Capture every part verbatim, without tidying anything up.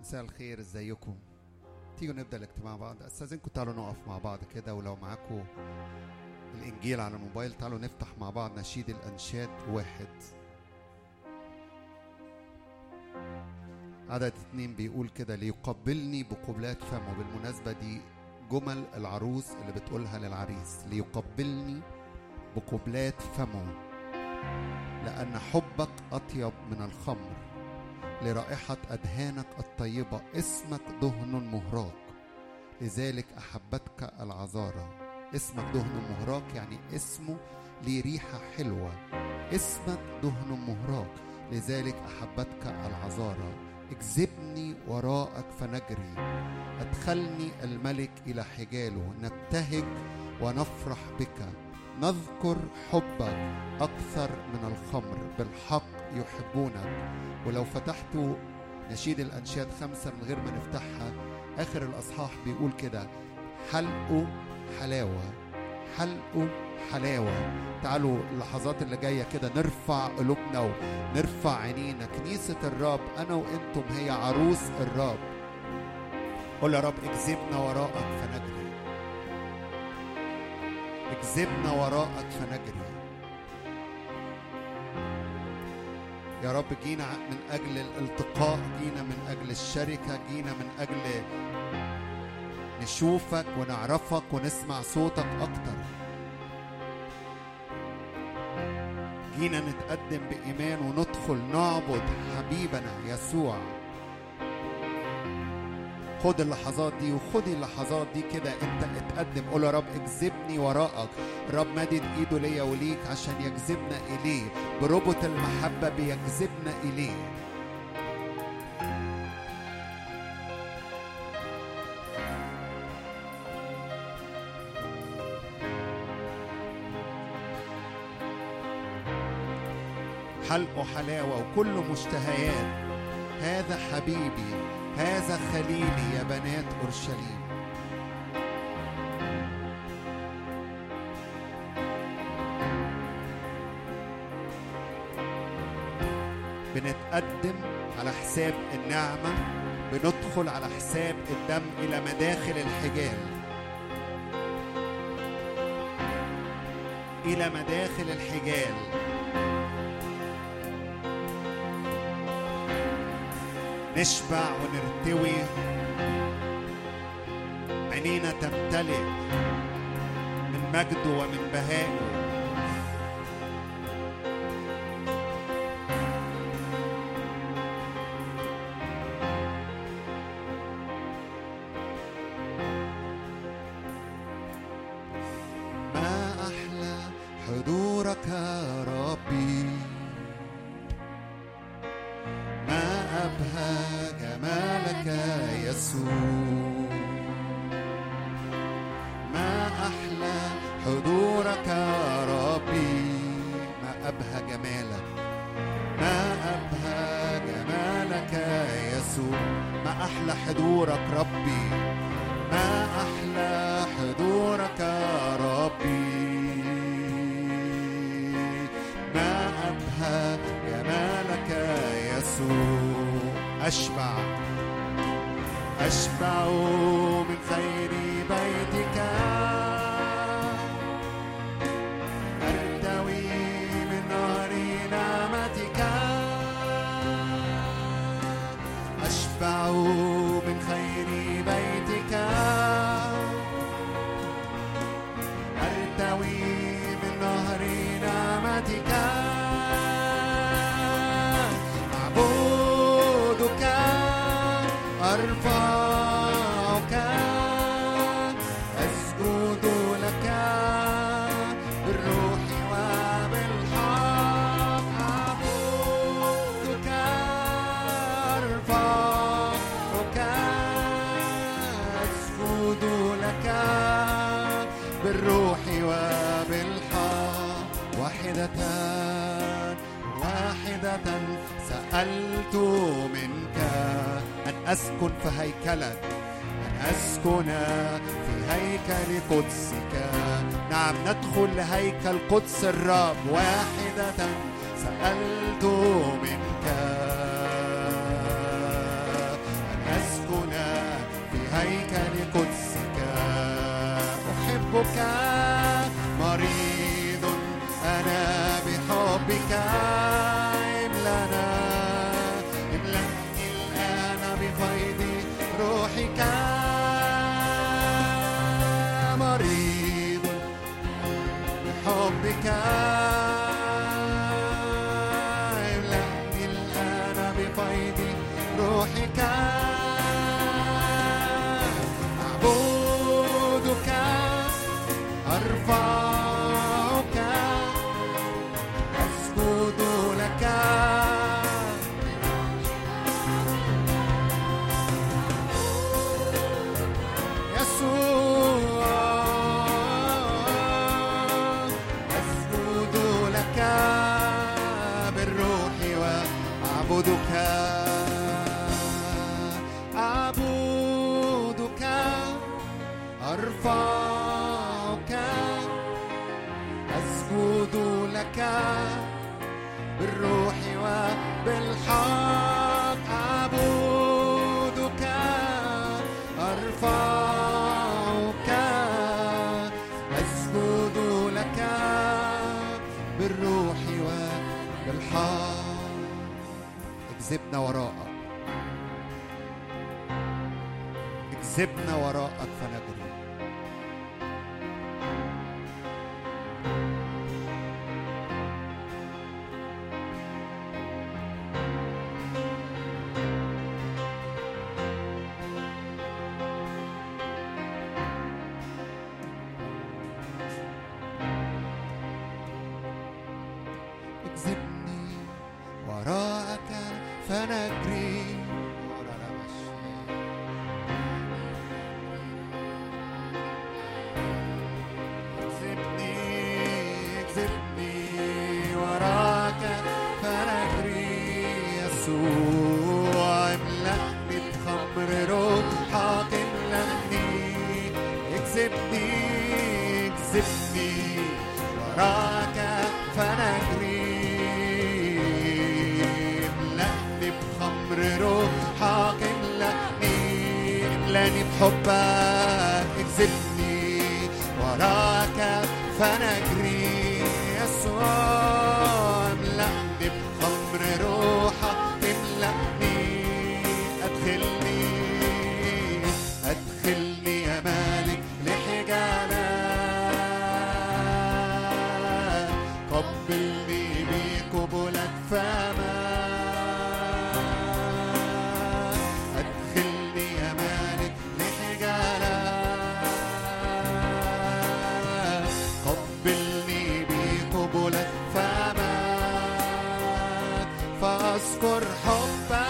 مساء الخير، ازيكم؟ تيجوا نبدأ الاجتماع مع بعض. استاذنكم تعالوا نقف مع بعض كده، ولو معاكم الانجيل على الموبايل تعالوا نفتح مع بعض نشيد الانشاد واحد عدد اتنين. بيقول كده: ليقبلني بقبلات فمه. بالمناسبة دي جمل العروس اللي بتقولها للعريس، ليقبلني بقبلات فمه لأن حبك أطيب من الخمر، لرائحة أدهانك الطيبة اسمك دهن مهراق، لذلك أحبتك العذارى. اسمك دهن مهراق يعني اسمه ليه ريحة حلوة. اسمك دهن مهراق لذلك أحبتك العذارى. اجذبني وراءك فنجري، أدخلني الملك إلى حجاله. نبتهج ونفرح بك، نذكر حبك أكثر من الخمر، بالحق يحبونك. ولو فتحتوا نشيد الأنشاد خمسة من غير ما نفتحها، آخر الأصحاح بيقول كده: حلقوا حلاوة، حلقوا حلاوة. تعالوا اللحظات اللي جاية كده نرفع قلوبنا ونرفع عينينا. كنيسة الرب أنا وإنتم هي عروس الرب. قول يا رب: اجذبنا وراءك فنجري، اجذبنا وراءك فنجري. يا رب جينا من أجل الالتقاء، جينا من أجل الشركة، جينا من أجل نشوفك ونعرفك ونسمع صوتك أكتر. جينا نتقدم بإيمان وندخل نعبد حبيبنا يسوع. خد اللحظات دي وخدي اللحظات دي كده، انت اتقدم. قول يا رب: اجذبني وراءك. الرب مدد ايده ليا وليك عشان يجذبنا اليه، بربط المحبة بيجذبنا اليه. حلقه حلاوة وكل مشتهيات. هذا حبيبي، هذا خليلي يا بنات أورشليم. بنتقدم على حساب النعمة، بندخل على حساب الدم إلى مداخل الحجال، إلى مداخل الحجال. نشبع ونرتوي، عينينا تمتلئ من مجده ومن بهائه. ما أحلى حضورك يا ربي، ما أبهى جمالك يسوع. ما أحلى حضورك يا ربي، ما أبهى جمالك، ما أبهى جمالك يسوع. ما أحلى حضورك ربي، ما أحلى حضورك يا ربي، ما أبهى جمالك يسوع. أشبع أشبع من خير بيتك، أرتوي من نهر نعمتك. أشبع من خير بيتك، أرتوي من نهر نعمتك. أرفعك أسجد لك بالروح وبالحق. أعبدك أرفعك أسجد لك بالروح وبالحق. واحدة واحدة سألت منك أن أسكن في هيكلك، أن أسكن في هيكل قدسك. نعم، ندخل لهيكل قدس الرب. واحدة سألت منك أن املأنا املأني الآن بفيض روحك مريض بحبك املأني الآن بفيض روحك أعبدك أرفعك أسجد لك يسوع أسجد لك بالروح وأعبدك أعبدك أرفعك أسجد لك بالروح وبالحق أعبدك أرفعك أسجد لك بالروح وبالحق اجذبنا وراءك اجذبنا وراءك فنجري اجذبني وراءك فنجري اجذبني اجذبني وراءك فنجري يسوع املأني بخمر روحك املأني اجذبني اجذبني وراءك فنجري املأني بخمر روحك املأني املأني بحبك اجذبني وراءك فنجري يسوع املأني بخمر روحك املأني أدخلني أدخلني يا مالك لحجالك قبلني بقبلة فمك أدخلني يا مالك لحجالك قبلني بقبلة فمك فأذكر حبك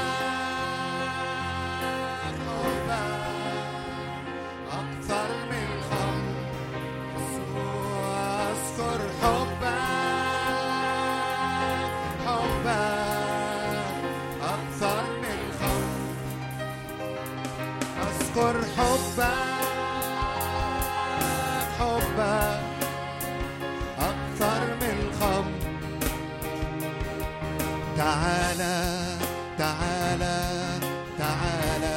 حبك أكثر من الخمر يسوع أذكر حبك حبك أكثر من الخمر أذكر حبك حبك أكثر من الخمر تعالى تعالى تعالى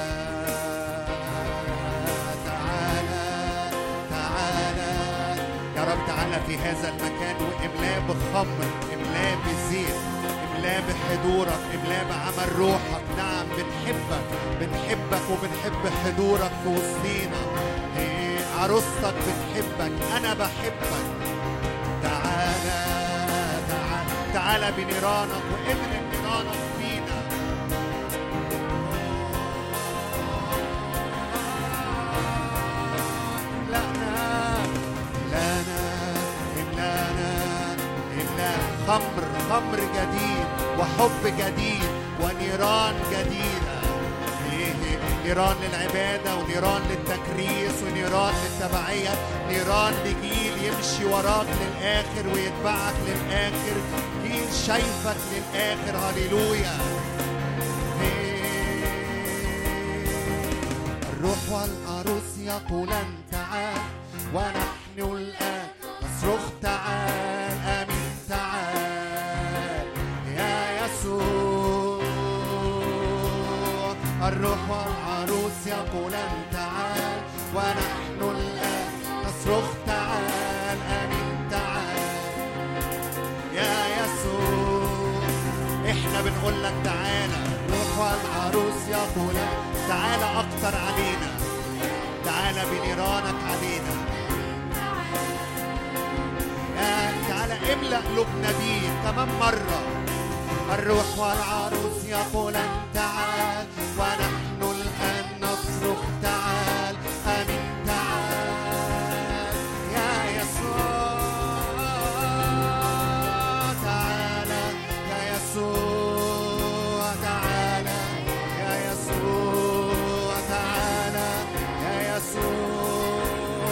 تعالى تعالى يا رب تعالى في هذا المكان واملاه بخمر املاه بزيت املاه بحضورك املاه بعمل روحك. نعم بنحبك بنحبك وبنحب حضورك في وسطينا. إيه عروستك بتحبك انا بحبك. تعالى تعالى تعالى بنيرانك وادرك نيرانك فينا. خمر خمر جديد وحب جديد ونيران جديدة. نيران للعبادة ونيران للتكريس ونيران للتبعية. نيران لجيل يمشي وراك للآخر ويتبعك للآخر. جيل شايفك للآخر. هاليلويا. الروح والعروس يقولان تعال ونحن الآن نصرخ تعال آمين تعال يا يسوع. الروح والعروس يقولان تعال ونحن الآن نصرخ تعال آمين تعال يا يسوع. احنا بنقول لك تعالى. الروح والعروس يقولان تعالى اكتر علينا، تعالى بنيرانك علينا، تعالى املأ قلوبنا بيه كمان مرة. الروح والعروس يقولان تعال، ونحن الآن نصرخ تعال. آمين تعال يا يسوع، تعالى يا يسوع، تعالى يا يسوع، تعالى يا يسوع.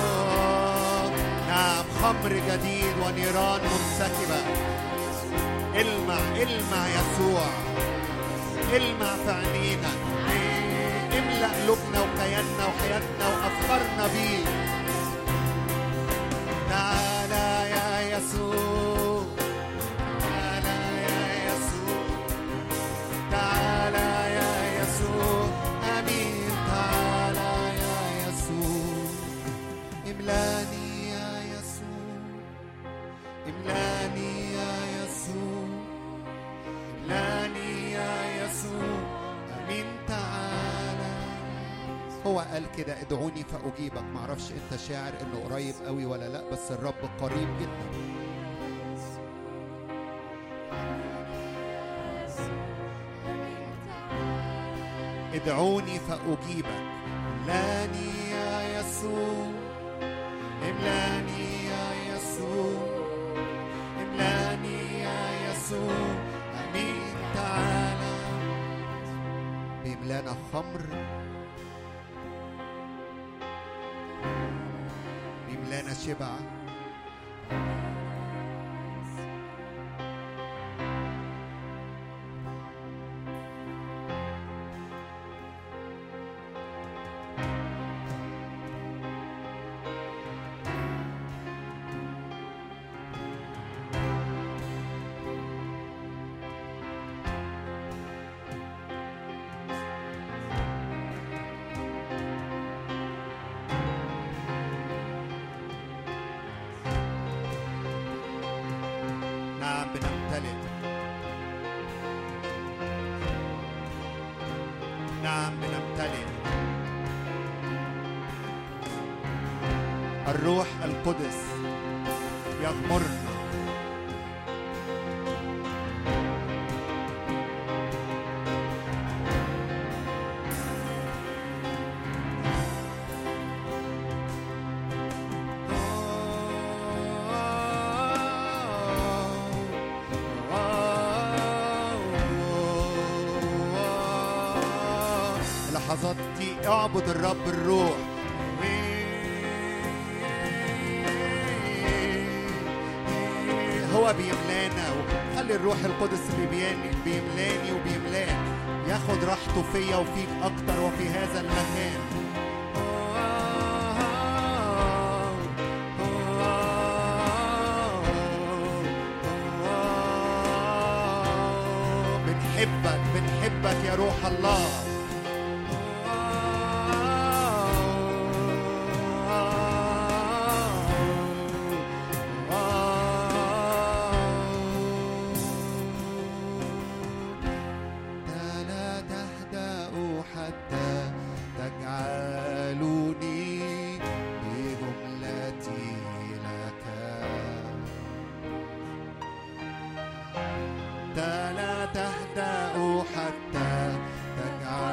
نعم، خمر جديد ونيران منسكبة. المع المع يسوع، المع في عينينا، املأ قلوبنا وكياننا وحياتنا وأفكارنا بيه. تعالى يا يسوع، تعالى يا يسوع، تعالى يا يسوع. آمين تعالى يا يسوع. املاني يا يسوع، املاني يا يسوع، املاني يا يسوع. امين تعالى. هو قال كده ادعوني فاجيبك. معرفش انت شاعر انه قريب قوي ولا لا، بس الرب قريب جدا. ادعوني فاجيبك. املاني يا يسوع، املاني يا يسوع، املاني يا يسوع. امين تعالى. بيملانا خمر، بيملانا شبع. الروح القدس يغمرنا. لحظات دي اعبد الرب الروح. هو بيملانا، وخلي الروح القدس اللي بيملاني وبيملاك ياخد راحته فيا وفيك اكتر وفي هذا المكان. بنحبك بنحبك يا روح الله. تهدأ حتى تجعل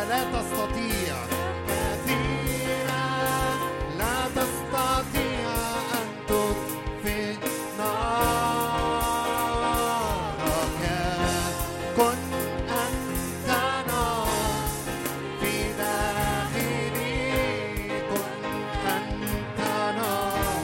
لا تستطيع كثيرا لا تستطيع أن تطفئ نارك كن أنت نار في داخلي كن أنت نار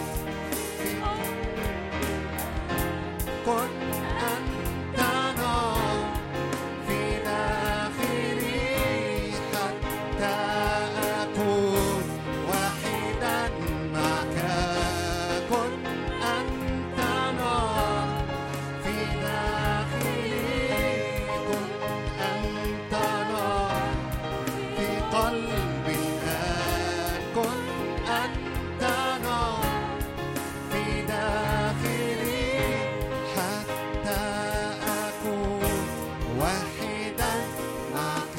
كن أنت نار في داخلي حتى أكون واحدا معك كن أنت نار في داخلي كن أنت نار في قلبي الآن كن أنت نار في داخلي حتى أكون واحدا معك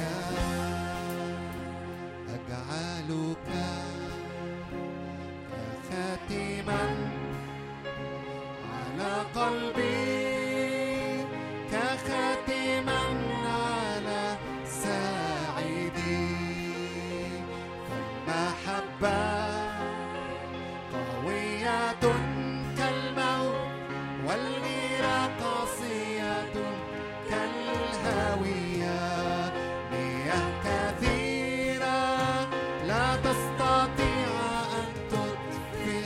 أجعلك خاتما على قلبي كخاتما على ساعدي فالمحبة قوية كالموت والغيرة قاسية كالهاوية مياه كثيرة لا تستطيع أن تطفئ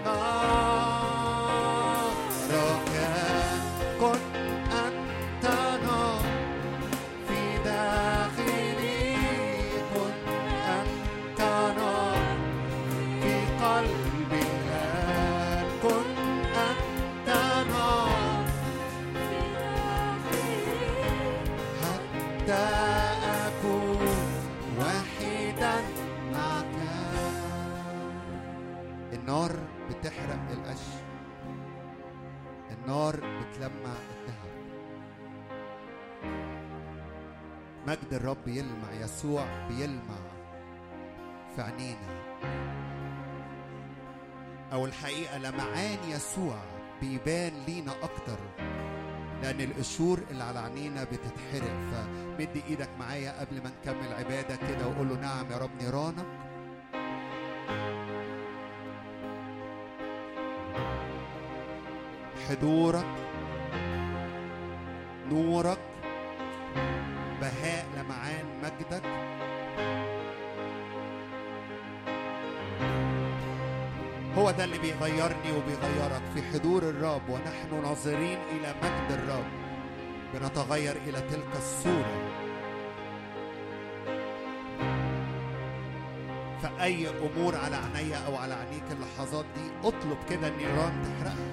نارك كن أنت نار في داخلي كن أنت نار في قلبي الآن كن أنت نار حتى أكون واحدا معك. النار بتحرق القش، النار بتلمع الذهب. مجد الرب يلمع، يسوع بيلمع في عينينا، أو الحقيقة لمعان يسوع بيبان لينا أكتر لأن القشور اللي على عينينا بتتحرق. فمد إيدك معايا قبل ما نكمل عبادة كده وقول له نعم يا رب نيرانك حضورك نورك بهاء لمعان مجدك هو ده اللي بيغيرني وبيغيرك في حضور الرب. ونحن ناظرين إلى مجد الرب بنتغير إلى تلك الصورة. فأي أمور على عينيا أو على عينيك اللحظات دي اطلب كده النيران تحرقها.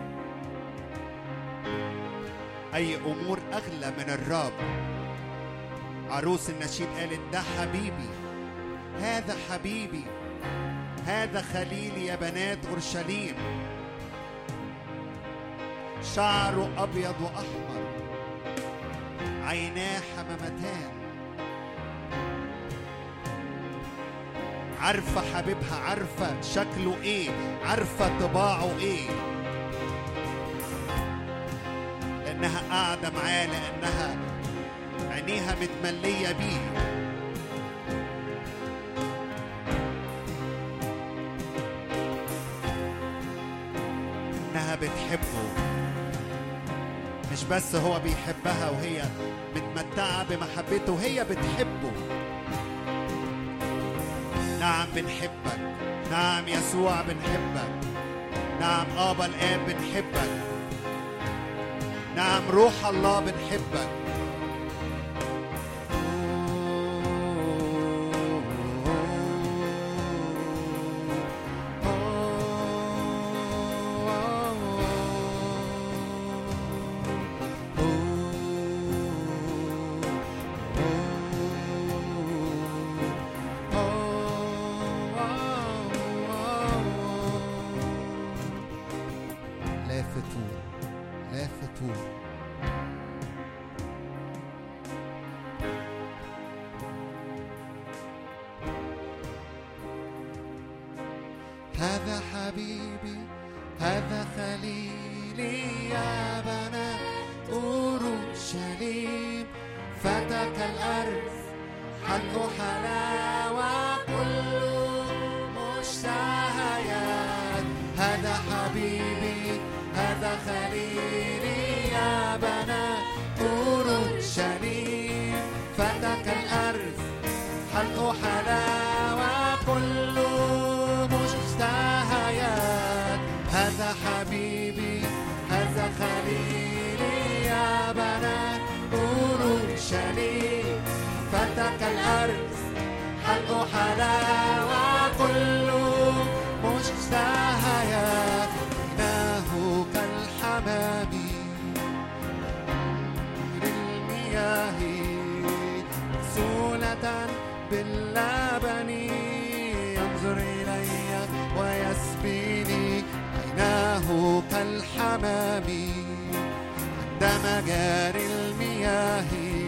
أي أمور أغلى من الرب. عروس النشيد قالت ده حبيبي، هذا حبيبي، هذا خليلي يا بنات أورشليم، شعره أبيض وأحمر، عيناه حمامتان. عارفة حبيبها، عارفة شكله إيه، عارفة طباعه إيه، لأنها قاعدة معاه، لأنها عينيها متملية بيه. إنها بتحبه، مش بس هو بيحبها وهي متمتعة بمحبته، هي بتحبه. نعم بنحبك، نعم يسوع بنحبك، نعم آبا الآب بنحبك، نعم روح الله بنحبك. هذا حبيبي، هذا خليلي يا بنات أورشليم، فتك الأرض حلق حلاوة كل مشتهيات. هذا حبيبي هذا خليلي يا بنات أورشليم. فتى كالأرز حلق حلاوة كل مشتهيات. هذا حبيبي هذا خليلي يا بنات أورشليم. فتى كالأرز حلق حلاوة كل مشتهيات. إنه كالحمام للمياه سولة باللبن ينظر إلي ويسبيني. عيناه كالحمام عند مجاري المياه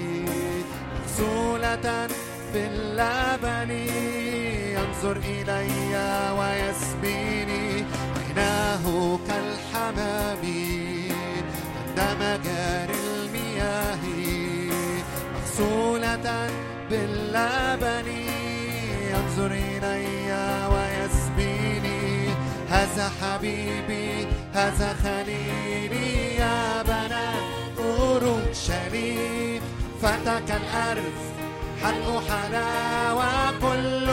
سولة باللبن ينظر إلي ويسبيني. عيناه كالحمام عند مجاري المياه مغسولة باللبن ينظر إلي ويسبيني. هذا حبيبي هذا خليلي يا بنات أورشليم. فتى كالأرز حلق حلاوة كل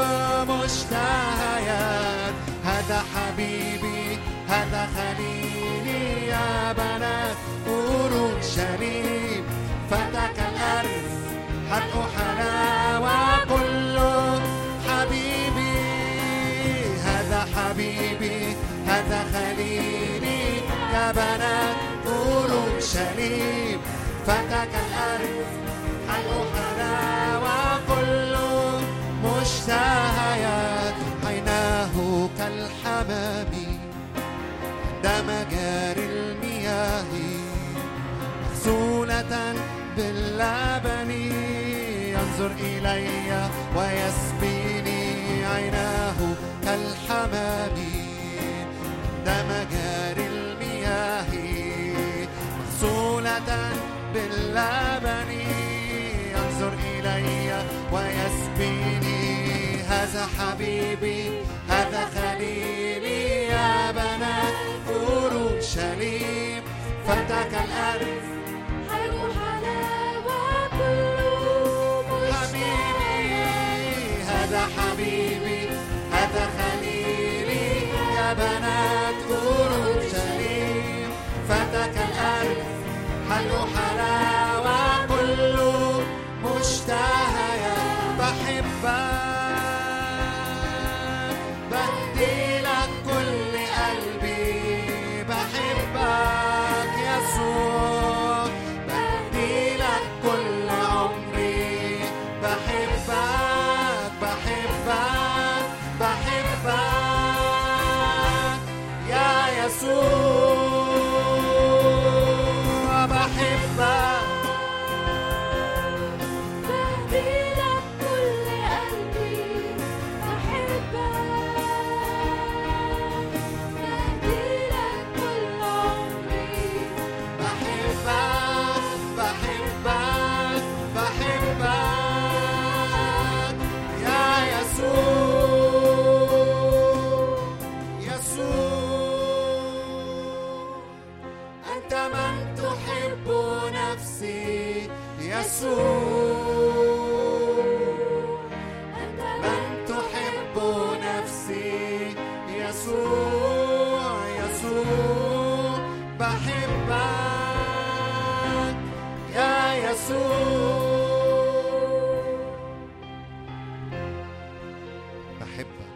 مشتهيات. هذا حبيبي هذا خليلي يا بنات أورشليم. فتى كالأرز حلق حلاوة كل حبيبي هذا حبيبي هذا خليلي يا بنات أورشليم. فتى كالأرز حلق حلاوة كل مشتهيات. عيناه كالحمام عند مجاري المياه مغسولة باللبن ينظر إلي ويسبيني. عيناه كالحمام عند مجاري المياه مغسولة باللبن ينظر إلي ويسبيني. هذا حبيبي هذا خليلي يا بنات أورشليم. فتى كالأرز حلق حلاوة كل حبيبي هذا حبيبي هذا خليلي يا بنات أورشليم. فتى كالأرز حلق حلاوة كل مشتهيات. بحبك بدي لك كل قلبي. بحبك يسوع بدي لك كل عمري. بحبك بحبك بحبك يا يسوع. بحبك بدي لك كل قلبي. بحبك بدي لك كل عمري. بحبك بحبك بحبك يا يسوع. يسوع أنت من تحب نفسي. يسوع أنت من تحب نفسي. يسوع يسوع بحبك يا يسوع. بحبك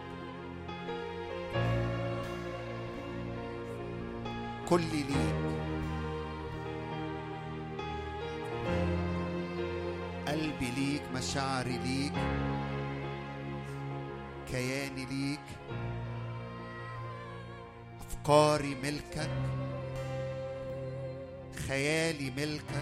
كلي ليك. قلبي ليك مشاعري ليك كياني ليك. أفكاري ملكك خيالي ملكك.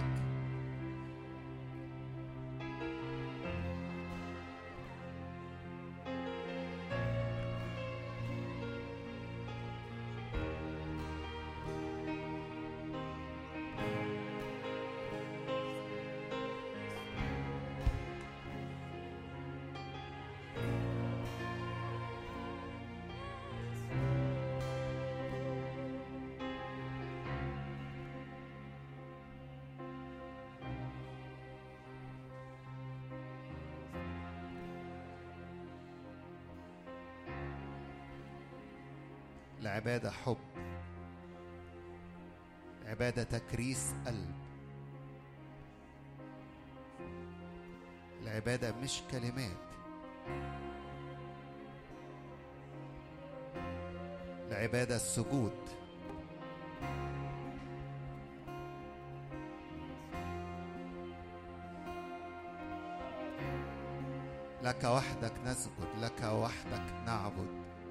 العبادة حب، العبادة تكريس قلب، العبادة مش كلمات، العبادة السجود. لك وحدك نسجد، لك وحدك نعبد،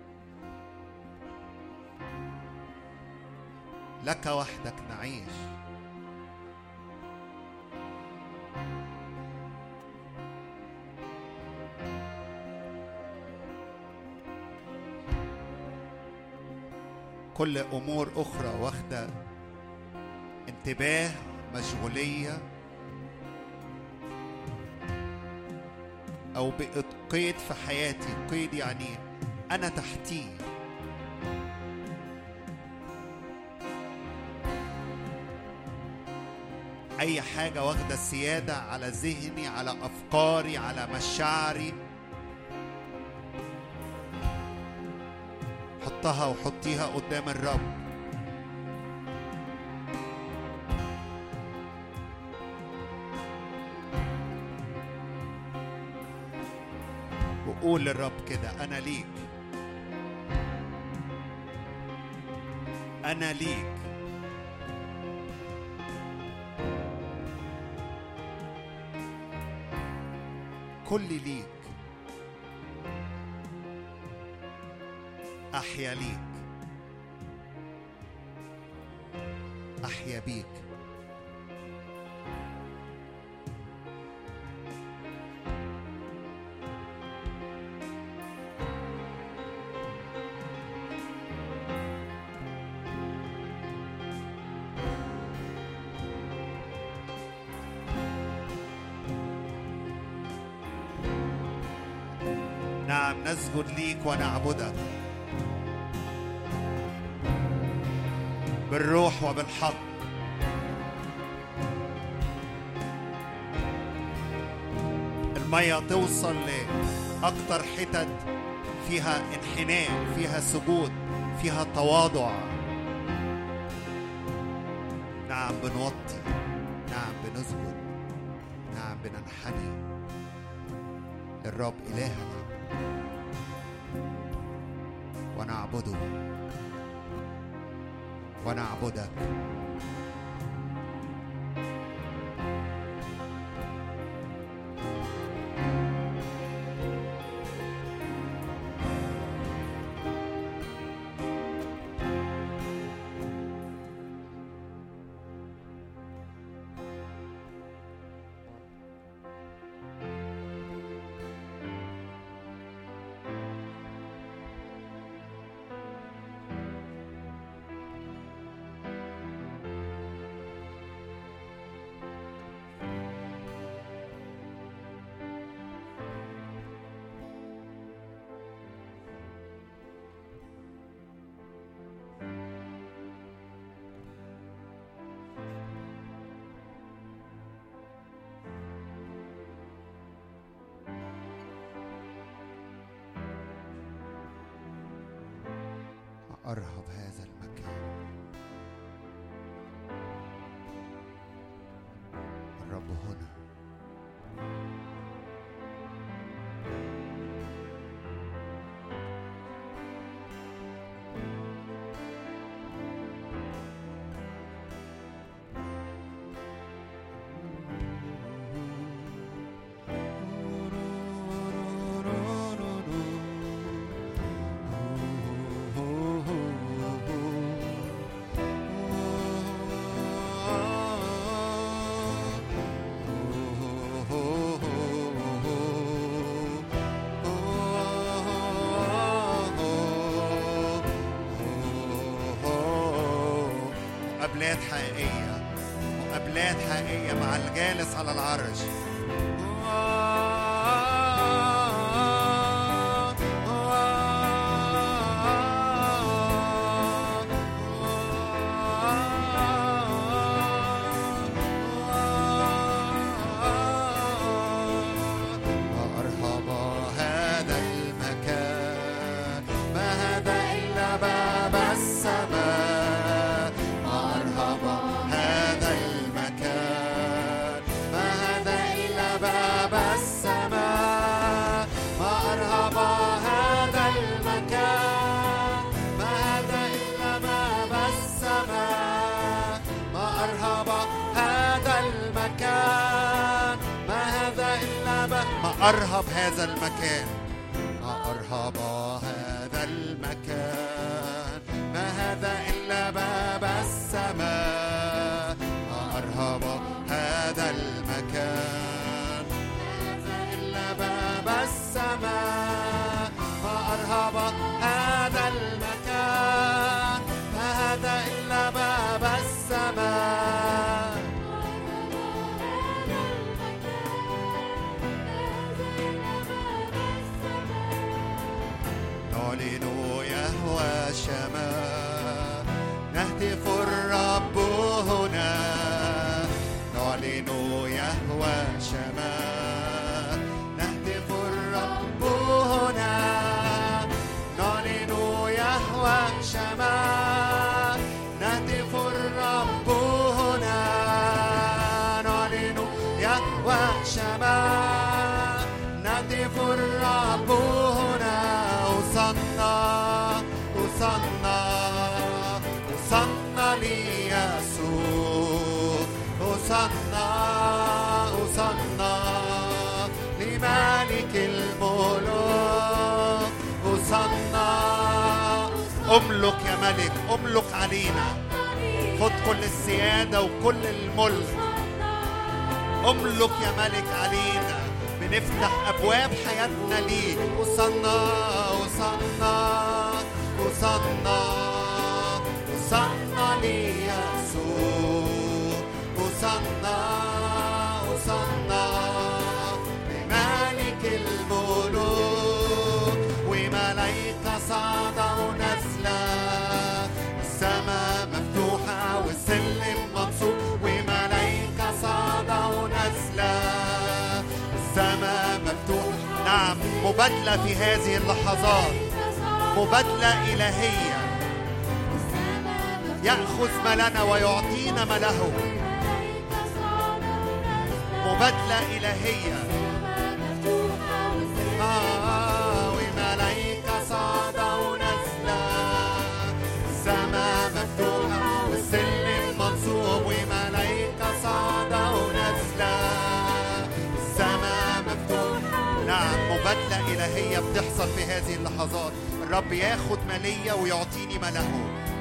لك وحدك نعيش. كل أمور أخرى واخدة انتباه، مشغولية، أو بقت قيد في حياتي. قيد يعني أنا تحتيه. أي حاجة واخدة السيادة على ذهني، على أفكاري، على مشاعري، حطها وحطيها قدام الرب. وقول للرب كده: أنا ليك، أنا ليك. كل ليك، أحيا ليك، أحيا بيك. نعم، نسجد ليك ونعبدك بالروح وبالحق. المية توصل لأكتر حتت فيها انحناء، فيها سجود، فيها تواضع. نعم بنوطي، نعم بنسجد، نعم بننحني للرب إلهنا ونعبده ونعبدك. أرهب هذا المكان. الرب هنا. مقابلات حقيقية، مقابلات حقيقية مع الجالس على العرش. وأرهب هذا المكان، ما هذا إلا باب ب... ما أرهب هذا المكان، ما أرهب هذا المكان، ما هذا إلا باب السماء، ما أرهب هذا المكان، ما هذا إلا باب السماء، ما أرهب هذا المكان، ما هذا إلا باب السماء. نعلن يهوى الشمال، نهتف الرب هنا، نعلن يهوى الشمال، نهتف الرب هنا، نعلن يهوى الشمال، نهتف الرب هنا، نعلن يهوى الشمال، نهتف الرب هنا. وصلنا وصلنا وصلنا ليسوع، وصلنا وصلنا لملك الملوك، وصلنا. املك يا ملك، املك علينا، خد كل السيادة وكل الملك، املك يا ملك علينا، بنفتح أبواب حياتنا ليك. وصلنا وصلنا وصلنا وصلنا ليسوع، وصلنا وصلنا لملك الملوك، وملايكة صعدوا نازلة، السماء مفتوحة والسلم منصوب، وملايكة صعدوا نازلة، السماء مفتوحة. نعم، مبادلة في هذه اللحظات، مبادلة إلهية، يأخذ ما لنا ويعطينا ما له، مبادلة إلهية. آه وملايكة صعدوا نازلة، السماء مفتوحة والسلم منصوب، وملايكة صعدوا نازلة، السماء مفتوحة. نعم، مبادلة إلهية بتحصل في هذه اللحظات. الرب ياخد مالية ويعطيني ما له.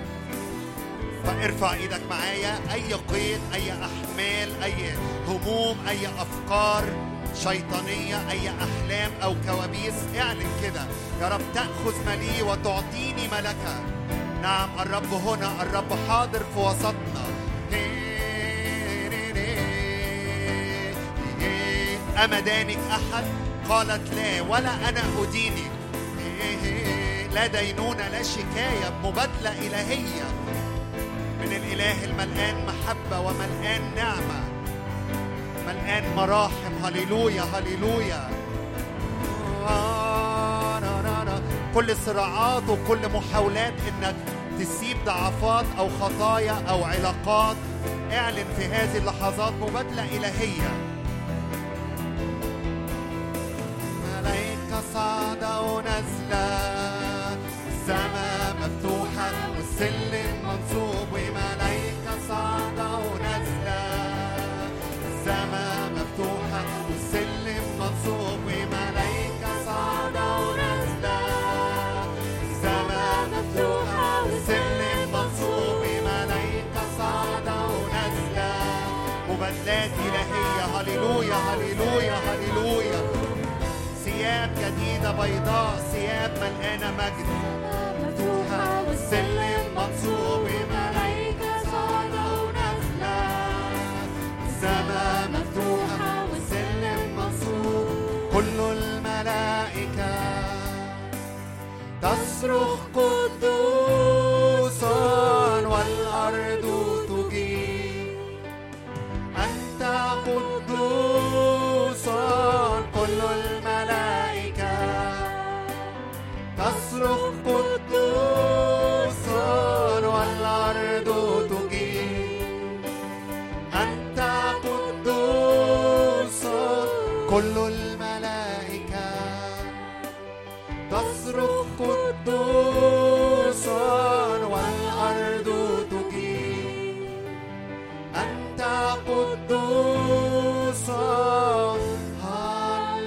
فارفع ايدك معايا. اي قيد، اي احمال، اي هموم، اي افكار شيطانية، اي احلام او كوابيس، اعلن كده: يا رب تأخذ مالي وتعطيني ملكا. نعم، الرب هنا، الرب حاضر في وسطنا. أما دانك أحد؟ قالت لا، ولا أنا أدينك. لا دينونة، لا شكاية، مبادلة إلهية من الإله الملآن محبة وملآن نعمة، ملآن مراحم. هللويا هللويا. كل صراعات وكل محاولات إنك تسيب ضعفات أو خطايا أو علاقات، اعلن في هذه اللحظات مبادلة إلهية. ملايكة صعدوا نازلة، السماء مفتوحة والسلم منصوب، وملايكة صعدوا نازلة، السماء مفتوحة والسلم منصوب، وملايكة صعدوا نازلة، السماء مفتوحة والسلم منصوب، وملايكة صعدوا نازلة. مبادلات إلهية. هللويا هللويا هللويا. ثياب جديدة بيضاء، ثياب ملقانة مجد، مفتوحة والسلم منصوب، وملايكة صعدوا نازلة، السماء مفتوحة والسلم منصوب. كل الملائكة تصرخ قدوس، والأرض تجيب أنت قدوس. كل الملائكة تصرخ قدوس، والأرض تجيب أنت قدوس. كل الملائكة تصرخ قدوس، والأرض تجيب أنت قدوس. هللويا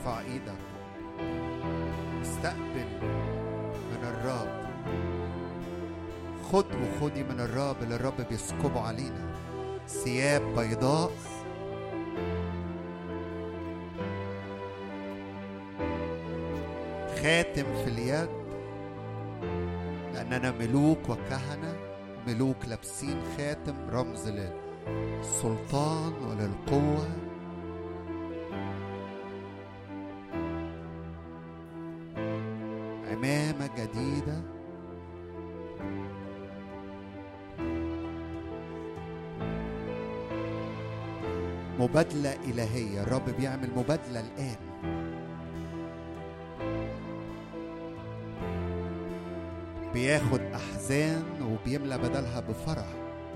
ارفع ايدك، استقبل من الرب. خد وخدي من الرب اللي الرب بيسكبه علينا. ثياب بيضاء، خاتم في اليد، لأننا ملوك وكهنة. ملوك لابسين خاتم رمز للسلطان وللقوة. عمامة جديدة، مبادلة إلهية. الرب بيعمل مبادلة الآن. بياخد أحزان وبيملى بدلها بفرح.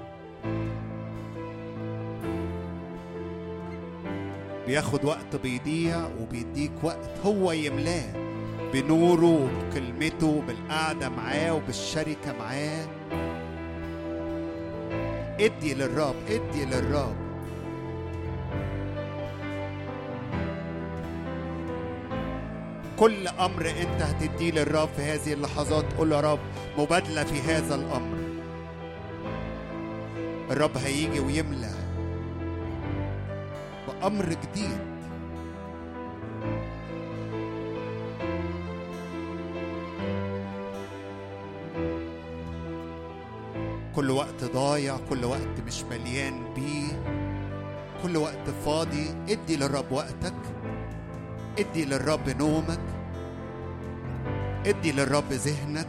بياخد وقت بيضيع وبيديك وقت هو يملاه بنوره وبكلمته، بالقعدة معاه وبالشركة معاه. ادي للرب، ادي للرب. كل أمر أنت هتديه للرب في هذه اللحظات قول يا رب مبادلة في هذا الأمر. الرب هيجي ويملى بأمر جديد. كل وقت ضايع، كل وقت مش مليان بيه، كل وقت فاضي، ادي للرب وقتك. ادي للرب نومك، ادي للرب ذهنك،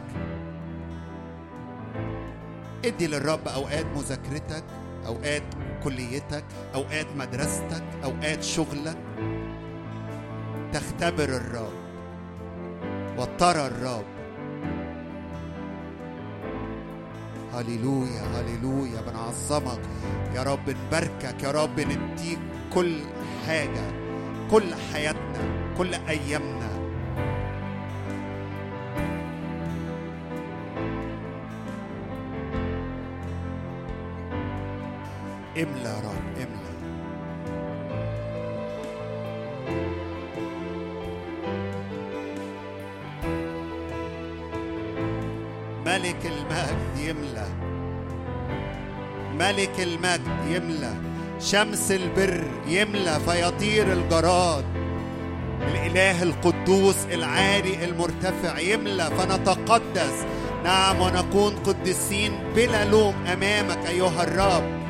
ادي للرب اوقات مذاكرتك، اوقات كليتك، اوقات مدرستك، اوقات شغلك. تختبر الرب وترى الرب. هللويا هللويا. بنعظمك يا رب، نباركك يا رب، نديك كل حاجة، كل حياتنا، كل أيامنا. املى يا رب، املى. ملك المجد يملى، ملك المجد يملى. شمس البر يملى فيطير الجراد. الإله القدوس العالي المرتفع يملى فنتقدس، نعم، ونكون قديسين بلا لوم أمامك أيها الرب.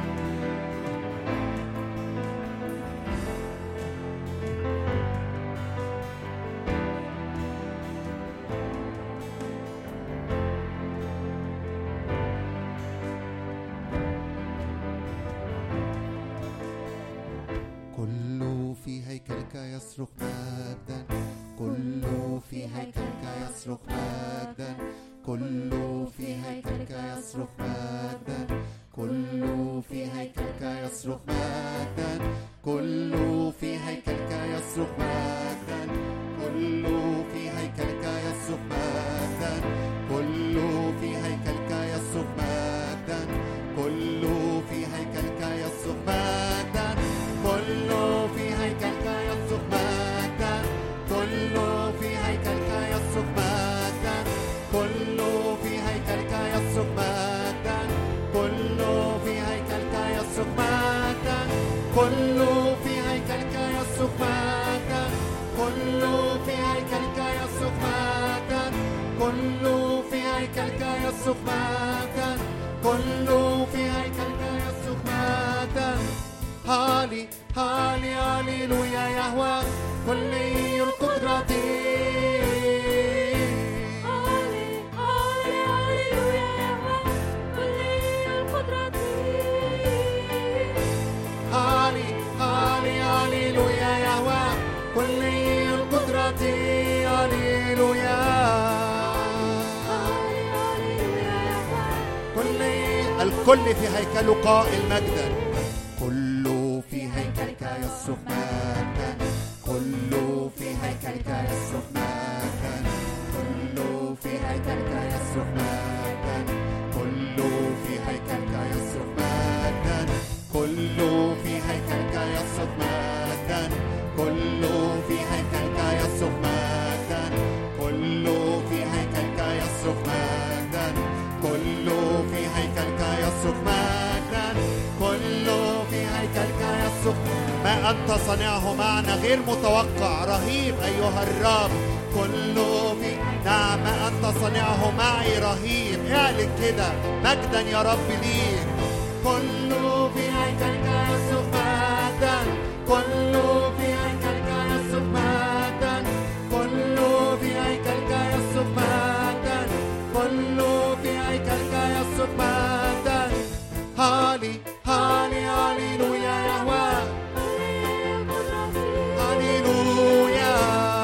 يصرخ مجدا، كله في هيكلك يصرخ مجدا، كله في هيكلك يصرخ مجدا، كله في هيكلك يصرخ مجدا، كله في هيكلك يصرخ مجدا، كله في هيكلك يصرخ مجدا، كله في هيكلك يصرخ مجدا، كله في هيكلك يصرخ مجدا، كله في هيكلك يصرخ مجدا، كله في هيكلك يصرخ مجدا، كله في هيكلك يصرخ مجدا، كله في هيكلك يصرخ مجدا، كله في هيكلك يصرخ مجدا، كله في هيكلك يصرخ مجدا، كله في هيكلك يصرخ مجدا، كله في هيكلك يصرخ مجدا. هالي هالي هاليلويا يهوه كلي القدرة. هالي هالي هاليلويا يهوه كلي القدرة. هالي هالي هاليلويا يهوه كلي القدرة. هاليلويا هالي هاليلويا يهوه كلي. الكل في هيكله قائل مجدا. كله في هيكلك يصرخ مجدا، كله في هيكلك يصرخ مجدا، كله في هيكلك يصرخ مجدا، كله في هيكلك يصرخ مجدا، كله في هيكلك يصرخ مجدا، كله في هيكلك أنت صنعه معنا، غير متوقع، رهيب أيها الرب. كله في نعم ما أنت صنعه معي رهيب. اعلن كده مجدا يا رب ليك. كله في هيكلك يصرخ مجدا، كله في هيكلك يصرخ مجدا، كله في هيكلك يصرخ مجدا، كله في هيكلك يصرخ مجدا. هالي هالي هاليلويا يهوه، هاليلويا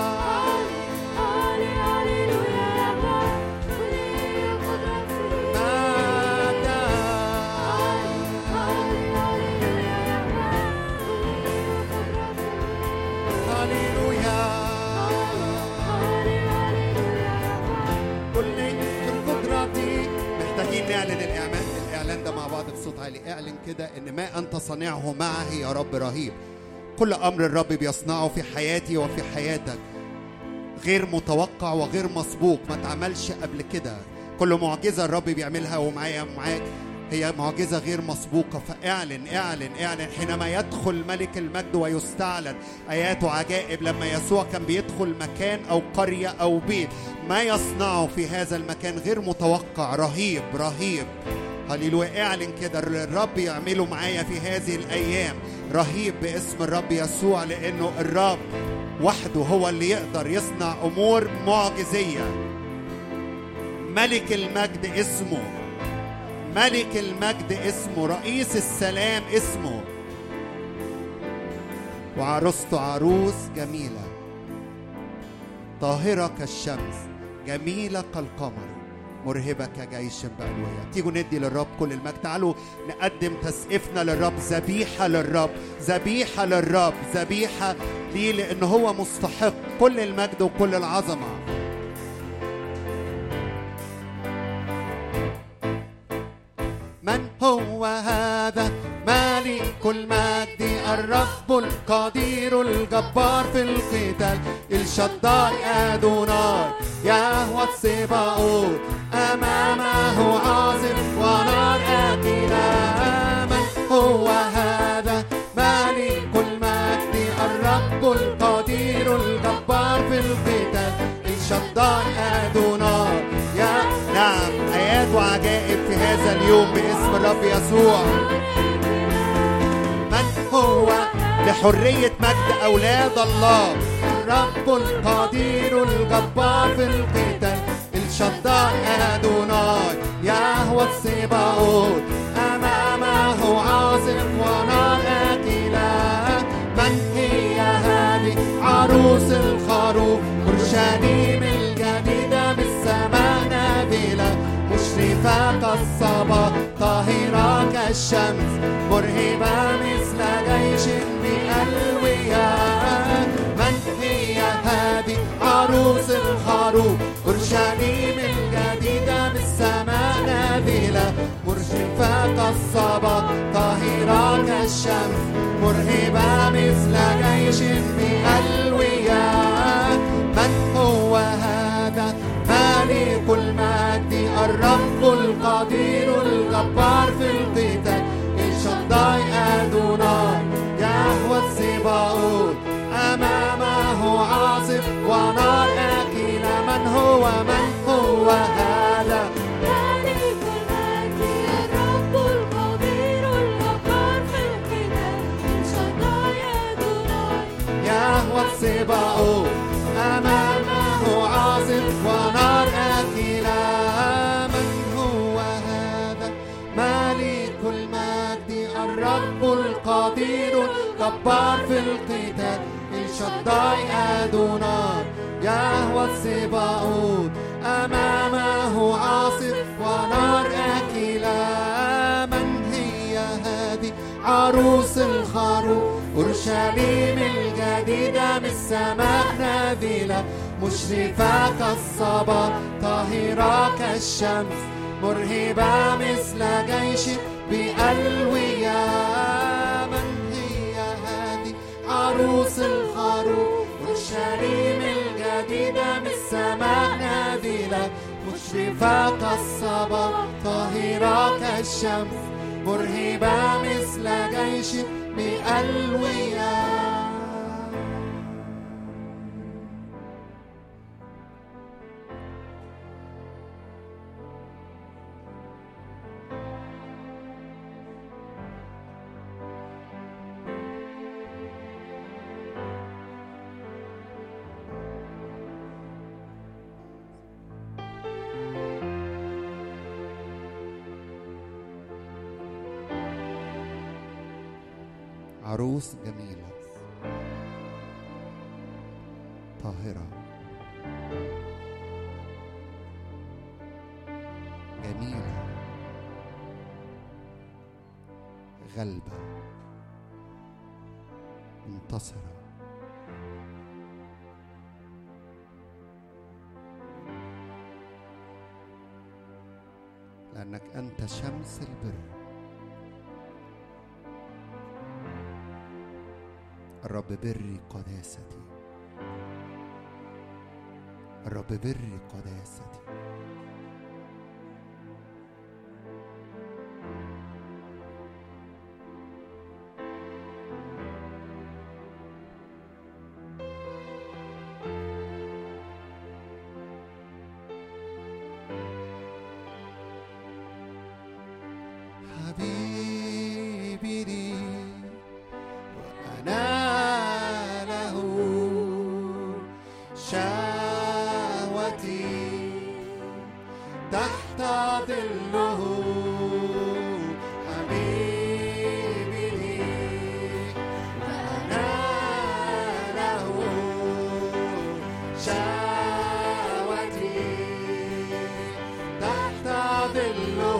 نعلن الإعلان الإعلان ده مع بعض بصوت عالي. اعلن كده إن ما أنت صنعه معه يا رب رهيب. كل أمر الرب بيصنعه في حياتي وفي حياتك غير متوقع وغير مسبوق، ما تعملش قبل كده. كل معجزة الرب بيعملها ومعايا معاك هي معجزة غير مسبوقة. فاعلن اعلن اعلن حينما يدخل ملك المجد ويستعلن آيات وعجائب. لما يسوع كان بيدخل مكان أو قرية أو بيت، ما يصنعه في هذا المكان غير متوقع، رهيب رهيب. هللويا. اعلن كده الرب يعمله معايا في هذه الأيام رهيب باسم الرب يسوع، لأنه الرب وحده هو اللي يقدر يصنع أمور معجزية. ملك المجد اسمه، ملك المجد اسمه، رئيس السلام اسمه، وعروسته عروس جميلة طاهرة كالشمس، جميلة كالقمر، مرهبة كجيش بألوية. تيجوا ندي للرب كل المجد. تعالوا نقدم تسقفنا للرب، ذبيحة للرب، ذبيحة للرب، ذبيحة ليه، لأنه هو مستحق كل المجد وكل العظمة. من هو هذا مالك المجد، الرب القدير الجبار في القتال، الشداي أدوناي يهوه السباؤوت، أمامه عاصف ونار آتينا. من هو هذا مالك المجد، الرب القدير الجبار في القتال، الشداي أدوناي. يا نعم آيات وعجائب في هذا اليوم باسم الرب يسوع. من هو لحرية مجد أولاد الله، الرب القدير الجبار في القتال، الشداي أدوناي يهوه السباؤوت، أمامه عاصف ونار آكلة. من هي هذه عروس الخروف، أورشليم الجديدة بالسماء نازلة، مشرفة كالصباح طاهرة كالشمس، مرهبة مثل جيش بألوية. من هي هذه عروس الخروف، أورشليم الجديدة بالسماء نازلة، مشرفة كالصباح طاهرة كالشمس، مرهبة مثل جيش بألوية. من هو هذا مالك المجد، الرب القدير الجبار في القتال، الشداي أدوناي يهوه السباؤوت، أمامه عاصف ونار آكلة. من هو من هو هذا مالك المجد، الرب القدير الجبار في القتال، الشداي أدوناي يهوه السباؤوت، أمامه عاصف ونار آكلة. من هو هذا مالك المجد، الرب القدير الجبار في القتال، الشداي أدوناي يهوه السباؤوت، أمامه عاصف ونار آكلة. من هي هذه عروس الخروف، أورشليم الجديدة بالسماء نازلة، مشرفة كالصباح طاهرة كالشمس، مرهبة مثل جيش بألوية. من هي هذه عروس الخروف، أورشليم الجديدة بالسماء نازلة، مشرفة كالصباح طاهرة كالشمس، مرهبة مثل جيش بألوية. عروس جميلة طاهرة جميلة غلبة منتصرة. لأنك أنت شمس البر. الرب بري قداستي، الرب بري قداستي. حبيبي لي وأنا له شهوتي تحت ظله. حبيبي لي وأنا له شهوتي تحت ظله.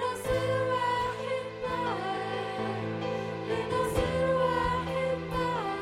لنصير واحد معا.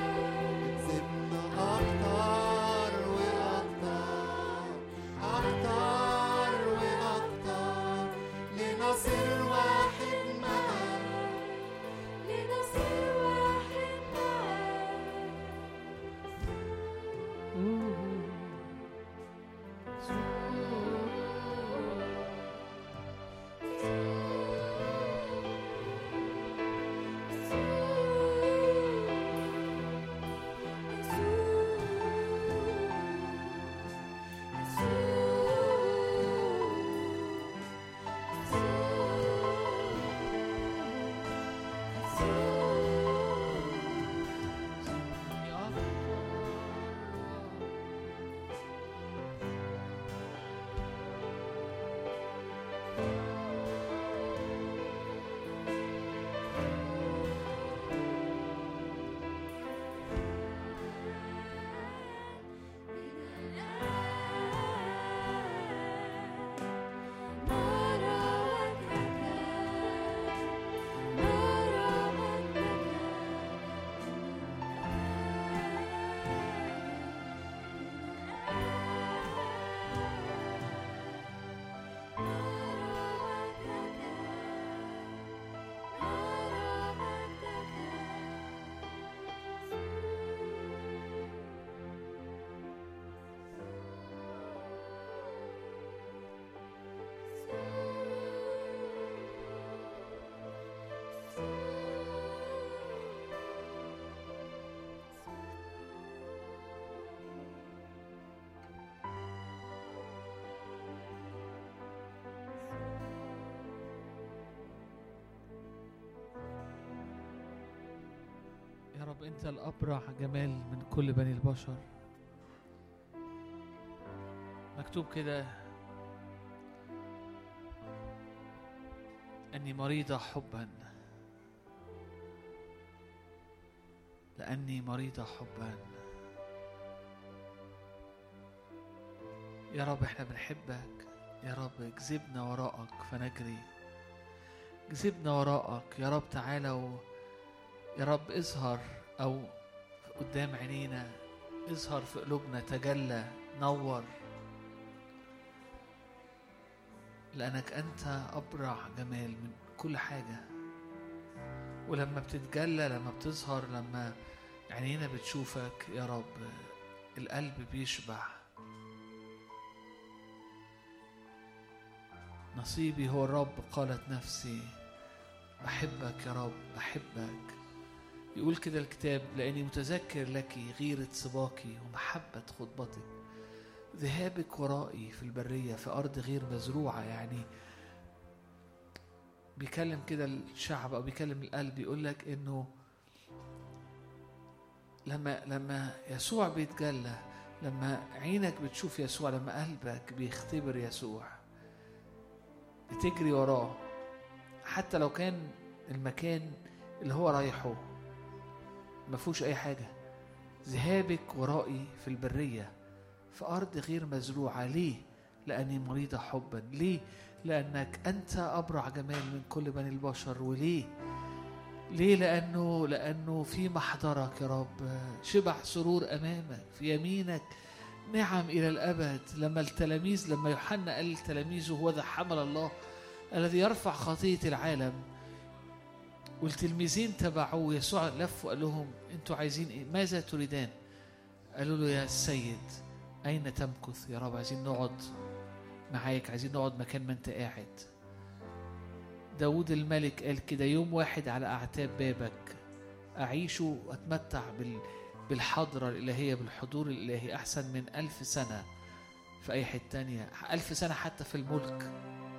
رب أنت الأبرع جمال من كل بني البشر. مكتوب كده أني مريضة حبا، لأني مريضة حبا. يا رب احنا بنحبك يا رب، اجذبنا وراءك فنجري، اجذبنا وراءك يا رب. تعالى و... يا رب اظهر أو قدام عينينا، اظهر في قلوبنا، تجلى، نور، لأنك أنت أبرع جمال من كل حاجة. ولما بتتجلى، لما بتظهر، لما عينينا بتشوفك يا رب، القلب بيشبع. نصيبي هو الرب، قالت نفسي بحبك يا رب، بحبك. يقول كده الكتاب: لأني متذكر لك غيرة صباكي ومحبة خطبتك، ذهابك ورائي في البرية في أرض غير مزروعة. يعني بيكلم كده الشعب أو بيكلم القلب، يقول لك إنه لما لما يسوع بيتجلى، لما عينك بتشوف يسوع، لما قلبك بيختبر يسوع، بتجري وراه حتى لو كان المكان اللي هو رايحه ما فيهوش أي حاجة. ذهابك ورائي في البرية في أرض غير مزروعة. ليه؟ لأني مريضة حبا. ليه؟ لأنك أنت أبرع جمال من كل بني البشر. وليه؟ ليه؟ لأنه لأنه في محضرك يا رب شبع سرور أمامك، في يمينك نعم إلى الأبد. لما التلاميذ لما يوحنا قال لتلاميذه: هو ذا حمل الله الذي يرفع خطية العالم، والتلميذين تبعوه، يسوع لف وقال لهم: أنتوا عايزين إيه؟ ماذا تريدان؟ قالوا له: يا السيد أين تمكث يا رب؟ عايزين نقعد معاك، عايزين نقعد مكان ما أنت قاعد. داود الملك قال كده: يوم واحد على أعتاب بابك أعيش وأتمتع بالحضرة الإلهية، بالحضور الإلهي، أحسن من ألف سنة في أي حتة تانية، ألف سنة حتى في الملك.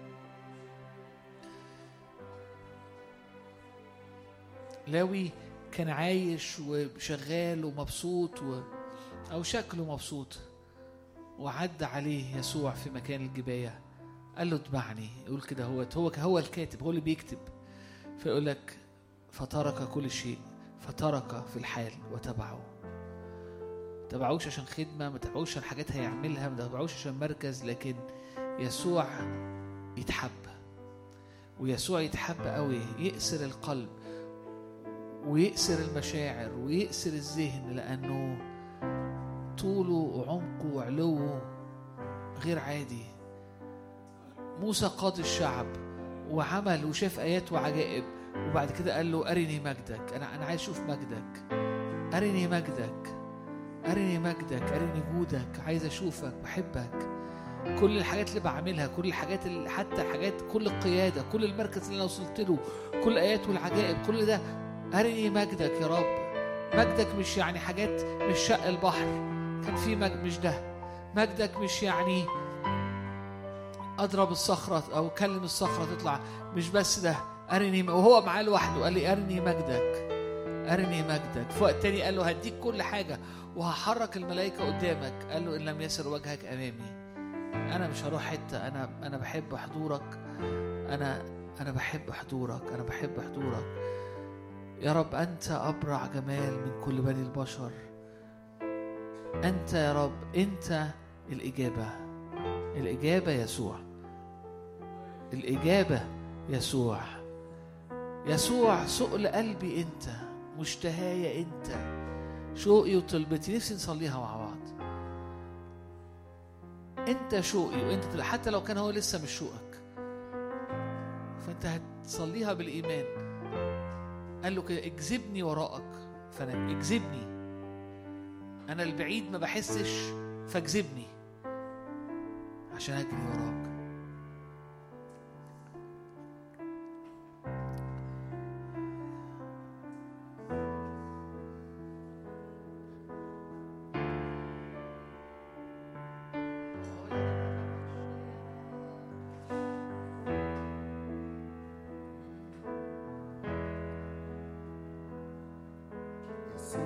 لاوي كان عايش وشغال ومبسوط و... أو شكله مبسوط، وعد عليه يسوع في مكان الجباية، قال له: اتبعني. يقول كده هو هو هو الكاتب، هو اللي بيكتب، فيقول لك: فترك كل شيء، فترك في الحال وتبعه. ما تبعوش عشان خدمة، ما تبعوش عشان حاجات هيعملها، ما تبعوش عشان مركز، لكن يسوع يتحب. ويسوع يتحب قوي، يأسر القلب ويأسر المشاعر ويأسر الذهن، لأنه طوله وعمقه وعلوه غير عادي. موسى قاد الشعب وعمل وشاف آيات وعجائب، وبعد كده قال له: أرني مجدك، أنا أنا عايز أشوف مجدك، أرني مجدك، أرني مجدك، أرني جودك، عايز أشوفك، بحبك. كل الحاجات اللي بعملها، كل الحاجات اللي حتى حاجات، كل القيادة، كل المركز اللي أنا وصلت له، كل آيات والعجائب، كل ده أرني مجدك يا رب. مجدك مش يعني حاجات مش شق البحر كان في مجد، مش ده مجدك. مش يعني أضرب الصخرة أو كلم الصخرة تطلع، مش بس ده. أرني، وهو معاه لوحده قال لي: أرني مجدك، أرني مجدك. في وقت تاني قال له: هديك كل حاجة وهحرك الملائكة قدامك. قال له: إن لم يسر وجهك أمامي أنا مش هروح حتة. أنا أنا بحب حضورك، أنا أنا بحب حضورك، أنا بحب حضورك يا رب. أنت أبرع جمال من كل بني البشر. أنت يا رب، أنت الإجابة. الإجابة يسوع، الإجابة يسوع. يسوع سؤل قلبي أنت، مشتهاية أنت، شوقي وطلبتي. نفسي نصليها مع بعض. أنت شوقي وأنت، حتى لو كان هو لسه مش شوقك، فأنت هتصليها بالإيمان. قال له كده: اجذبني وراءك فأنا اجذبني. أنا البعيد ما بحسش، فاجذبني عشان أجري وراك. يسوع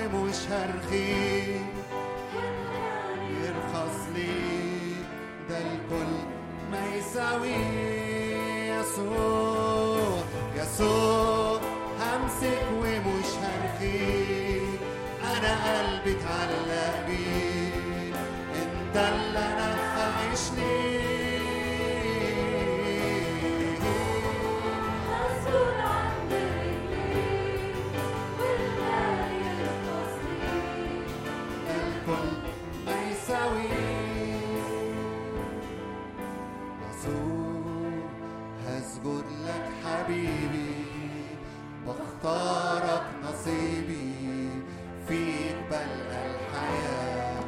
ومش هرخي يرخص لي ده الكل ما يساوي يسوع يسوع همسك ومش هرخي أنا قلبي اتعلق بيه انت اللي نفعشني حبيبي بختارك نصيبي فيك بلقى الحياة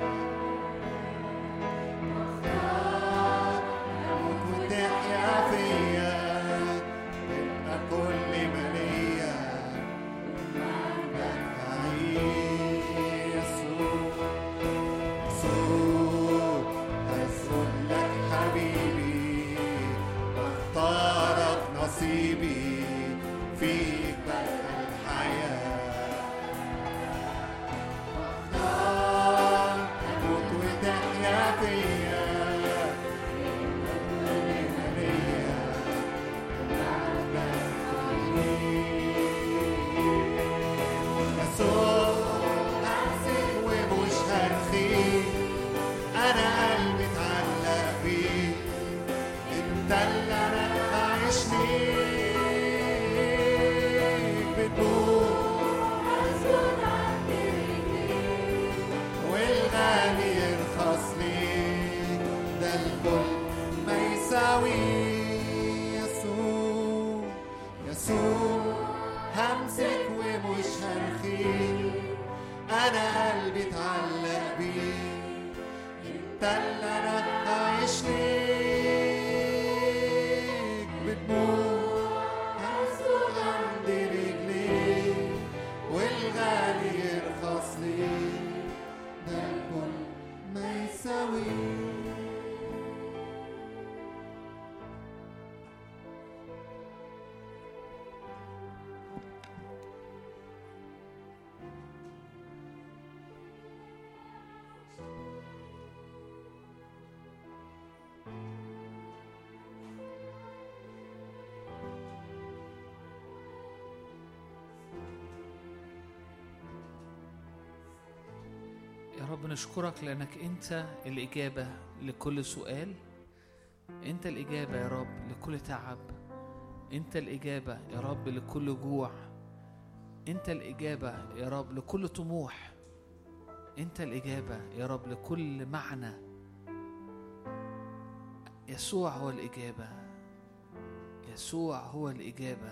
بختار أموت وتحيا فيا تبقى كل ما ليا عندك عيش يسوع يسوع هسجد لك حبيبي بختارك نصيبي فيك بلقى الحياة بختار أموت وتحيا فيا كل ما ليا عندك يسوع همسك ومش هرخي أنا قلبي اتعلق بيه انت اللي انا عايشني والغالي يرخص لي ده الكل ما يساوي يسوع يسوع همسك ومش هرخي انا قلبي اتعلق بيه انت اللي انا عايشني بدموع هسجد عند رجليك والغالي يرخص لي ده الكل ما يساوي يا رب نشكرك لأنك أنت الإجابة لكل سؤال، أنت الإجابة يا رب لكل تعب، أنت الإجابة يا رب لكل جوع، أنت الإجابة يا رب لكل طموح، أنت الإجابة يا رب لكل معنى. يسوع هو الإجابة، يسوع هو الإجابة.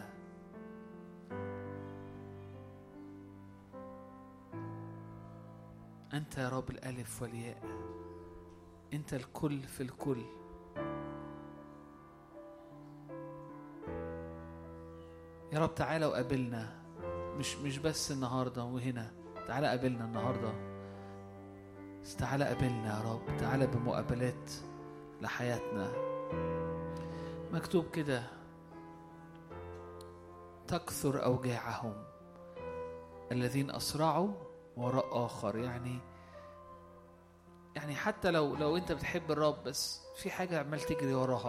أنت يا رب الألف والياء، أنت الكل في الكل. يا رب تعالى وقابلنا، مش مش بس النهارده وهنا، تعالى قابلنا النهارده، بس تعالى قابلنا يا رب، تعالى بمقابلات لحياتنا. مكتوب كده تكثر أوجاعهم الذين أسرعوا وراء آخر. يعني يعني حتى لو لو أنت بتحب الرب بس في حاجة عمال تجري وراها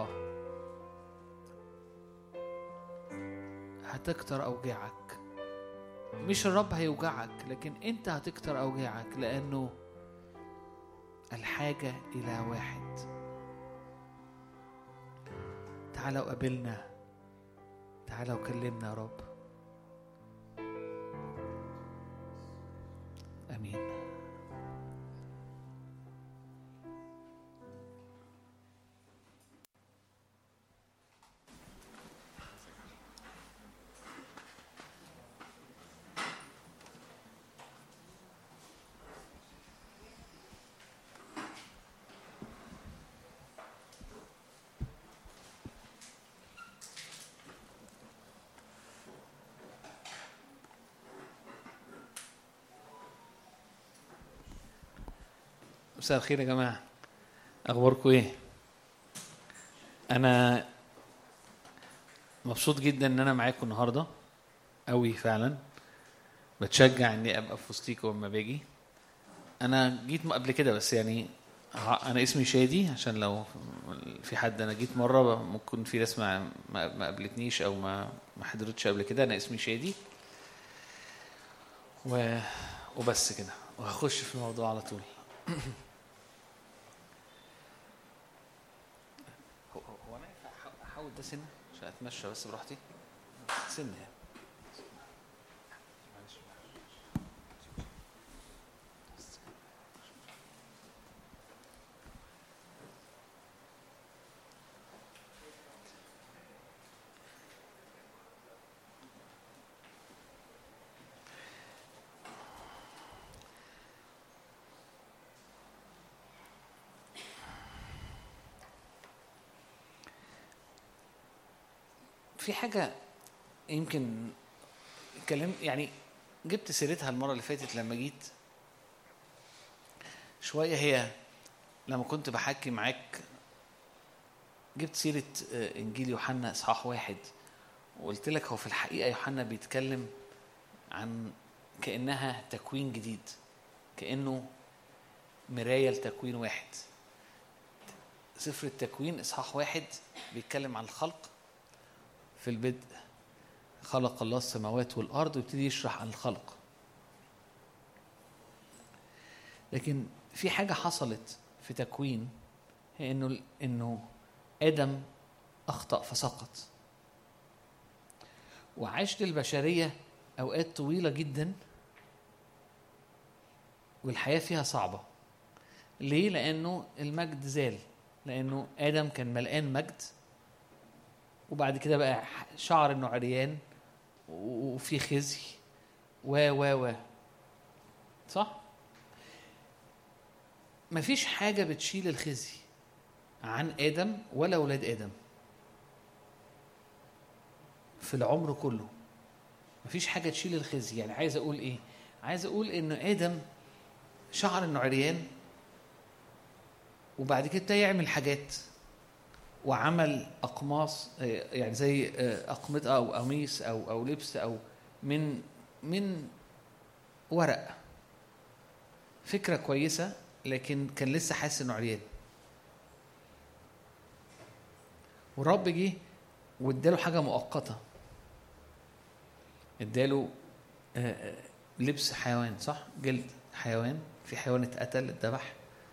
هتكتر أوجاعك. مش الرب هيوجعك، لكن أنت هتكتر أوجاعك، لأنه الحاجة إلى واحد. تعالى وقابلنا، تعالى وكلمنا يا رب. آمين. مساء الخير يا جماعة، أخباركم إيه؟ أنا مبسوط جدا إن أنا معاكم النهاردة، أوي فعلا. بتشجع اني ابقى في وسطيكم لما باجي. انا جيت قبل كده بس يعني انا اسمي شادي، عشان لو في حد انا جيت مره ممكن في ناس ما ما قابلتنيش او ما ما حضرتش قبل كده. انا اسمي شادي و وبس كده، وهخش في الموضوع على طول. هو هو انا احاول ده سنه عشان اتمشى بس براحتي سنه يعني. في حاجة يمكن كلام يعني جبت سيرتها المرة اللي فاتت لما جيت شوية، هي لما كنت بحكي معاك جبت سيرة إنجيل يوحنا إصحاح واحد، وقلت لك هو في الحقيقة يوحنا بيتكلم عن كأنها تكوين جديد، كأنه مراية لتكوين واحد. سفر التكوين إصحاح واحد بيتكلم عن الخلق. في البدء خلق الله السماوات والأرض، ويبتدي يشرح عن الخلق. لكن في حاجة حصلت في تكوين، هي إنه إنه آدم أخطأ فسقط، وعاشت البشرية أوقات طويلة جدا والحياة فيها صعبة. ليه؟ لأنه المجد زال، لأنه آدم كان ملقان مجد، وبعد كده بقى شعر انه عريان وفي خزي و و و صح؟ مفيش حاجة بتشيل الخزي عن آدم ولا أولاد آدم في العمر كله. مفيش حاجة تشيل الخزي. يعني عايز أقول إيه؟ عايز أقول إنه آدم شعر إنه عريان، وبعد كده يعمل حاجات وعمل أقماص، يعني زي أقمطة أو قميص أو أو لبس أو من من ورق. فكرة كويسة، لكن كان لسه حاسس إنه عريان. والرب جه واداله حاجة مؤقتة، اداله لبس حيوان، صح؟ جلد حيوان، في حيوان اتقتل اتذبح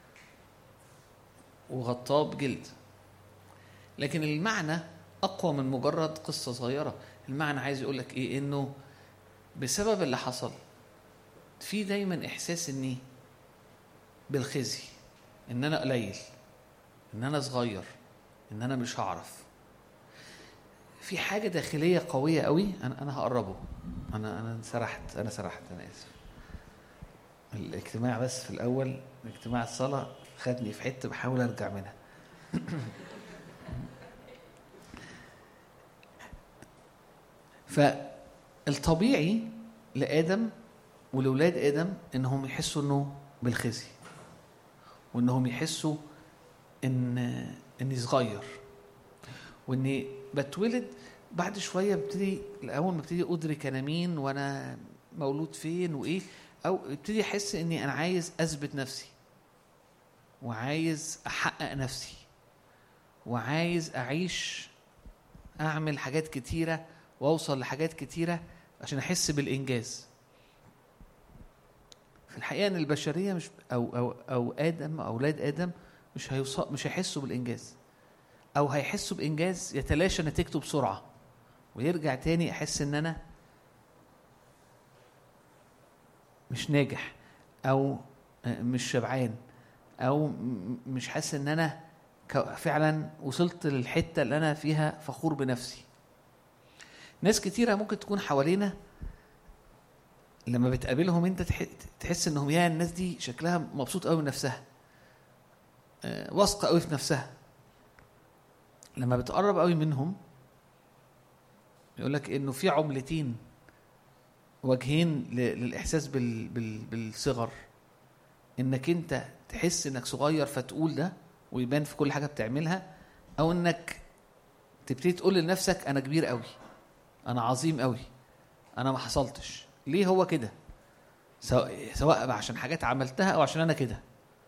وغطاه بجلد. لكن المعنى أقوى من مجرد قصة صغيرة. المعنى عايز يقولك إيه؟ إنه بسبب اللي حصل في دايما إحساس إني بالخزي، إن أنا قليل، إن أنا صغير، إن أنا مش هعرف. في حاجة داخلية قوية قوي. أنا أنا هقربه. أنا أنا سرحت أنا سرحت أنا آسف. الاجتماع بس في الأول، اجتماع الصلاة خدني في حتة بحاول أرجع منها. فالطبيعي لآدم ولولاد آدم إنهم يحسوا إنه بالخزي، وإنهم يحسوا إن إني صغير، وإني بتولد. بعد شوية ببتدي الأول ما ببتدي أدرك أنا مين وأنا مولود فين وإيه، أو ابتدي أحس إني أنا عايز أثبت نفسي، وعايز أحقق نفسي، وعايز أعيش، أعمل حاجات كتيرة وأوصل لحاجات كتيرة عشان أحس بالإنجاز. في الحقيقة إن البشرية مش أو أو أو آدم أو أولاد آدم مش هيوصل مش هيحسوا بالإنجاز، أو هيحسوا بإنجاز يتلاشى نتيجته بسرعة، ويرجع تاني أحس إن أنا مش ناجح، أو مش شبعان، أو مش حاسس إن أنا فعلا وصلت للحتة اللي أنا فيها فخور بنفسي. ناس كتيرة ممكن تكون حوالينا لما بتقابلهم انت تحس انهم يا الناس دي شكلها مبسوط قوي من نفسها، واثقة قوي في نفسها. لما بتقرب قوي منهم يقولك انه في عملتين، وجهين للإحساس بال بال بالصغر. انك انت تحس انك صغير فتقول ده ويبان في كل حاجة بتعملها، او انك تبتدي تقول لنفسك انا كبير قوي، انا عظيم قوي، انا ما حصلتش، ليه هو كده، سواء سواء عشان حاجات عملتها او عشان انا كده.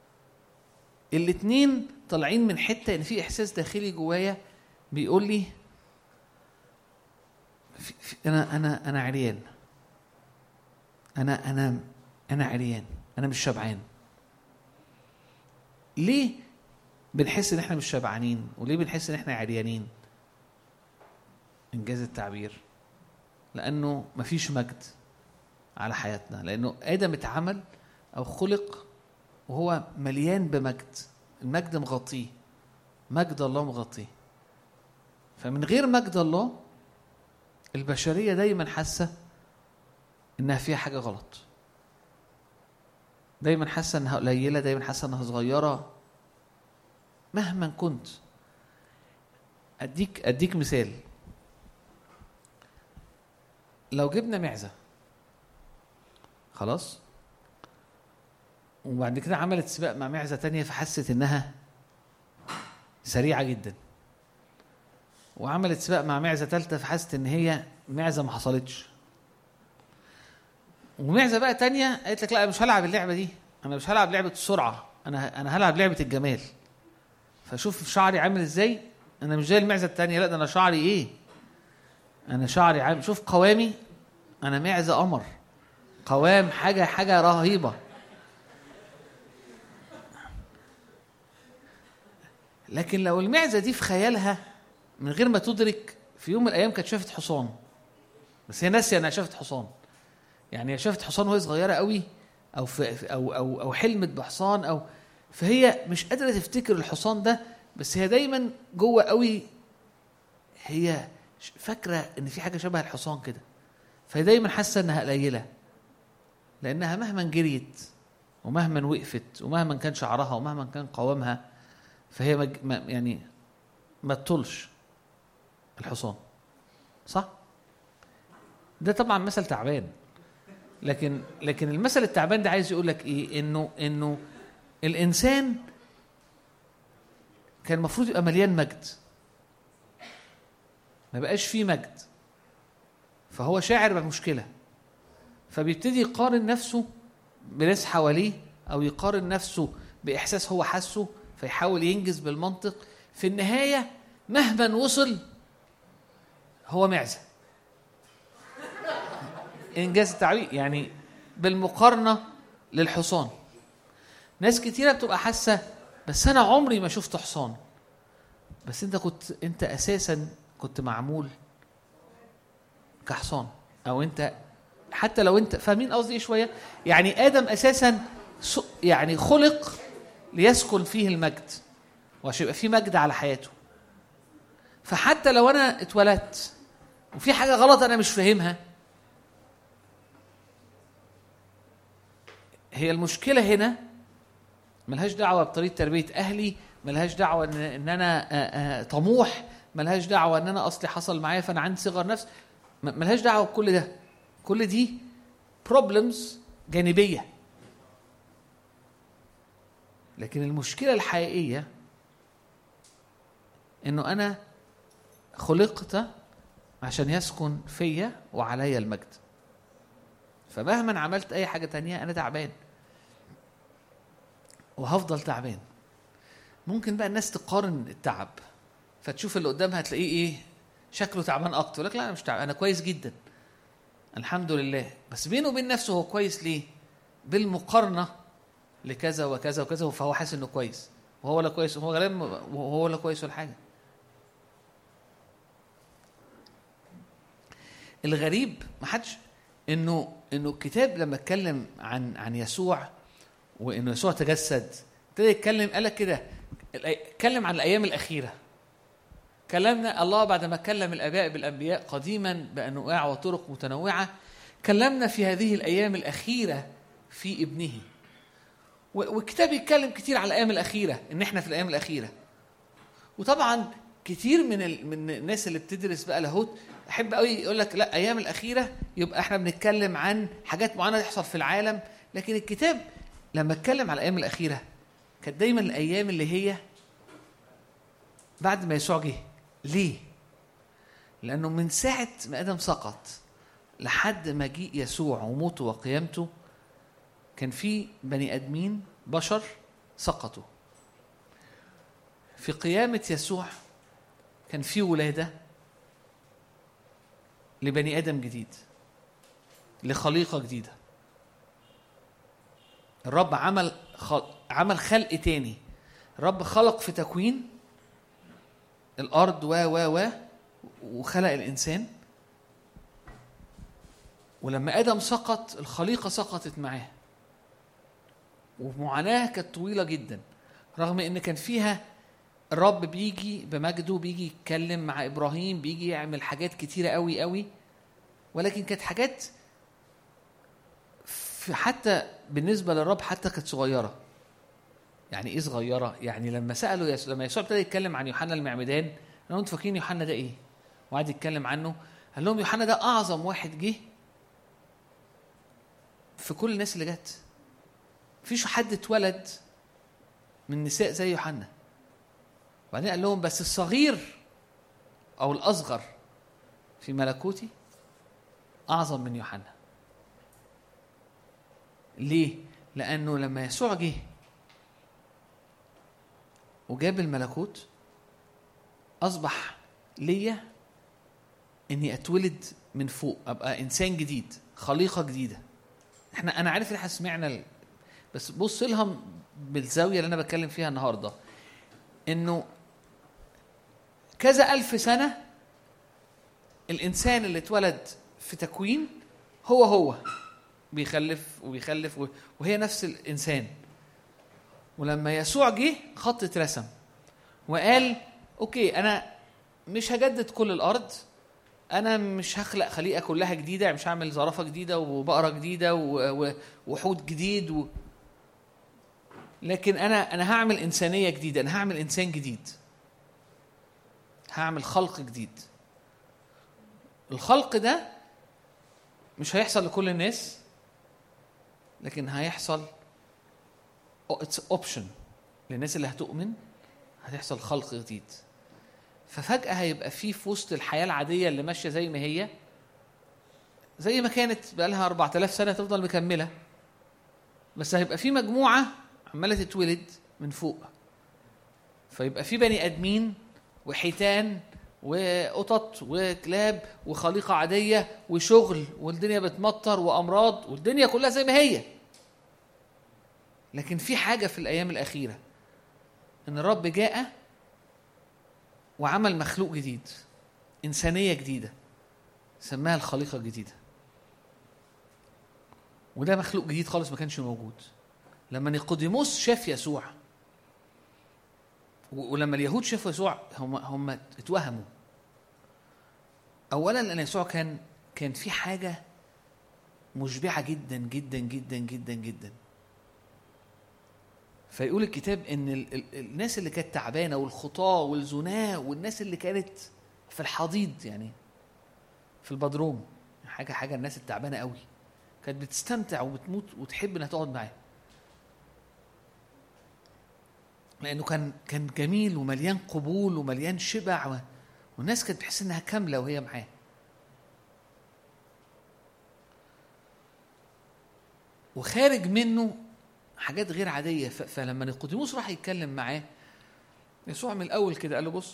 الاتنين طالعين من حته ان في احساس داخلي جوايا بيقول لي في في انا انا انا عريان، انا انا انا عريان، انا مش شبعان. ليه بنحس ان احنا مش شبعانين؟ وليه بنحس ان احنا عريانين؟ انجاز التعبير، لانه مفيش مجد على حياتنا، لانه ادم اتعمل او خلق وهو مليان بمجد، المجد مغطيه، مجد الله مغطيه. فمن غير مجد الله البشرية دايما حاسة انها فيها حاجة غلط، دايما حاسة انها قليلة، دايما حاسة انها صغيرة مهما كنت. اديك اديك مثال. لو جبنا معزة خلاص وبعد كده عملت سباق مع معزة تانية فحست انها سريعة جدا، وعملت سباق مع معزة ثالثة فحست ان هي معزة ما حصلتش، ومعزة بقى تانية قالت لك لا مش هلعب اللعبة دي، انا مش هلعب لعبة السرعة، انا انا هلعب لعبة الجمال. فشوف شعري عامل ازاي، انا مش زي المعزة التانية، لا ده انا شعري ايه، انا شعري عامل، شوف قوامي، انا معزة قمر، قوام حاجة حاجة رهيبة. لكن لو المعزة دي في خيالها من غير ما تدرك في يوم من الايام كانت شافت حصان، بس هي ناسيه انها شافت حصان، يعني هي شافت حصان وهي صغيره قوي، او في او او او حلمت بحصان، او فهي مش قادره تفتكر الحصان ده، بس هي دايما جوه قوي هي فاكره ان في حاجه شبه الحصان كده، فهي دايما حاسه انها قليله، لانها مهما جريت ومهما وقفت ومهما كان شعرها ومهما كان قوامها فهي مج... ما يعني ما تطولش الحصان، صح؟ ده طبعا مثل تعبان، لكن لكن المثل التعبان ده عايز يقول لك ايه؟ انه انه الانسان كان المفروض يبقى مليان مجد، ما بقاش فيه مجد، فهو شاعر بمشكله، فبيبتدي يقارن نفسه بناس حواليه، او يقارن نفسه باحساس هو حاسه، فيحاول ينجز بالمنطق. في النهايه مهما وصل هو معزة، إنجاز التعبير، يعني بالمقارنة للحصان. ناس كتيرة بتبقى حاسة بس أنا عمري ما شفت حصان، بس أنت كنت أنت أساسا كنت معمول كحصان، أو أنت حتى لو أنت فاهمين قصدي إيه شوية، يعني آدم أساسا يعني خلق ليسكن فيه المجد وعشان يبقى فيه مجد على حياته. فحتى لو أنا اتولدت وفي حاجة غلط أنا مش فاهمها، هي المشكلة هنا ملهاش دعوة بطريقة تربية أهلي، ملهاش دعوة إن, إن أنا آآ آآ طموح، ملهاش دعوة إن أنا أصلي حصل معايا فأنا عندي صغر نفس، ملهاش دعوة بكل ده. كل دي problems جانبية، لكن المشكلة الحقيقية إنه أنا خلقت عشان يسكن فيا وعليا المجد، فمهما عملت أي حاجة تانية أنا تعبان وهفضل تعبان. ممكن بقى الناس تقارن التعب، فتشوف اللي قدامها تلاقيه إيه شكله تعبان أكتر، لك لا أنا مش تعبان، أنا كويس جدا الحمد لله، بس بينه وبين نفسه هو كويس ليه؟ بالمقارنة لكذا وكذا وكذا، فهو حاسس إنه كويس وهو لا كويس، وهو غالبا وهو لا كويس ولا حاجة. الغريب ما حدش انه انه الكتاب لما اتكلم عن عن يسوع وانه يسوع تجسد ابتدى يتكلم، قال لك كده، اتكلم عن الايام الاخيره. كلمنا الله بعد ما كلم الاباء بالانبياء قديما بانواع وطرق متنوعه، كلمنا في هذه الايام الاخيره في ابنه. والكتاب يتكلم كتير على الايام الاخيره، ان احنا في الايام الاخيره. وطبعا كتير من ال... من الناس اللي بتدرس بقى لاهوت احب قوي يقول لك لا ايام الاخيره يبقى احنا بنتكلم عن حاجات معينه تحصل في العالم، لكن الكتاب لما اتكلم على الايام الاخيره كانت دايما الايام اللي هي بعد ما يسوع جه. ليه؟ لانه من ساعه ما ادم سقط لحد ما جه يسوع وموته وقيامته كان في بني ادمين بشر سقطوا. في قيامة يسوع كان في ولادة لبني ادم جديد، لخليقة جديدة. الرب عمل خلق عمل خلق تاني. الرب خلق في تكوين الارض و و و وخلق الانسان. ولما ادم سقط الخليقة سقطت معاه، ومعاناة كانت طويلة جدا، رغم ان كان فيها الرب بيجي بمجده، بيجي يتكلم مع ابراهيم، بيجي يعمل حاجات كتيرة قوي قوي، ولكن كانت حاجات حتى بالنسبة للرب حتى كانت صغيرة. يعني ايه صغيرة؟ يعني لما سألوا يسوع، لما يسوع ابتدى يتكلم عن يوحنا المعمدان، انا انتوا فاكرين يوحنا ده ايه؟ وقعد يتكلم عنه، قال لهم يوحنا ده اعظم واحد جه في كل الناس اللي جت. مفيش حد اتولد من نساء زي يوحنا. وبعدين قال لهم بس الصغير او الاصغر في ملكوتي اعظم من يوحنا. ليه؟ لانه لما يسوع جه وجاب الملكوت اصبح ليا اني اتولد من فوق، ابقى انسان جديد، خليقه جديده. احنا انا عارف ان احنا سمعنا ال... بس بص لها بالزاويه اللي انا بتكلم فيها النهارده، انه كذا الف سنه الانسان اللي اتولد في تكوين هو هو بيخلف وبيخلف وهي نفس الانسان. ولما يسوع جه خط اترسم وقال اوكي انا مش هجدد كل الارض، انا مش هخلق خليقه كلها جديده، مش هعمل زرافه جديده وبقره جديده وحوت جديد و... لكن انا انا هعمل انسانيه جديده، انا هعمل انسان جديد، هعمل خلق جديد. الخلق ده مش هيحصل لكل الناس، لكن هيحصل it's option للناس اللي هتؤمن. هتحصل خلق جديد. ففجأة هيبقى فيه في وسط الحياة العادية اللي ماشية زي ما هي، زي ما كانت بقالها أربعة آلاف سنة تفضل مكملة، بس هيبقى فيه مجموعة عمالة تتولد من فوق. فيبقى فيه بني آدمين وحيتان وقطط وكلاب وخليقة عادية وشغل، والدنيا بتمطر وأمراض، والدنيا كلها زي ما هي. لكن في حاجة في الأيام الأخيرة، إن الرب جاء وعمل مخلوق جديد، إنسانية جديدة، سماها الخليقة الجديدة. وده مخلوق جديد خالص ما كانش موجود. لما نيقوديموس شاف يسوع، ولما اليهود شافوا يسوع هم هم اتوهموا. اولا لان يسوع كان كان في حاجه مشبعه جدا جدا جدا جدا جدا. فيقول الكتاب ان ال ال الناس اللي كانت تعبانه والخطاه والزناه والناس اللي كانت في الحضيض، يعني في البدروم، حاجه حاجه الناس التعبانه قوي كانت بتستمتع وبتموت وتحب انها تقعد معاه، لأنه كان كان جميل ومليان قبول ومليان شبع، والناس كانت بتحس إنها كاملة وهي معاه. وخارج منه حاجات غير عادية. فلما نيقوديموس راح يتكلم معاه، يسوع من الأول كده قال له بص،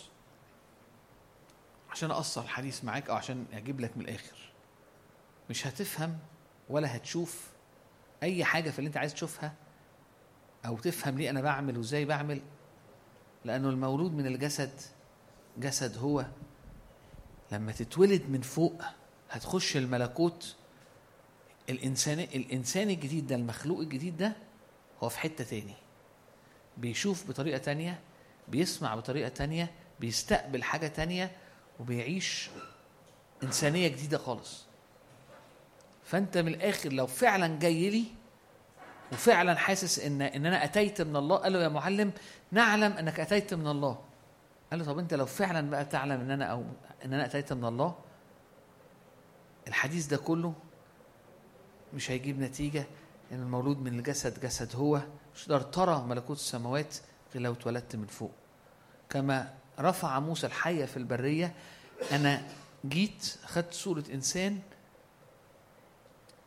عشان أقصر الحديث معاك أو عشان أجيب لك من الآخر، مش هتفهم ولا هتشوف أي حاجة في اللي أنت عايز تشوفها أو تفهم ليه أنا بعمل وإزاي بعمل، لأنه المولود من الجسد جسد هو. لما تتولد من فوق هتخش الملكوت. الإنسان الإنسان الجديد ده، المخلوق الجديد ده، هو في حتة تاني، بيشوف بطريقة تانية، بيسمع بطريقة تانية، بيستقبل حاجة تانية، وبيعيش إنسانية جديدة خالص. فأنت من الآخر لو فعلا جاي لي وفعلا حاسس ان ان انا اتيت من الله، قال له يا معلم نعلم انك اتيت من الله. قال له طب انت لو فعلا بقى تعلم ان انا او ان انا اتيت من الله، الحديث ده كله مش هيجيب نتيجه. ان المولود من الجسد جسد هو، مش تقدر ترى ملكوت السماوات غير لو اتولدت من فوق. كما رفع موسى الحيه في البريه، انا جيت اخذت صوره انسان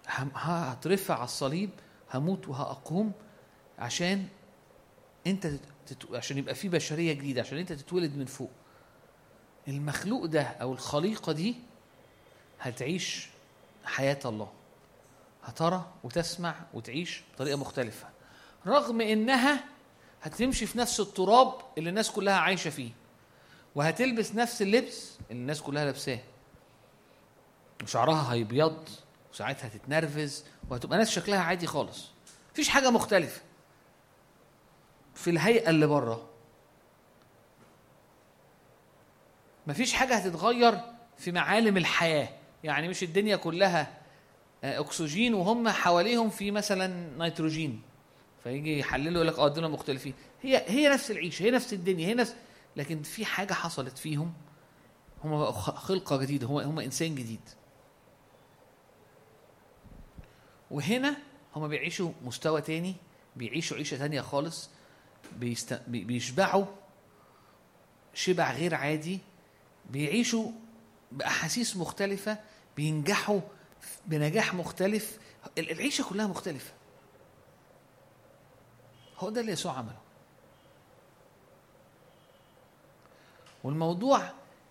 هترفع على الصليب، هموت وهأقوم عشان انت تت... عشان يبقى في بشرية جديدة، عشان انت تتولد من فوق. المخلوق ده او الخليقة دي هتعيش حياة الله، هترى وتسمع وتعيش بطريقة مختلفة، رغم انها هتمشي في نفس التراب اللي الناس كلها عايشة فيه، وهتلبس نفس اللبس اللي الناس كلها لابساه، وشعرها هيبيض وساعتها هتتنرفز وهتبقى ناس شكلها عادي خالص، مفيش حاجة مختلفة في الهيئة اللي بره، مفيش حاجة هتتغير في معالم الحياة. يعني مش الدنيا كلها أكسجين وهم حواليهم في مثلا نيتروجين، فيجي يحللوا يقول لك اه دول مختلفين. هي هي نفس العيشة، هي نفس الدنيا، هي نفس، لكن في حاجة حصلت فيهم، هم بقوا خلقة جديدة، هم هم إنسان جديد. وهنا هم بيعيشوا مستوى تاني، بيعيشوا عيشة تانية خالص، بيست... بيشبعوا شبع غير عادي، بيعيشوا بأحاسيس مختلفة، بينجحوا بنجاح مختلف، العيشة كلها مختلفة. هو ده اللي يسوع عمله. والموضوع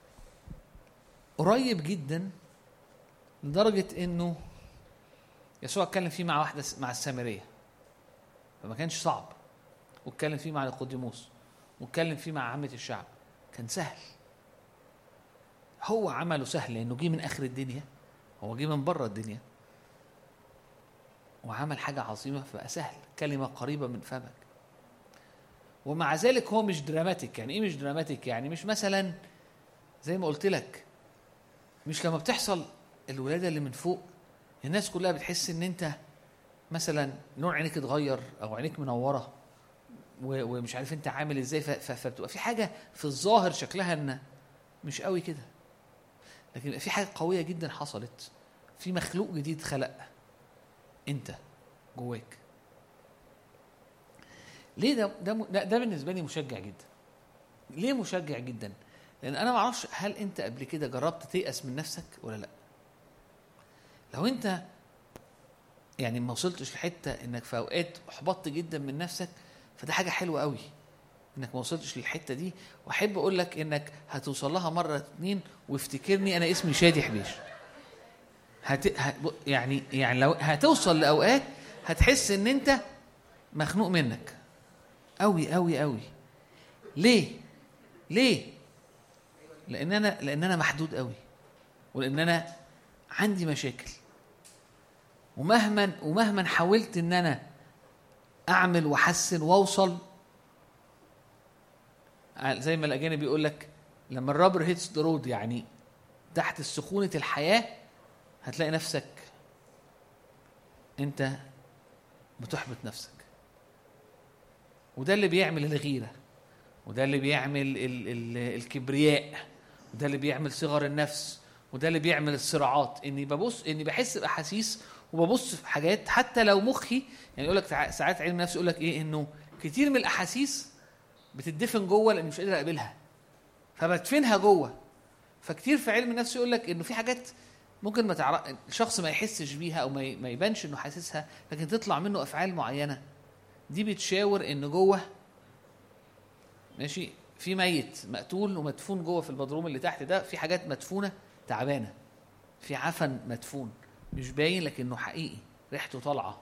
قريب جدا لدرجة انه يسوع اتكلم فيه مع واحدة مع السامرية، فما كانش صعب، واتكلم فيه مع نيقوديموس، واتكلم فيه مع عامة الشعب، كان سهل. هو عمله سهل لانه جه من اخر الدنيا، هو جه من بره الدنيا وعمل حاجة عظيمة، فبقى سهل، كلمة قريبة من فمك. ومع ذلك هو مش دراماتيك. يعني ايه مش دراماتيك؟ يعني مش مثلا زي ما قلت لك، مش لما بتحصل الولادة اللي من فوق الناس كلها بتحس ان انت مثلا لون عينيك اتغير او عينيك منورة ومش عارف انت عامل ازاي، فبتبقى في حاجة في الظاهر شكلها ان مش قوي كده، لكن في حاجة قوية جدا حصلت، في مخلوق جديد خلق انت جواك. ليه ده ده ده بالنسبة لي مشجع جدا. ليه مشجع جدا؟ لان انا ما اعرفش هل انت قبل كده جربت تيأس من نفسك ولا لا. لو انت يعني ما وصلتش لحته انك في اوقات احبطت جدا من نفسك، فده حاجه حلوه قوي انك ما وصلتش للحته دي. واحب اقول لك انك هتوصل لها مره اتنين، وافتكرني انا اسمي شادي حبيش. هت... ه... يعني يعني لو هتوصل لاوقات هتحس ان انت مخنوق منك قوي قوي قوي. ليه ليه لان انا لان انا محدود قوي، ولان انا عندي مشاكل، ومهما ومهما حاولت ان انا اعمل واحسن واوصل، زي ما الاجانب بيقول لك لما الرابر هيتس ذا رود، يعني تحت سخونه الحياه هتلاقي نفسك انت بتحبط نفسك. وده اللي بيعمل الغيره، وده اللي بيعمل ال ال الكبرياء، وده اللي بيعمل صغر النفس، وده اللي بيعمل الصراعات. اني ببص اني بحس باحاسيس وببص في حاجات حتى لو مخي، يعني يقول لك ساعات علم النفس يقول لك ايه، انه كتير من الاحاسيس بتدفن جوه لان مش قادر اقابلها، فبدفنها جوه. فكتير في علم النفس يقول لك انه في حاجات ممكن ما تعرف الشخص ما يحسش بيها او ما يبانش انه حاسسها، لكن تطلع منه افعال معينه، دي بتشاور ان جوه ماشي في ميت مقتول ومدفون جوه في البدروم اللي تحت ده، في حاجات مدفونه تعبانه، في عفن مدفون مش باين لكنه حقيقي، ريحته طالعه.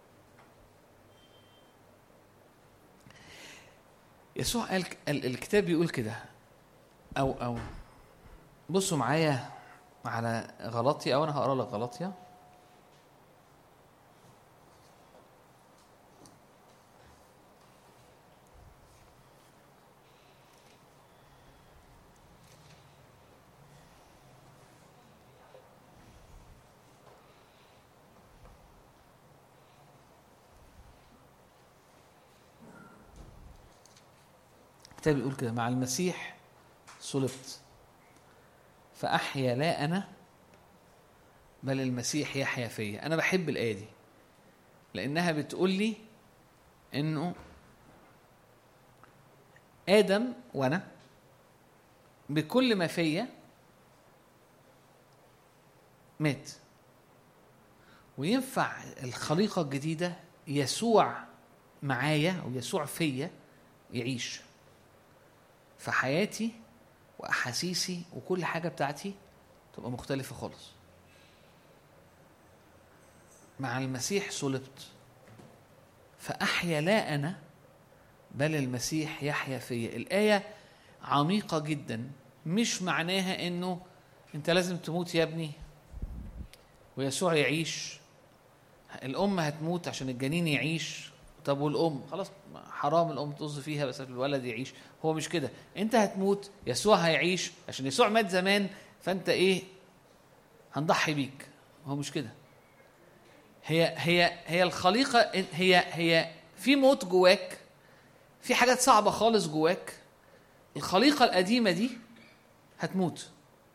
يسوع قال الكتاب بيقول كده، او او بصوا معايا على غلاطيا، او انا هقرا لك غلاطيا الكتاب بيقول كده: مع المسيح صلبت فأحيا لا أنا بل المسيح يحيا فيا. أنا بحب الآية دي لأنها بتقول لي إنه آدم وأنا بكل ما فيا مات، وينفع الخليقة الجديدة يسوع معايا أو يسوع فيا يعيش فحياتي وأحاسيسي وكل حاجة بتاعتي تبقى مختلفة خالص. مع المسيح صلبت فأحيا لا أنا بل المسيح يحيا فيا. الآية عميقة جدا، مش معناها إنه أنت لازم تموت يا ابني ويسوع يعيش. الأم هتموت عشان الجنين يعيش، طب والأم خلاص حرام الأم طز فيها بس الولد يعيش. هو مش كده، أنت هتموت يسوع هيعيش عشان يسوع مات زمان فأنت إيه هنضحي بيك. هو مش كده. هي هي هي الخليقة، هي هي في موت جواك، في حاجات صعبة خالص جواك. الخليقة القديمة دي هتموت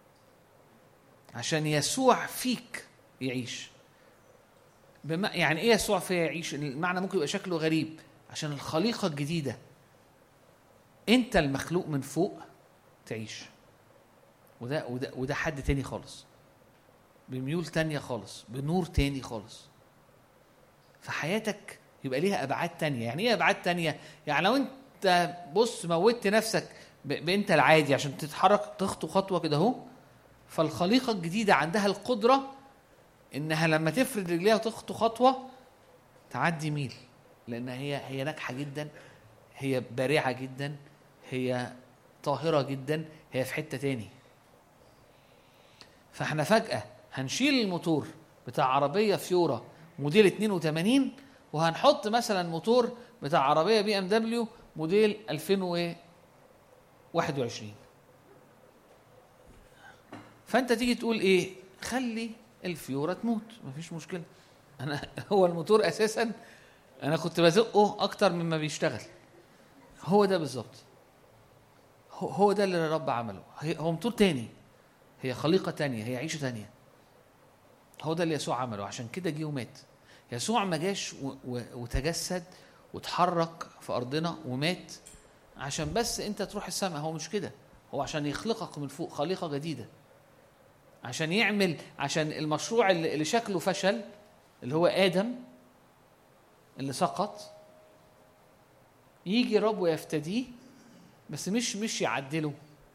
عشان يسوع فيك يعيش. بما يعني ايه يسوع فيا يعيش؟ المعنى ممكن يبقى شكله غريب. عشان الخليقة الجديدة انت المخلوق من فوق تعيش، وده وده وده حد تاني خالص، بميول تانية خالص، بنور تاني خالص. فحياتك يبقى ليها ابعاد تانية. يعني ايه ابعاد تانية؟ يعني لو انت بص موتت نفسك بانت العادي عشان تتحرك تخطو خطوة كده اهو، فالخليقة الجديدة عندها القدرة انها لما تفرد رجليها وتخطو خطوة تعدي ميل، لان هي هي ناجحة جدا، هي بارعة جدا، هي طاهرة جدا، هي في حتة تاني. فاحنا فجأة هنشيل الموتور بتاع عربية فيورا موديل اتنين وتمانين وهنحط مثلا موتور بتاع عربية بي ام دبليو موديل ألفين وواحد وعشرين. فانت تيجي تقول ايه؟ خلي الفيورا تموت، مفيش مشكلة. انا هو الموتور اساسا انا كنت بزقه اكتر مما بيشتغل. هو ده بالظبط، هو ده اللي الرب عمله. هو موتور تاني، هي خليقة تانية، هي عيشة تانية. هو ده اللي يسوع عمله. عشان كده جه ومات. يسوع ما جاش وتجسد وتحرك في أرضنا ومات عشان بس أنت تروح السماء. هو مش كده، هو عشان يخلقك من فوق خليقة جديدة، عشان يعمل عشان المشروع اللي شكله فشل اللي هو آدم اللي سقط، يجي رب ويفتديه، بس مش مش يعدله،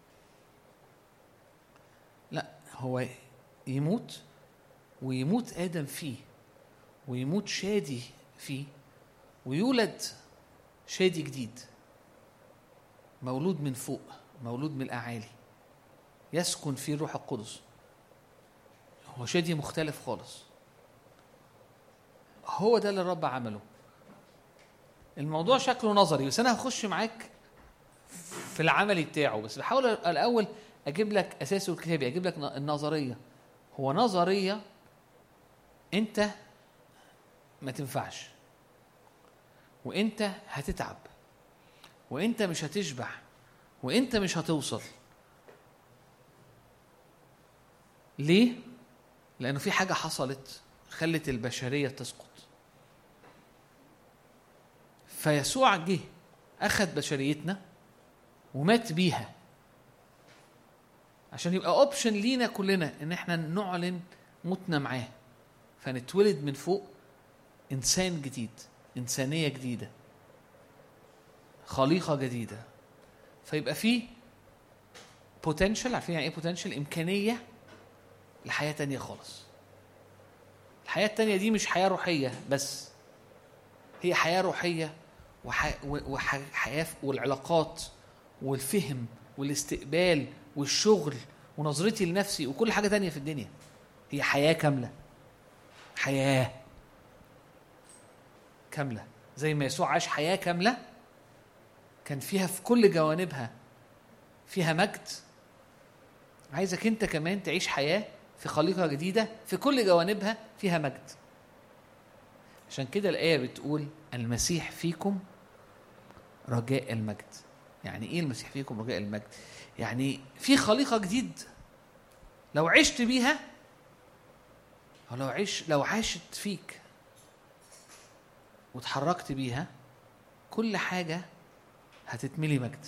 لا هو يموت ويموت آدم فيه ويموت شادي فيه ويولد شادي جديد مولود من فوق، مولود من الأعالي، يسكن فيه الروح القدس. هو شادي مختلف خالص. هو ده اللي الرب عمله. الموضوع شكله نظري بس أنا هخش معاك في العملي بتاعه، بس بحاول الأول أجيب لك أساسه الكتابي، أجيب لك النظرية. هو نظرية أنت ما تنفعش، وأنت هتتعب، وأنت مش هتشبع، وأنت مش هتوصل. ليه؟ لأنه في حاجة حصلت خلت البشرية تسقط. فيسوع جه أخذ بشريتنا ومات بيها عشان يبقى اوبشن لينا كلنا ان احنا نعلن موتنا معاه، فنتولد من فوق انسان جديد، انسانيه جديده، خليقه جديده. فيبقى فيه بوتنشال. عارفين يعني ايه بوتنشال؟ امكانيه لحياه تانية خالص. الحياه التانية دي مش حياه روحيه بس، هي حياه روحيه وحياه والعلاقات والفهم والاستقبال والشغل ونظرتي لنفسي وكل حاجة تانية في الدنيا. هي حياة كاملة، حياة كاملة زي ما يسوع عاش حياة كاملة كان فيها في كل جوانبها فيها مجد. عايزك انت كمان تعيش حياة في خليقة جديدة في كل جوانبها فيها مجد. عشان كده الآية بتقول المسيح فيكم رجاء المجد. يعني ايه المسيح فيكم رجاء المجد؟ يعني في خليقة جديد لو عشت بيها، أو لو عيش لو عاشت فيك وتحركت بيها، كل حاجة هتتملي مجد.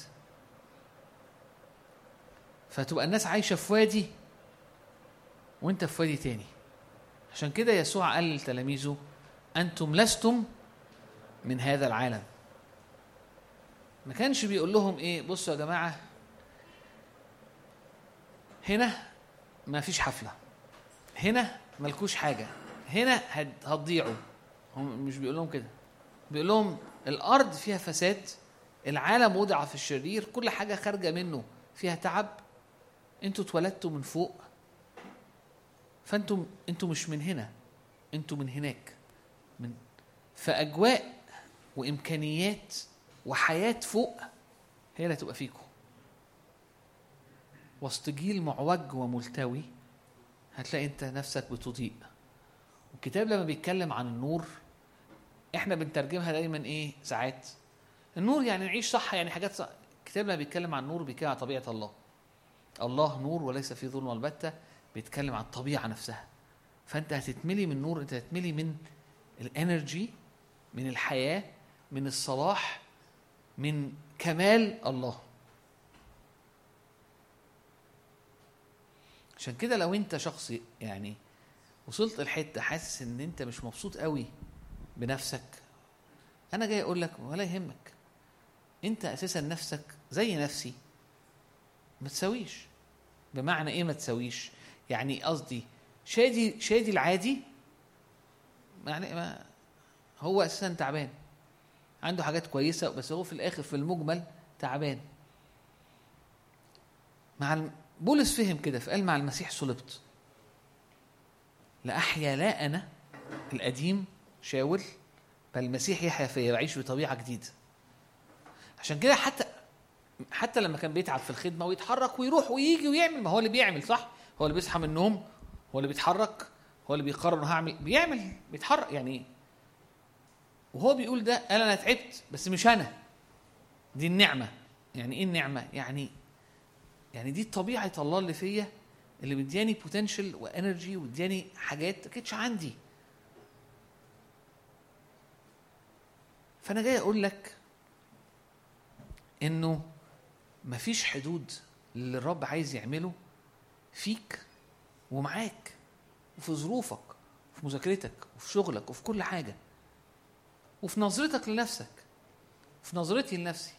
فتبقى الناس عايشة في وادي وانت في وادي تاني، عشان كده يسوع قال لتلاميذه أنتم لستم من هذا العالم. ما كانش بيقول لهم إيه، بصوا يا جماعة هنا ما فيش حفلة، هنا ملكوش حاجة، هنا هتضيعوا. هم مش بيقول لهم كده، بيقول لهم الأرض فيها فساد، العالم وضع في الشرير، كل حاجة خارجة منه فيها تعب. انتوا اتولدتوا من فوق، فانتوا انتوا مش من هنا، انتوا من هناك، من فأجواء وإمكانيات وحياة فوق هي اللي هتبقى فيكم. وسط جيل معوج وملتوي هتلاقي انت نفسك بتضيء. والكتاب لما بيتكلم عن النور احنا بنترجمها دايما ايه ساعات النور يعني نعيش صح، يعني حاجات صح. الكتاب لما بيتكلم عن النور بيتكلم عن طبيعة الله. الله نور وليس فيه ظلمة البتة، بيتكلم عن الطبيعة نفسها. فانت هتتملي من نور، انت هتتملي من الانرجي، من الحياة، من الصلاح، من كمال الله. عشان كده لو انت شخص يعني وصلت الحتة حاسس ان انت مش مبسوط قوي بنفسك، انا جاي اقول لك ولا يهمك، انت اساسا نفسك زي نفسي ما تسويش. بمعنى ايه ما تسويش؟ يعني قصدي شادي شادي العادي يعني ما هو اساسا تعبان، عنده حاجات كويسة بس هو في الاخر في المجمل تعبان. مع بولس فهم كده فقال مع المسيح صلبت لأحيا لا أنا القديم شاول بل المسيح يحيا فيا، بعيش بطبيعة جديدة. عشان كده حتى حتى لما كان بيتعب في الخدمة ويتحرك ويروح ويجي ويعمل، ما هو اللي بيعمل صح، هو اللي بيصحى من النوم، هو اللي بيتحرك، هو اللي بيقرر انه هعمل، بيعمل بيتحرك يعني. وهو بيقول ده قال انا تعبت بس مش انا، دي النعمة. يعني ايه النعمة؟ يعني يعني دي طبيعة الله اللي فيا اللي بيدياني بوتنشل وانرجي وبيدياني حاجات ما كانتش عندي. فانا جاي اقول لك انه مفيش حدود اللي الرب عايز يعمله فيك ومعاك وفي ظروفك وفي مذاكرتك وفي شغلك وفي كل حاجة وفي نظرتك لنفسك، في نظرتي لنفسي.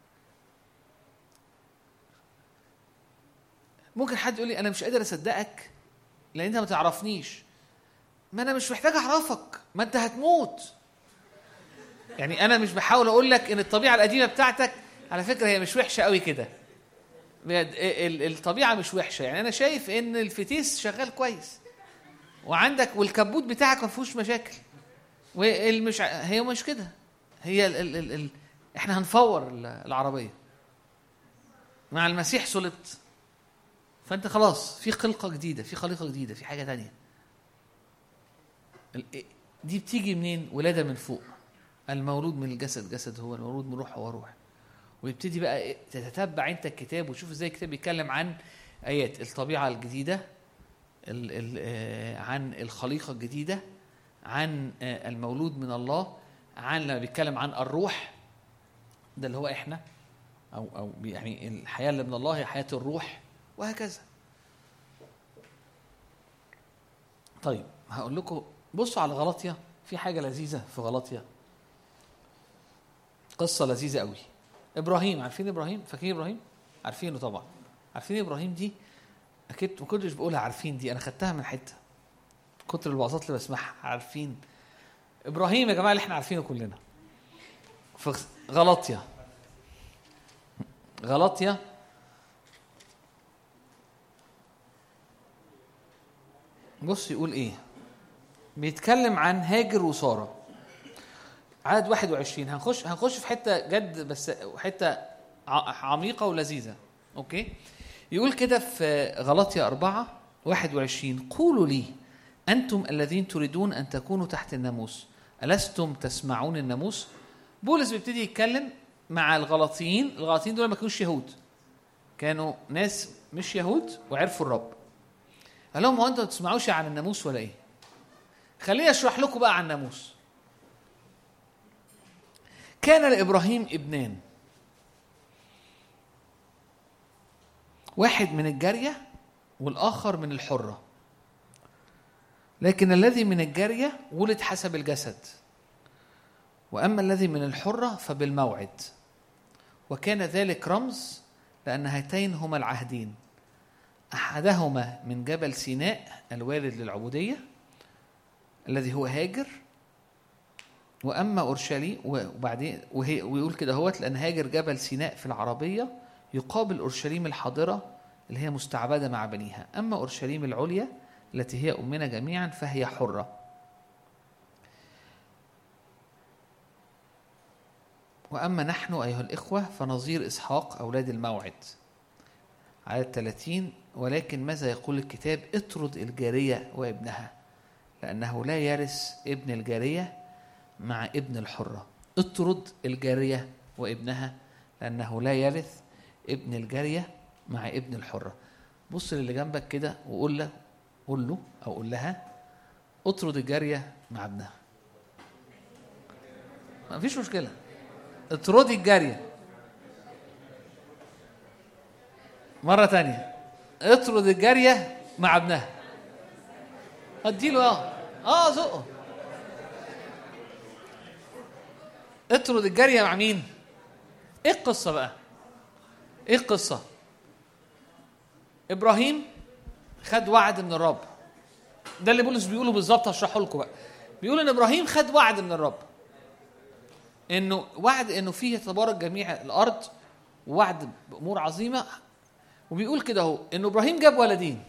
ممكن حد يقول لي انا مش قادر اصدقك لان انت ما تعرفنيش. ما انا مش محتاج اعرفك، ما انت هتموت. يعني انا مش بحاول اقول لك ان الطبيعه القديمه بتاعتك على فكره هي مش وحشه قوي كده، الطبيعه مش وحشه. يعني انا شايف ان الفتيس شغال كويس وعندك والكبوت بتاعك ما فيهوش مشاكل، والمش هي مش كده، هي ال ال ال ال احنا هنفور العربيه. مع المسيح صلبت، فانت خلاص في خلقه جديده، في خليقه جديده، في حاجه تانية. دي بتيجي منين؟ ولاده من فوق. المولود من الجسد جسد هو، المولود من روح هو روح. ويبتدي بقى تتتبع انت الكتاب وتشوف ازاي الكتاب بيتكلم عن ايات الطبيعه الجديده، ال ال عن الخليقه الجديده، عن المولود من الله، عن لما بيتكلم عن الروح ده اللي هو احنا، او او يعني الحياه اللي من الله هي حياه الروح، وهكذا. طيب هقول لكم بصوا على غلطية، في حاجة لذيذة في غلطية، قصة لذيذة قوي. إبراهيم، عارفين إبراهيم؟ فاكرين إبراهيم؟ عارفينه طبعا. عارفين إبراهيم دي أكيد ما كنتش بقولها عارفين، دي أنا خدتها من حتة كتر الوعظات اللي بسمعها. عارفين إبراهيم يا جماعة اللي احنا عارفينه كلنا في غلطية. غلطية بص يقول ايه، بيتكلم عن هاجر وسارة. عدد واحد وعشرين هنخش هنخش في حتة جد بس حتة عميقة ولذيذة. اوكي، يقول كده في غلطية أربعة واحد وعشرين قولوا لي أنتم الذين تريدون أن تكونوا تحت الناموس ألستم تسمعون الناموس؟ بولس بيبتدي يتكلم مع الغلطيين. الغلطيين دول ما كانوش يهود، كانوا ناس مش يهود وعرفوا الرب. قال لهم هو انتوا ما تسمعوش عن الناموس ولا ايه؟ خليني اشرح لكم بقى عن الناموس. كان لإبراهيم ابنان، واحد من الجارية والآخر من الحرة. لكن الذي من الجارية ولد حسب الجسد، وأما الذي من الحرة فبالموعد. وكان ذلك رمز لأن هاتين هما العهدين، أحدهما من جبل سيناء الوالد للعبودية الذي هو هاجر، وأما أورشليم. وبعدين ويقول كده هوت لأن هاجر جبل سيناء في العربية يقابل أورشليم الحاضرة اللي هي مستعبدة مع بنيها، أما أورشليم العليا التي هي أمنا جميعا فهي حرة. وأما نحن أيها الإخوة فنظير إسحاق أولاد الموعد. عدد ثلاثين. ولكن ماذا يقول الكتاب؟ اطرد الجارية وابنها لأنه لا يرث ابن الجارية مع ابن الحرة. اطرد الجارية وابنها لأنه لا يرث ابن الجارية مع ابن الحرة. بص للي جنبك كده وقول له قول له أو قول لها اطرد الجارية مع ابنها. ما فيش مشكلة، اطردي الجارية. مرة تانية، اطرد الجارية مع ابنها. اديله اه اه زقه. اطرد الجارية مع مين؟ ايه القصة بقى؟ ايه القصة؟ ابراهيم خد وعد من الرب. ده اللي بولس بيقوله بالظبط، هشرحه لكم بقى. بيقول ان ابراهيم خد وعد من الرب، انه وعد انه فيه تبارك جميع الارض، ووعد بامور عظيمه. وبيقول كده اهو انه ابراهيم جاب ولدين،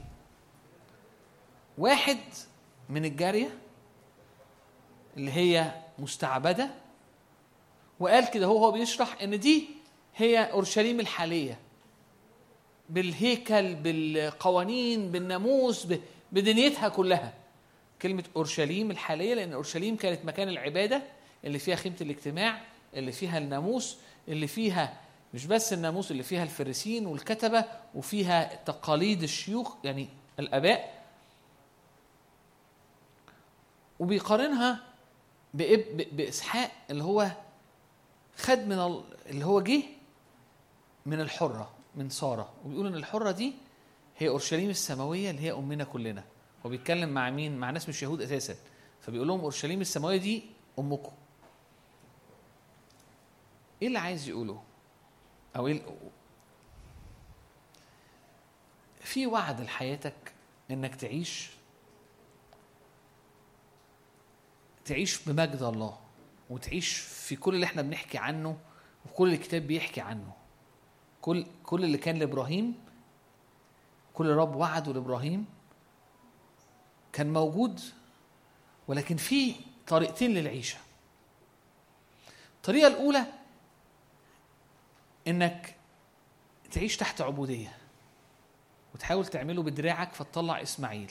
واحد من الجاريه اللي هي مستعبده، وقال كده هو هو بيشرح ان دي هي اورشليم الحاليه، بالهيكل بالقوانين بالناموس بدنيتها كلها. كلمه اورشليم الحاليه لان اورشليم كانت مكان العباده اللي فيها خيمه الاجتماع، اللي فيها الناموس، اللي فيها مش بس الناموس، اللي فيها الفريسين والكتبه، وفيها تقاليد الشيوخ يعني الاباء. وبيقارنها باسحاق اللي هو خد من اللي هو جه من الحره من ساره، وبيقول ان الحره دي هي اورشليم السماويه اللي هي امنا كلنا. وبيتكلم مع مين؟ مع ناس مش يهود اساسا، فبيقول لهم اورشليم السماويه دي امكم. ايه اللي عايز يقوله؟ او ايه في وعد لحياتك انك تعيش تعيش بمجد الله، وتعيش في كل اللي احنا بنحكي عنه وكل الكتاب بيحكي عنه. كل كل اللي كان لابراهيم، كل رب وعده لابراهيم كان موجود. ولكن في طريقتين للعيشه. الطريقه الاولى انك تعيش تحت عبوديه وتحاول تعمله بدراعك فتطلع اسماعيل.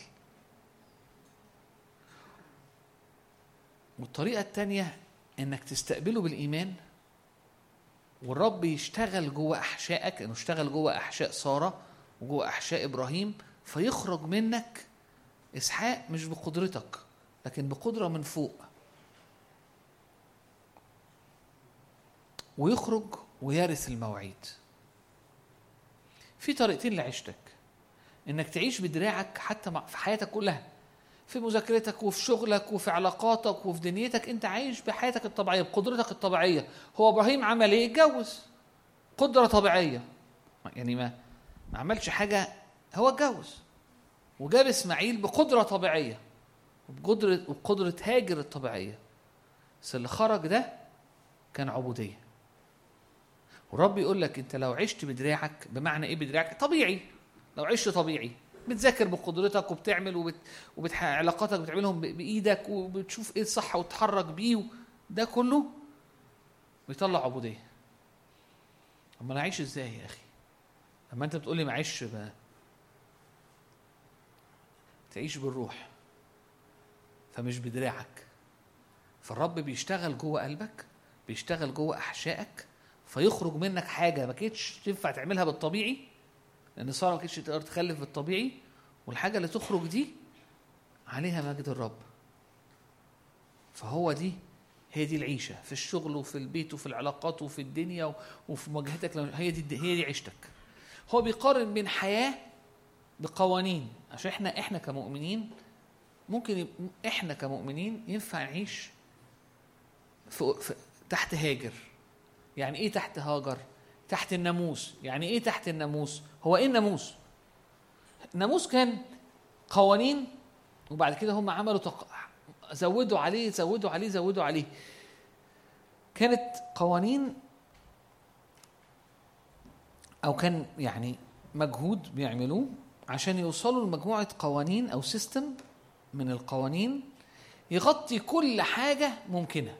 والطريقه الثانيه انك تستقبله بالايمان والرب يشتغل جوه احشائك، انه اشتغل جوه احشاء ساره وجوه احشاء ابراهيم، فيخرج منك اسحاق مش بقدرتك لكن بقدره من فوق، ويخرج ويرث المواعيد. في طريقتين لعيشتك، انك تعيش بدراعك حتى في حياتك كلها، في مذاكرتك وفي شغلك وفي علاقاتك وفي دنيتك. انت عايش بحياتك الطبيعيه بقدرتك الطبيعيه. هو ابراهيم عمل ايه؟ اتجوز، قدره طبيعيه، يعني ما ما عملش حاجه، هو اتجوز وجاب اسماعيل بقدره طبيعيه وبقدره وبقدره هاجر الطبيعيه. بس اللي خرج ده كان عبوديه. والرب يقول لك انت لو عشت بدراعك، بمعنى ايه بدراعك؟ طبيعي. لو عشت طبيعي بتذاكر بقدرتك وبتعمل وبت... وبت... علاقاتك بتعملهم بايدك وبتشوف ايه الصح وتتحرك بيه، ده كله بيطلع عبوديه. اما انا اعيش ازاي يا اخي؟ اما انت بتقول لي معيش ب... تعيش بالروح فمش بدراعك. فالرب بيشتغل جوه قلبك، بيشتغل جوه احشائك، فيخرج منك حاجه ما كانتش تنفع تعملها بالطبيعي، لأن سارة ما كانتش تقدر تخلف بالطبيعي، والحاجة اللي تخرج دي عليها مجد الرب. فهو دي هي دي العيشة في الشغل وفي البيت وفي العلاقات وفي الدنيا وفي مواجهتك. هي دي هي دي عيشتك. هو بيقارن بين حياة بقوانين، عشان احنا احنا كمؤمنين ممكن يب... احنا كمؤمنين ينفع نعيش في... في... تحت هاجر. يعني ايه تحت هاجر؟ تحت الناموس. يعني ايه تحت الناموس؟ هو ايه الناموس؟ الناموس كان قوانين، وبعد كده هم عملوا تق... زودوا عليه زودوا عليه زودوا عليه. كانت قوانين او كان يعني مجهود بيعملوه عشان يوصلوا لمجموعة قوانين او سيستم من القوانين يغطي كل حاجة ممكنة.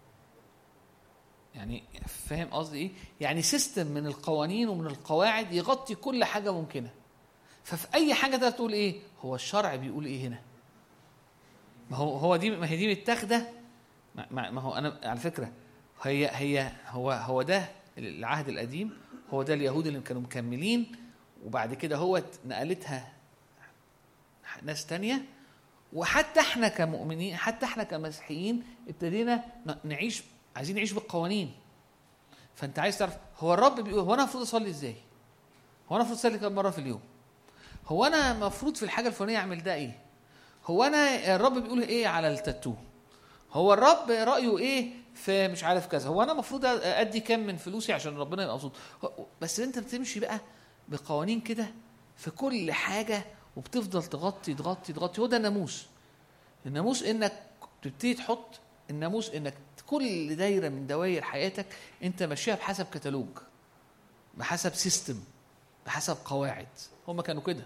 يعني فاهم قصدي ايه؟ يعني سيستم من القوانين ومن القواعد يغطي كل حاجة ممكنة. ففي اي حاجة ده تقول ايه؟ هو الشرع بيقول ايه هنا؟ ما هو هو دي ما هي دي متاخده. ما, ما هو انا على فكرة هي هي هو هو ده العهد القديم، هو ده اليهود اللي كانوا مكملين، وبعد كده هو نقلتها ناس تانية. وحتى احنا كمؤمنين، حتى احنا كمسيحيين ابتدينا نعيش، عايزين نعيش بالقوانين. فانت عايز تعرف هو الرب بيقول هو انا المفروض اصلي ازاي؟ هو انا المفروض اصلي كم مره في اليوم؟ هو انا المفروض في الحاجه الفلانيه اعمل ده ايه؟ هو انا الرب بيقول ايه على التاتو؟ هو الرب رايه ايه في مش عارف كذا؟ هو انا المفروض ادي كام من فلوسي عشان ربنا يبقى مبسوط؟ بس انت بتمشي بقى بقوانين كده في كل حاجه، وبتفضل تغطي تغطي تغطي. هو ده الناموس. الناموس انك تبتدي تحط الناموس انك كل دايره من دوائر حياتك انت ماشيها بحسب كتالوج، بحسب سيستم، بحسب قواعد. هم كانوا كده.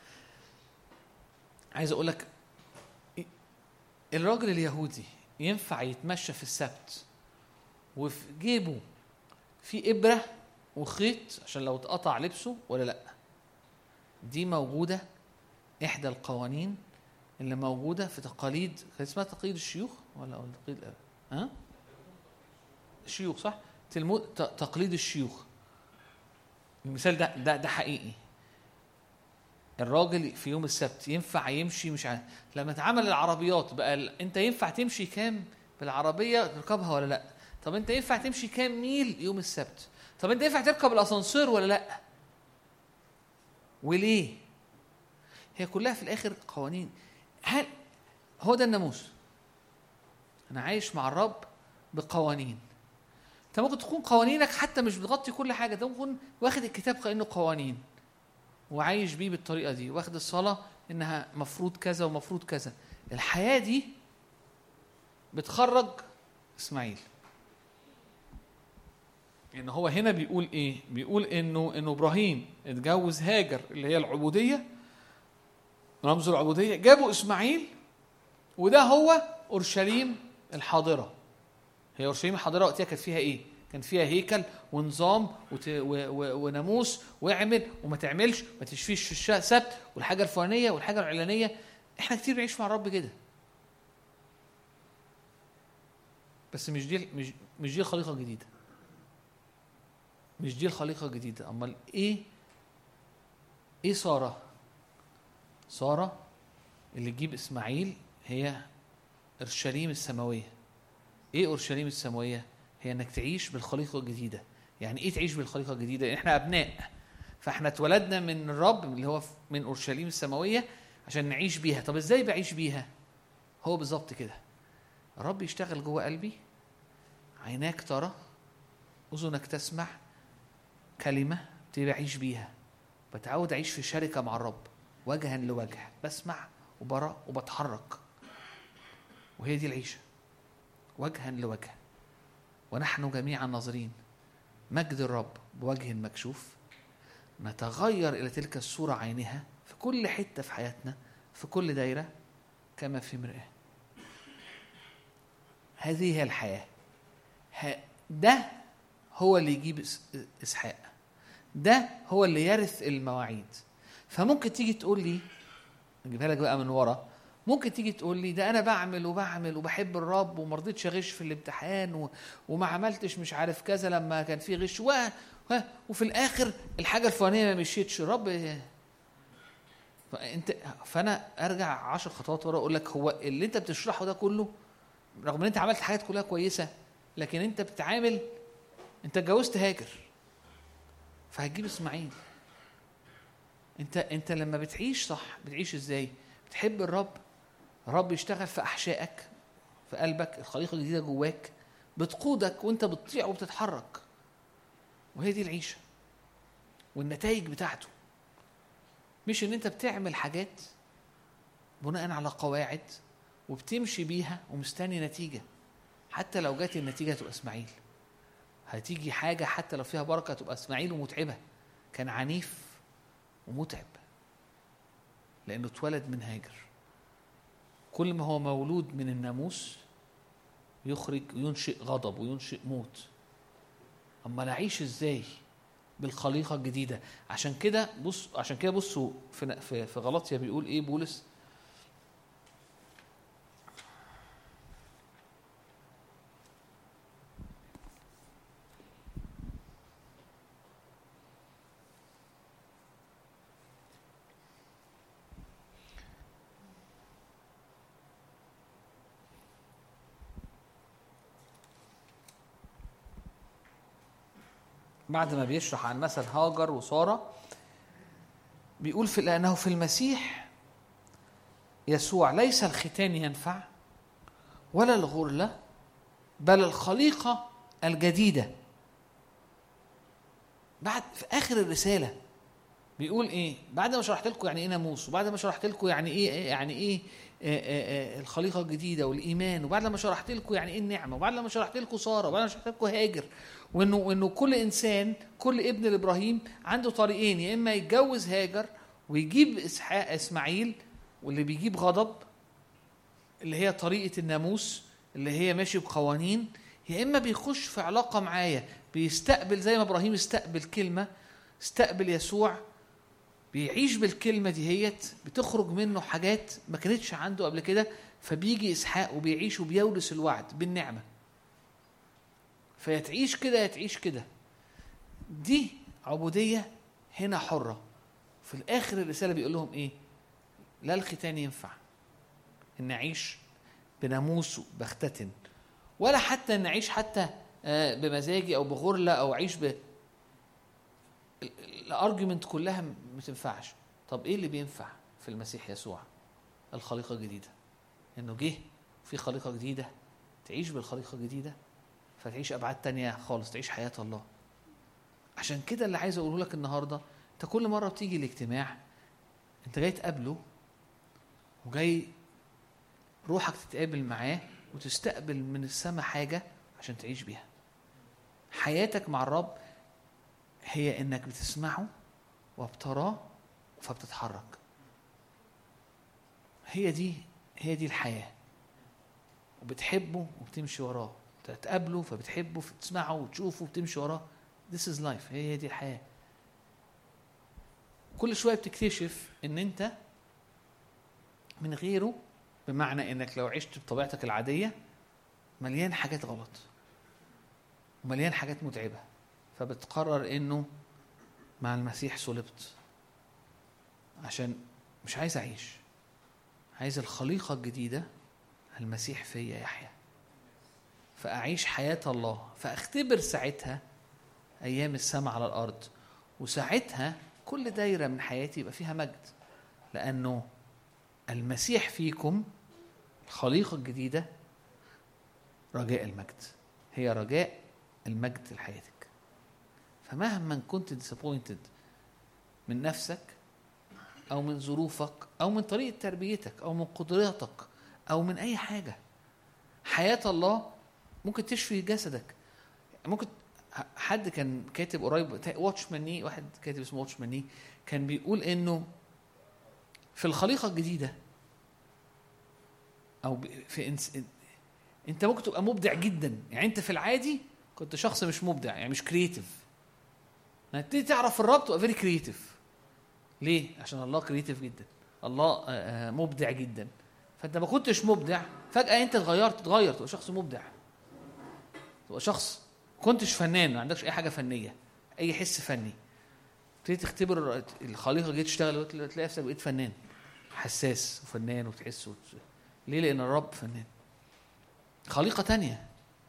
عايز اقول لك الراجل اليهودي ينفع يتمشى في السبت وفي جيبه في ابره وخيط عشان لو اتقطع لبسه ولا لا؟ دي موجوده، احدى القوانين اللي موجوده في تقاليد اسمها تقاليد الشيوخ ولا تقاليد ها الشيوخ، صح؟ تلمود تقليد الشيوخ. المثال ده ده ده حقيقي. الراجل في يوم السبت ينفع يمشي مش عارف. لما اتعمل العربيات بقى ال... انت ينفع تمشي كام بالعربيه تركبها ولا لا؟ طب انت ينفع تمشي كام ميل يوم السبت؟ طب انت ينفع تركب الاسانسير ولا لا؟ وليه؟ هي كلها في الاخر قوانين. هل هو ده الناموس؟ انا عايش مع الرب بقوانين. انت ممكن تكون قوانينك حتى مش بتغطي كل حاجه، انت ممكن واخد الكتاب كانه قوانين وعايش بيه بالطريقه دي، واخد الصلاه انها مفروض كذا ومفروض كذا. الحياه دي بتخرج اسماعيل. ان هو هنا بيقول ايه؟ بيقول انه انه ابراهيم اتجوز هاجر اللي هي العبوديه، رمز العبوديه، جابوا اسماعيل، وده هو اورشليم الحاضره. هي اورشليم الحاضره وقتها كانت فيها ايه؟ كان فيها هيكل ونظام وت... و... و... وناموس، واعمل وما تعملش، ما تشفيش في السبت، والحاجه الفلانيه والحاجه العلانيه. احنا كتير بنعيش مع الرب كده، بس مش دي مش مش دي الخليقه الجديده. مش دي الخليقه الجديده. امال ايه؟ ايه ساره؟ ساره اللي تجيب اسماعيل هي اورشليم السماويه. ايه اورشليم السماويه؟ هي انك تعيش بالخليقه الجديده. يعني ايه تعيش بالخليقه الجديده؟ احنا ابناء، فاحنا اتولدنا من الرب اللي هو من اورشليم السماويه عشان نعيش بيها. طب ازاي بعيش بيها؟ هو بالظبط كده. الرب يشتغل جوه قلبي، عيناك ترى، اذنك تسمع كلمه ابتدي بعيش بيها. بتعود اعيش في شركه مع الرب وجها لوجه، بسمع وبرى وبتحرك، وهي دي العيشه وجها لوجه. ونحن جميعا ناظرين مجد الرب بوجه مكشوف، نتغير إلى تلك الصورة عينها في كل حتة في حياتنا، في كل دايرة كما في مرآة. هذه هي الحياة. ده هو اللي يجيب إسحاق، ده هو اللي يرث المواعيد. فممكن تيجي تقول لي، نجيبها لك بقى من ورا، ممكن تيجي تقول لي ده انا بعمل وبعمل وبحب الرب وما رضيتش اغش في الامتحان و... وما عملتش مش عارف كذا لما كان في غش و... و... وفي الاخر الحاجه الفلانيه ما مشيتش. الرب فانت فانا ارجع عشر خطوات ورا اقول لك هو اللي انت بتشرحه ده كله، رغم ان انت عملت حاجات كلها كويسه، لكن انت بتتعامل، انت اتجوزت هاجر فهتجيب اسماعيل. انت انت لما بتعيش صح بتعيش ازاي؟ بتحب الرب الرب يشتغل في احشائك، في قلبك، الخليقه الجديده جواك بتقودك وانت بتطيع وبتتحرك. وهي دي العيشه والنتائج بتاعته، مش ان انت بتعمل حاجات بناء على قواعد وبتمشي بيها ومستني نتيجه. حتى لو جات النتيجه تبقى اسماعيل، هتيجي حاجه حتى لو فيها بركه تبقى اسماعيل ومتعبه. كان عنيف ومتعب لانه اتولد من هاجر. كل ما هو مولود من الناموس يخرج وينشئ غضب وينشئ موت. اما نعيش ازاي بالخليقه الجديده؟ عشان كده بص عشان كده بصوا في في, في غلاطيا بيقول ايه بولس؟ بعد ما بيشرح عن مثل هاجر وسارة بيقول في لأنه في المسيح يسوع ليس الختان ينفع ولا الغرلة بل الخليقة الجديدة. بعد في آخر الرسالة بيقول إيه؟ بعد ما شرحت لكم يعني إيه ناموس، وبعد ما شرحت لكم يعني إيه يعني إيه آآ آآ الخليقة الجديدة والإيمان، وبعد ما شرحت لكم يعني إيه النعمة، وبعد ما شرحت لكم سارة، وبعد ما شرحت لكم هاجر، وإنه وإنه كل إنسان كل ابن لإبراهيم عنده طريقين، يا إما يتجوز هاجر ويجيب إسحاق إسماعيل، واللي بيجيب غضب اللي هي طريقة الناموس اللي هي ماشي بقوانين، يا إما بيخش في علاقة معايا بيستقبل زي ما إبراهيم استقبل كلمة، استقبل يسوع، بيعيش بالكلمة دي، هيت بتخرج منه حاجات ما كانتش عنده قبل كده، فبيجي إسحاق وبيعيش وبيورث الوعد بالنعمة. فيتعيش كده يتعيش كده. دي عبودية هنا حرة. في الآخر الرسالة بيقول لهم إيه؟ لا الختان ينفع إن أعيش بناموس بختتن، ولا حتى إن أعيش حتى بمزاجي أو بغرلة أو أعيش ب الارجيومنت كلها ما تنفعش. طب ايه اللي بينفع في المسيح يسوع؟ الخليقه الجديده، انه جه في خليقه جديده، تعيش بالخليقه الجديده فتعيش ابعاد تانية خالص، تعيش حياه الله. عشان كده اللي عايز اقوله لك النهارده، انت كل مره بتيجي الاجتماع انت جاي تقابله وجاي روحك تتقابل معاه وتستقبل من السماء حاجه عشان تعيش بيها. حياتك مع الرب هي انك بتسمعه وبتراه فبتتحرك. هي دي هي دي الحياه، وبتحبه وبتمشي وراه، تقابله فبتحبه فتسمعه وتشوفه وبتمشي وراه. This is life. هي دي الحياه. كل شويه بتكتشف ان انت من غيره، بمعنى انك لو عشت بطبيعتك العاديه مليان حاجات غلط ومليان حاجات متعبه، فبتقرر انه مع المسيح صلبت عشان مش عايز اعيش، عايز الخليقه الجديده المسيح فيا يحيا، فاعيش حياه الله، فاختبر ساعتها ايام السماء على الارض، وساعتها كل دايره من حياتي يبقى فيها مجد، لانه المسيح فيكم الخليقه الجديده رجاء المجد، هي رجاء المجد لحياتك. فمهما كنت disappointed من نفسك أو من ظروفك أو من طريقة تربيتك أو من قدراتك أو من أي حاجة، حياة الله ممكن تشفي جسدك. ممكن حد كان كاتب قريب واتشماني، واحد كاتب اسمه واتشماني، كان بيقول إنه في الخليقة الجديدة أو في إنس... أنت ممكن تبقى مبدع جدا. يعني أنت في العادي كنت شخص مش مبدع، يعني مش كرييتيف. هتبتدي تعرف الرب تبقى فيري كرييتيف. ليه؟ عشان الله كرييتيف جدا، الله مبدع جدا. فانت ما كنتش مبدع، فجأة انت اتغيرت، تتغير تبقى شخص مبدع، تبقى شخص كنتش فنان، ما عندكش اي حاجه فنيه، اي حس فني. تبتدي تختبر الخليقه جيت تشتغل وتلاقي نفسك بقيت فنان، حساس وفنان وتحس وت... ليه؟ لان الرب فنان. خليقه تانية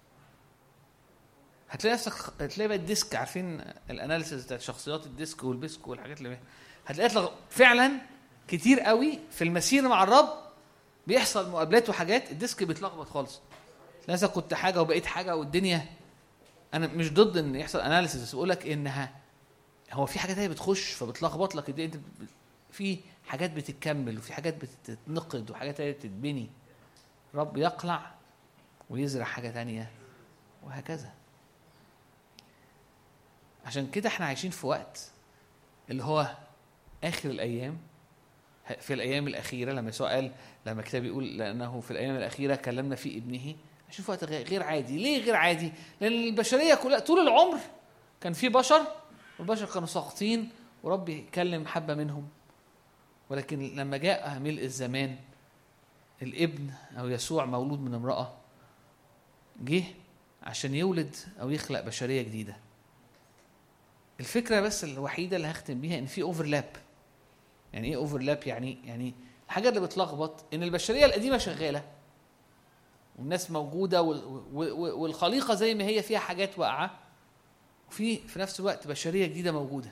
هتلاقي نفسك، هتلاقي بقى الديسك، عارفين الاناليسيس بتاعت شخصيات الديسك والبيسك والحاجات اللي هتلاقي لك فعلا كتير قوي في المسير مع الرب بيحصل مقابلات وحاجات الديسك بيتلخبط خالص. لازم كنت حاجه وبقيت حاجه والدنيا. انا مش ضد ان يحصل اناليسيس، بس بقول لك انها هو في حاجات هي بتخش فبتلخبط لك الدنيا. انت في حاجات بتتكمل وفي حاجات بتتنقد وحاجات هي بتتبني. رب يقلع ويزرع حاجه تانية وهكذا. عشان كده احنا عايشين في وقت اللي هو اخر الايام. في الايام الاخيره لما يسوع قال، لما الكتاب يقول لانه في الايام الاخيره كلمنا في ابنه، عايشين في وقت غير عادي. ليه غير عادي؟ لان البشريه كلها طول العمر كان في بشر، والبشر كانوا ساقطين ورب يكلم حبه منهم. ولكن لما جاء ملء الزمان، الابن او يسوع مولود من امراه جه عشان يولد او يخلق بشريه جديده. الفكره بس الوحيده اللي هختم بيها ان في اوفرلاب. يعني ايه اوفرلاب؟ يعني يعني الحاجه اللي بتلخبط ان البشريه القديمه شغاله والناس موجوده والخليقه زي ما هي فيها حاجات واقعه، وفي في نفس الوقت بشريه جديده موجوده.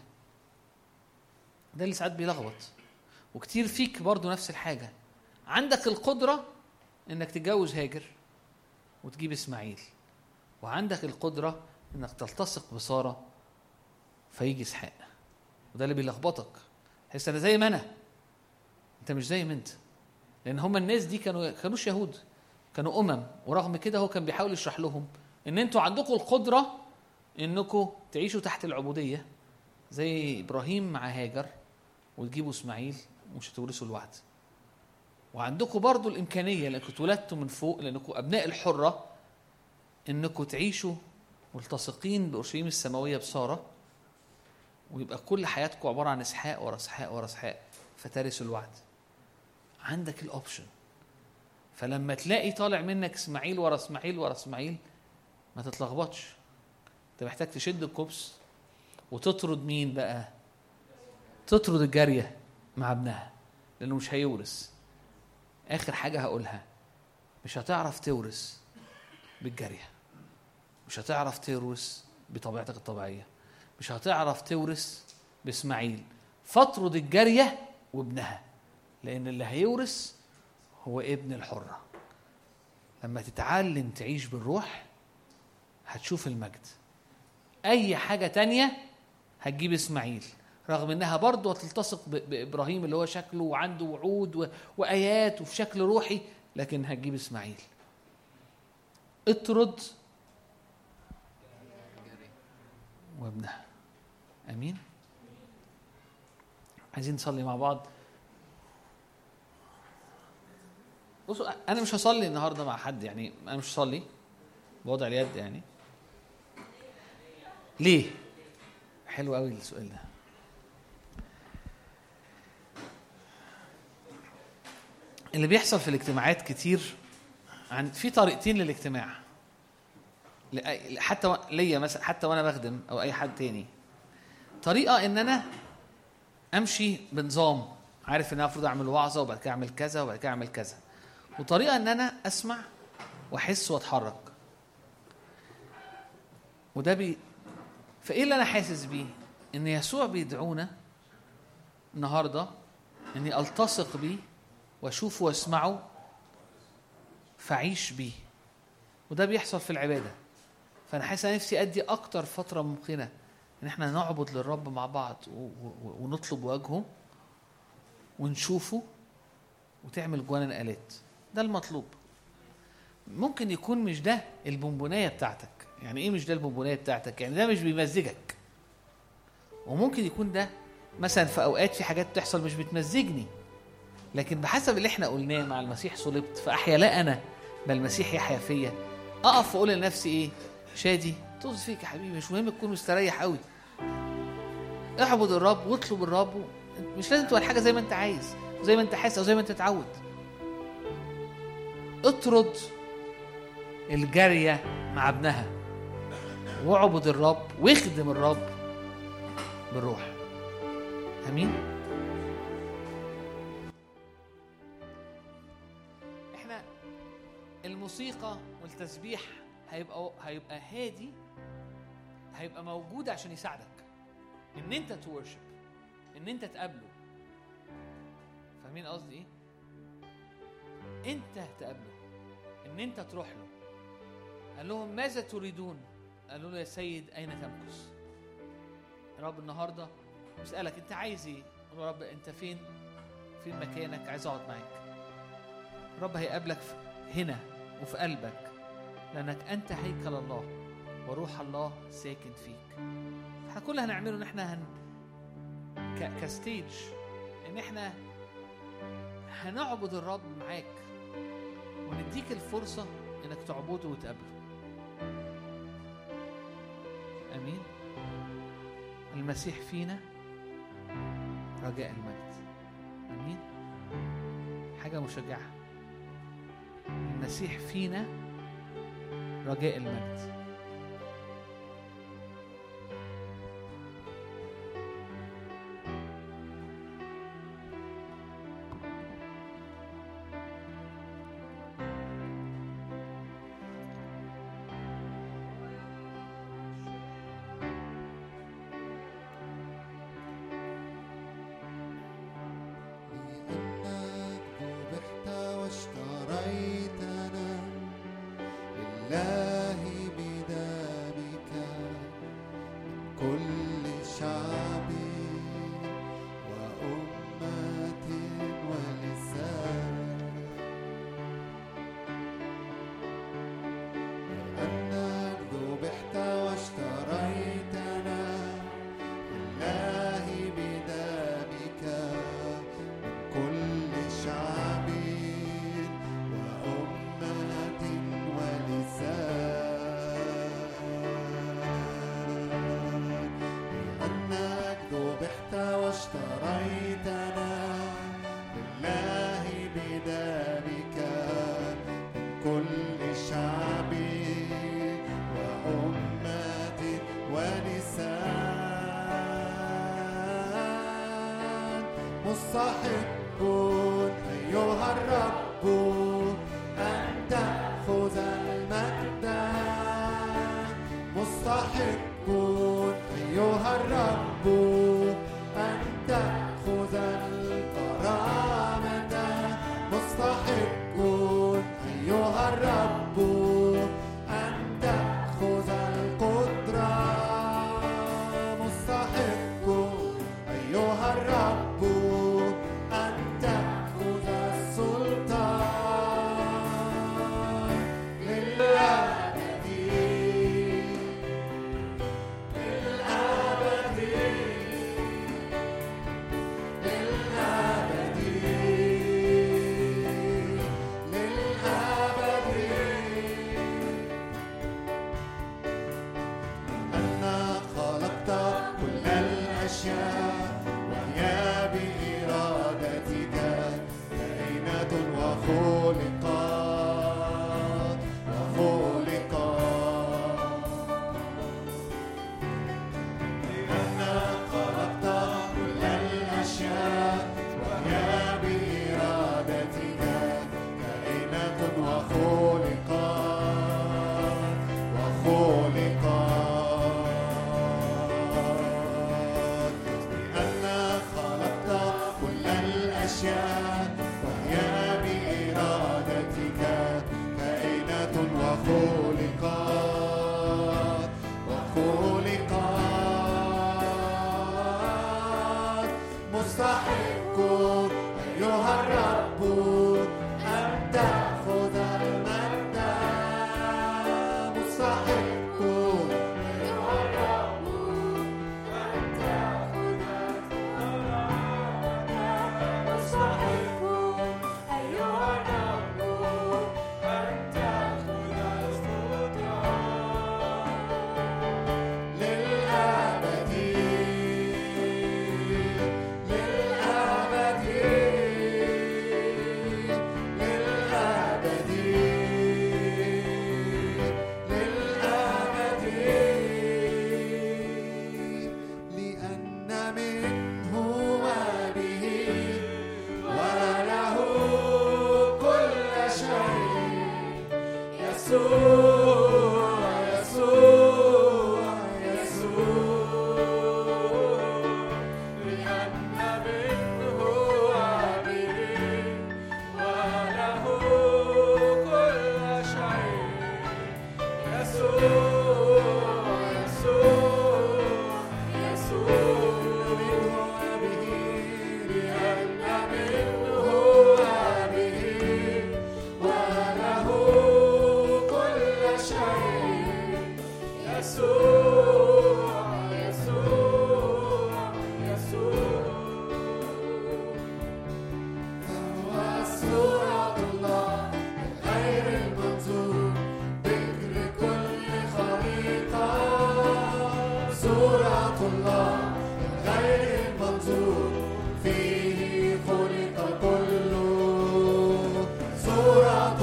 ده اللي ساعات بيلخبط. وكتير فيك برضو نفس الحاجه. عندك القدره انك تتجوز هاجر وتجيب اسماعيل، وعندك القدره انك تلتصق بساره فيجي اسحاق. وده اللي بيلخبطك. تحس انا زي ما انا، انت مش زي ما انت. لان هم الناس دي كانوا كانوش يهود، كانوا امم. ورغم كده هو كان بيحاول يشرح لهم ان انتوا عندكم القدره انكم تعيشوا تحت العبوديه زي ابراهيم مع هاجر وتجيبوا اسماعيل ومش هتورثوا الوعد. وعندكم برضو الامكانيه لانكم اتولدتوا من فوق، لانكم ابناء الحره، انكم تعيشوا ملتصقين باورشليم السماويه بساره، ويبقى كل حياتكم عباره عن اسحاق ورا اسحاق ورا اسحاق فترثوا الوعد. عندك الاوبشن. فلما تلاقي طالع منك اسماعيل ورا اسماعيل ورا اسماعيل ما تتلخبطش. انت محتاج تشد الكبس وتطرد مين بقى؟ تطرد الجاريه مع ابنها، لانه مش هيورث. اخر حاجه هقولها، مش هتعرف تورث بالجاريه، مش هتعرف تورث بطبيعتك الطبيعيه، مش هتعرف تورث باسماعيل. فاطرد الجاريه وابنها، لان اللي هيورث هو ابن الحره. لما تتعلم تعيش بالروح هتشوف المجد. اي حاجه تانية هتجيب اسماعيل، رغم انها برضه هتلتصق بابراهيم اللي هو شكله وعنده وعود وايات وفي شكل روحي، لكن هتجيب اسماعيل. اطرد وابنها. امين. عايزين نصلي مع بعض. بصوا، انا مش هصلي النهارده مع حد، يعني انا مش هصلي بوضع اليد. يعني ليه؟ حلو قوي السؤال ده. اللي بيحصل في الاجتماعات كتير، عن في طريقتين للاجتماع. حتى ليا مثلا، حتى وانا بخدم او اي حد تاني، طريقه ان انا امشي بنظام، عارف ان انا المفروض اعمل وعظه وبعد كده اعمل كذا وبعد كده اعمل كذا. وطريقه ان انا اسمع واحس واتحرك. وده بي فايه اللي انا حاسس بيه؟ ان يسوع بيدعونا النهارده اني التصق بيه واشوفه واسمعه فاعيش بيه. وده بيحصل في العباده. فانا حاسس ان نفسي ادي اكتر فتره ممكنه ان احنا نعبد للرب مع بعض ونطلب وجهه ونشوفه وتعمل جوانا نقلات. ده المطلوب. ممكن يكون مش ده البونبونايه بتاعتك. يعني ايه مش ده البونبونايه بتاعتك؟ يعني ده مش بيمزجك. وممكن يكون ده مثلا في اوقات في حاجات تحصل مش بتمزجني، لكن بحسب اللي احنا قلناه مع المسيح صلبت فاحيا لا انا بل المسيح يحيا فيا. اقف واقول لنفسي ايه؟ شادي طز فيك يا حبيبي، مش مهم تكون مستريح قوي. اعبد الرب واطلب الرب. مش لازم تبقى الحاجه زي ما انت عايز، زي ما انت حاسس او زي ما انت تتعود. اطرد الجاريه مع ابنها واعبد الرب واخدم الرب بالروح. امين. احنا الموسيقى والتسبيح هيبقى هيبقى هادي، هيبقى موجود عشان يساعدك ان انت تورشب، ان انت تقابله. فاهمين قصدي ايه؟ انت تقابله، ان انت تروح له. قال لهم ماذا تريدون؟ قالوا له يا سيد اين تمكث؟ رب النهارده بسألك انت عايز ايه؟ قال له رب انت فين؟ فين مكانك؟ عايز اقعد معاك. رب هيقابلك هنا وفي قلبك، لانك انت هيكل الله وروح الله ساكن فيك. احنا كل اللي هنعمله ان احنا هن ك... كستيج ان احنا هنعبد الرب معاك ونديك الفرصة انك تعبده وتقابله. امين. المسيح فينا رجاء المجد. امين. حاجة مشجعة. المسيح فينا رجاء المجد. Oh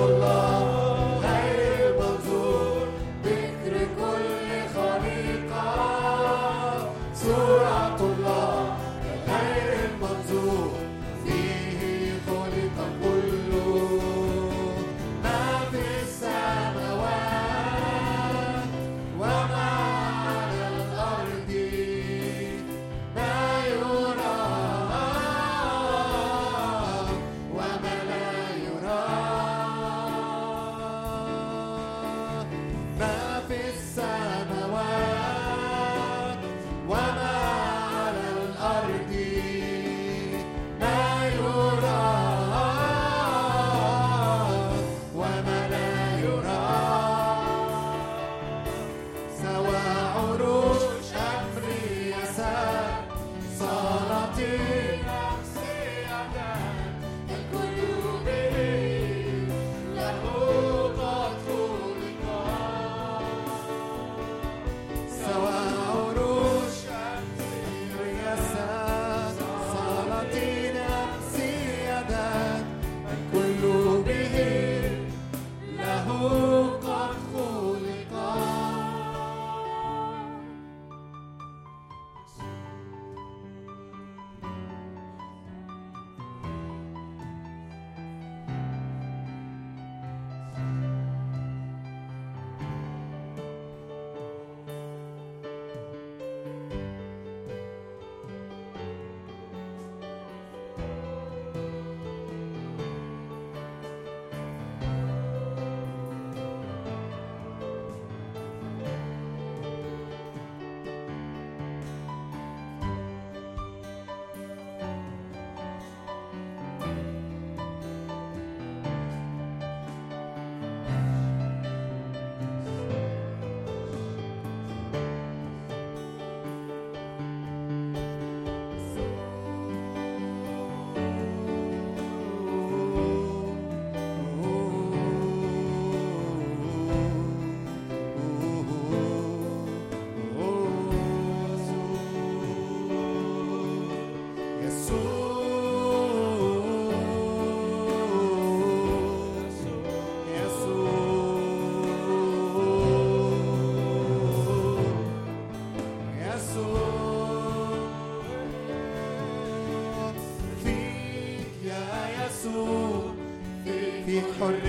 فيك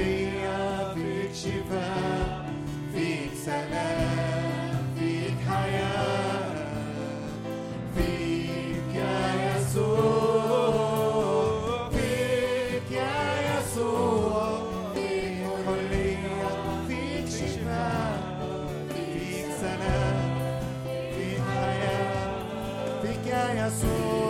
حرية، فيك شفاء، فيك سلام، فيك حياة، فيك يا يسوع، فيك يا يسوع، فيك حرية، فيك شفاء، فيك سلام، فيك حياة، فيك يا يسوع.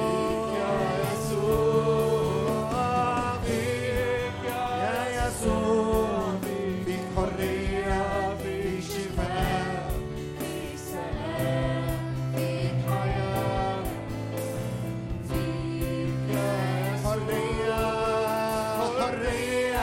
حرية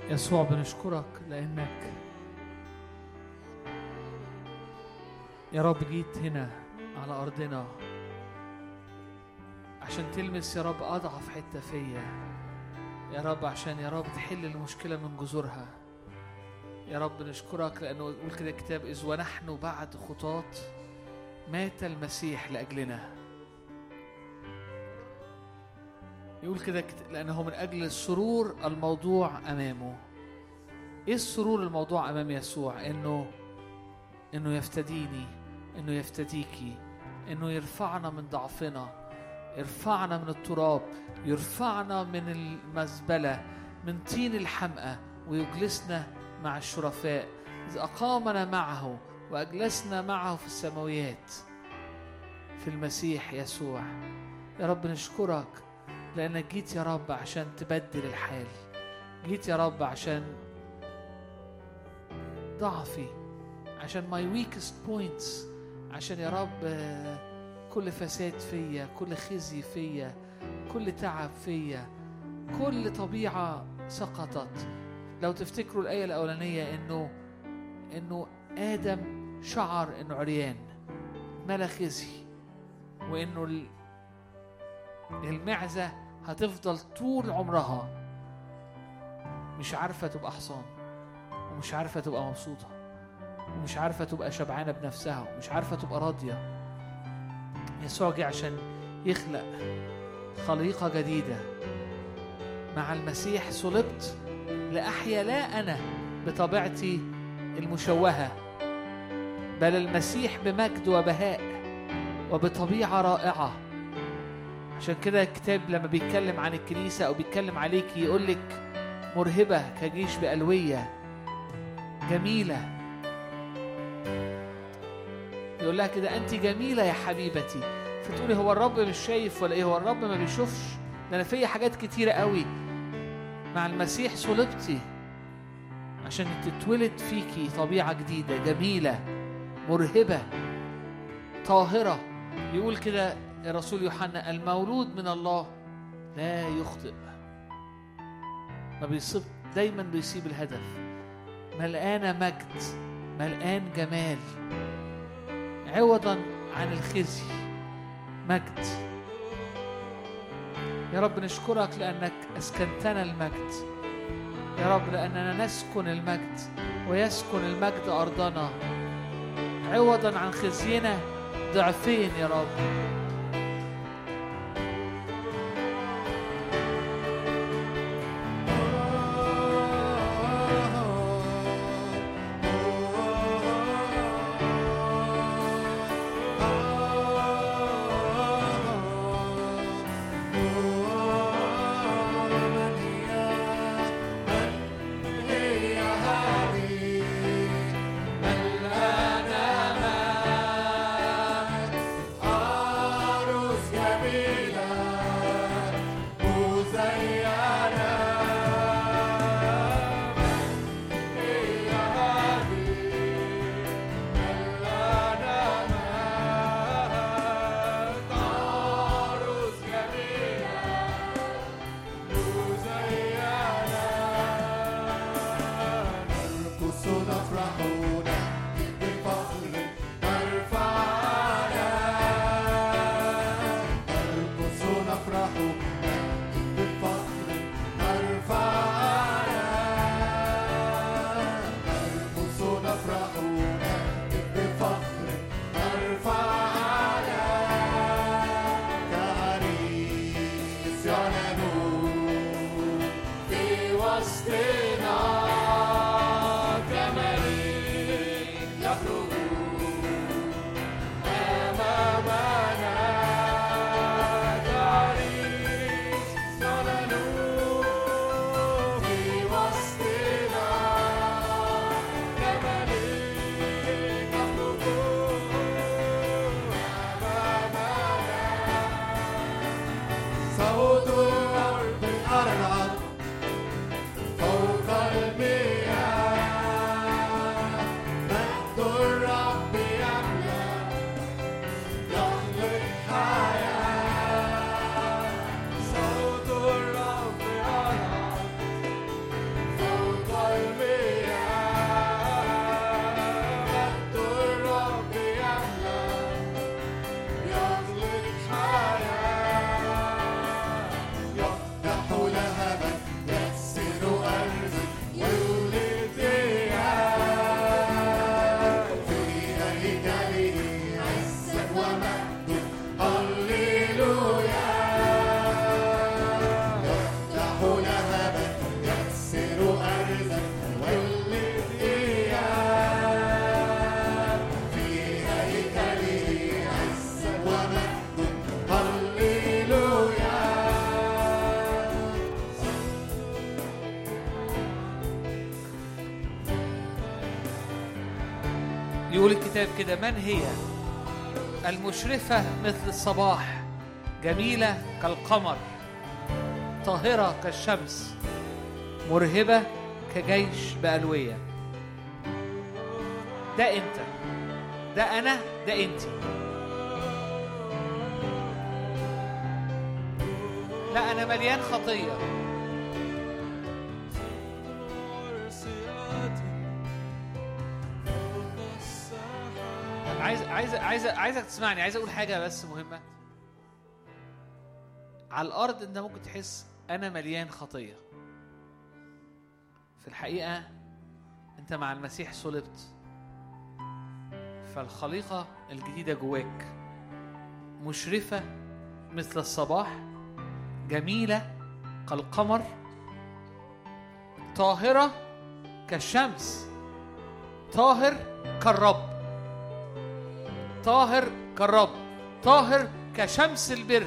يسوع بنشكرك لأنك يا رب جيت هنا على أرضنا عشان تلمس يا رب أضعف حتة فيا يا رب، عشان يا رب تحل المشكلة من جذورها يا رب. نشكرك لأنه يقول كده الكتاب إذ ونحن بعد خطاة مات المسيح لأجلنا. يقول كده لأنه من أجل السرور الموضوع أمامه. إيه السرور الموضوع أمام يسوع؟ إنه إنه يفتديني، إنه يفتديكي، إنه يرفعنا من ضعفنا، يرفعنا من التراب، يرفعنا من المزبلة، من طين الحمقى، ويجلسنا مع الشرفاء. إذ أقامنا معه وأجلسنا معه في السماويات في المسيح يسوع. يا رب نشكرك لأنك جيت يا رب عشان تبدل الحال، جيت يا رب عشان ضعفي، عشان my weakest points، عشان يا رب كل فساد فيا، كل خزي فيا، كل تعب فيا، كل طبيعة سقطت. لو تفتكروا الآية الأولانية إنه إنه آدم شعر إنه عريان ملا خزي، وإنه المعزة هتفضل طول عمرها مش عارفة تبقى حصان، ومش عارفة تبقى مبسوطة، ومش عارفة تبقى شبعانة بنفسها، ومش عارفة تبقى راضية. يسوع جه عشان يخلق خليقة جديدة. مع المسيح صلبت لأحيا لا أنا بطبيعتي المشوهة، بل المسيح بمجد وبهاء وبطبيعة رائعة. عشان كده الكتاب لما بيتكلم عن الكنيسة أو بيتكلم عليك يقولك مرهبة كجيش بألوية جميلة. يقول لها كده أنت جميلة يا حبيبتي، فتقولي هو الرب مش شايف ولا إيه؟ هو الرب ما بيشوفش؟ ده أنا فيا حاجات كتيرة قوي. مع المسيح صلبتي عشان تتولد فيكي طبيعة جديدة جميلة مرهبة طاهرة. يقول كده الرسول يوحنا المولود من الله لا يخطئ، ما بيصيب، دايما بيصيب الهدف، ملقانة مجد، ملقان جمال، عوضا عن الخزي مجد. يا رب نشكرك لأنك أسكنتنا المجد يا رب، لأننا نسكن المجد ويسكن المجد أرضنا، عوضا عن خزينا ضعفين يا رب. Oh يقول الكتاب كده: من هي المشرفة مثل الصباح، جميلة كالقمر، طاهرة كالشمس، مرهبة كجيش بألوية. ده انت، ده انا، ده انت. لا انا مليان خطية، عايز عايز عايز عايزك تسمعني. عايز اقول حاجة بس مهمة. على الارض انت ممكن تحس انا مليان خطية، في الحقيقة انت مع المسيح صلبت، فالخليقة الجديدة جواك مشرفة مثل الصباح، جميلة كالقمر، طاهرة كالشمس، طاهر كالرب، طاهر كالرب، طاهر كشمس البر،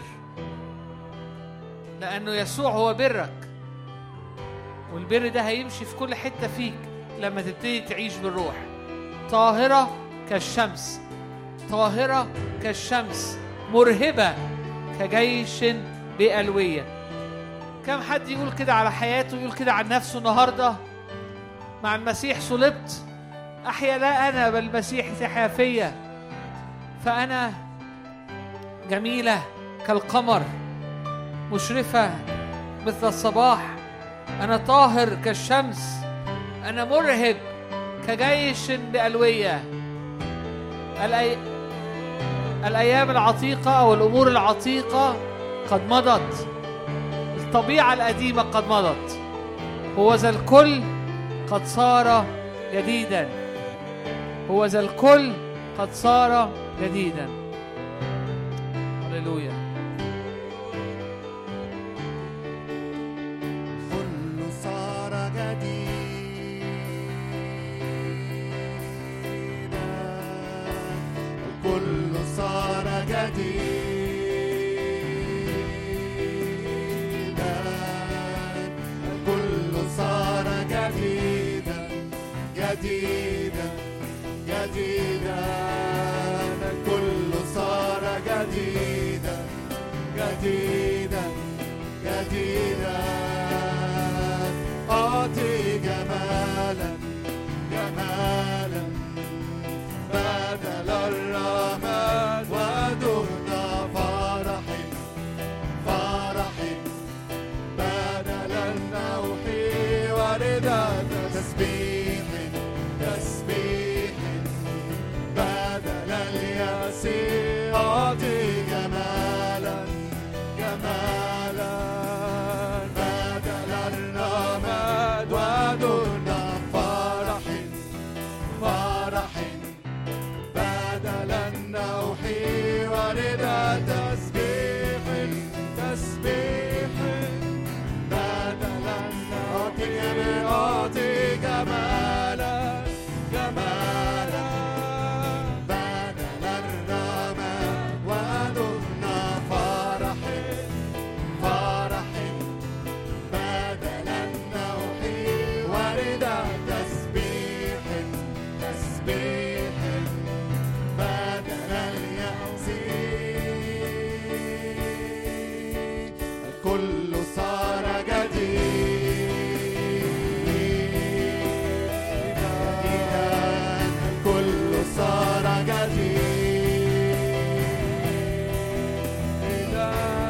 لأنه يسوع هو برك، والبر ده هيمشي في كل حتة فيك لما تبتدي تعيش بالروح. طاهرة كالشمس، طاهرة كالشمس، مرهبة كجيش بألوية. كم حد يقول كده على حياته، يقول كده عن نفسه النهاردة: مع المسيح صلبت، أحيا لا أنا بل المسيح يحيا فيا، فأنا جميلة كالقمر، مشرفة مثل الصباح، أنا طاهر كالشمس، أنا مرهب كجيش بألوية. الأي... الأيام العتيقة أو الأمور العتيقة قد مضت، الطبيعة القديمة قد مضت، هو ذا الكل قد صار جديدا، هو ذا الكل قد صار جديدا. هللويا. كل صار جديدا، الكل صار جديدا، الكل صار جديدا جديدا جديدا، الكل صار جديدا جديدا جديدا. أعطي جمالا جمالا بدل الرماد، ودهن فرح فرح بدل النوح، وردة تسبيح تسبيح بدل اليأس. أعطي جمالا جمالا بدل الرماد، ودهن فرح فرح بدل النوح، وردة تسبيح تسبيح بدل النوح. أعطي جمالا جمالا بدل الرماد، ودهن فرح فرح بدل النوح، وردة تسبيح تسبيح بدل اليأس. الكل صار جديدا، الكل صار جديدا،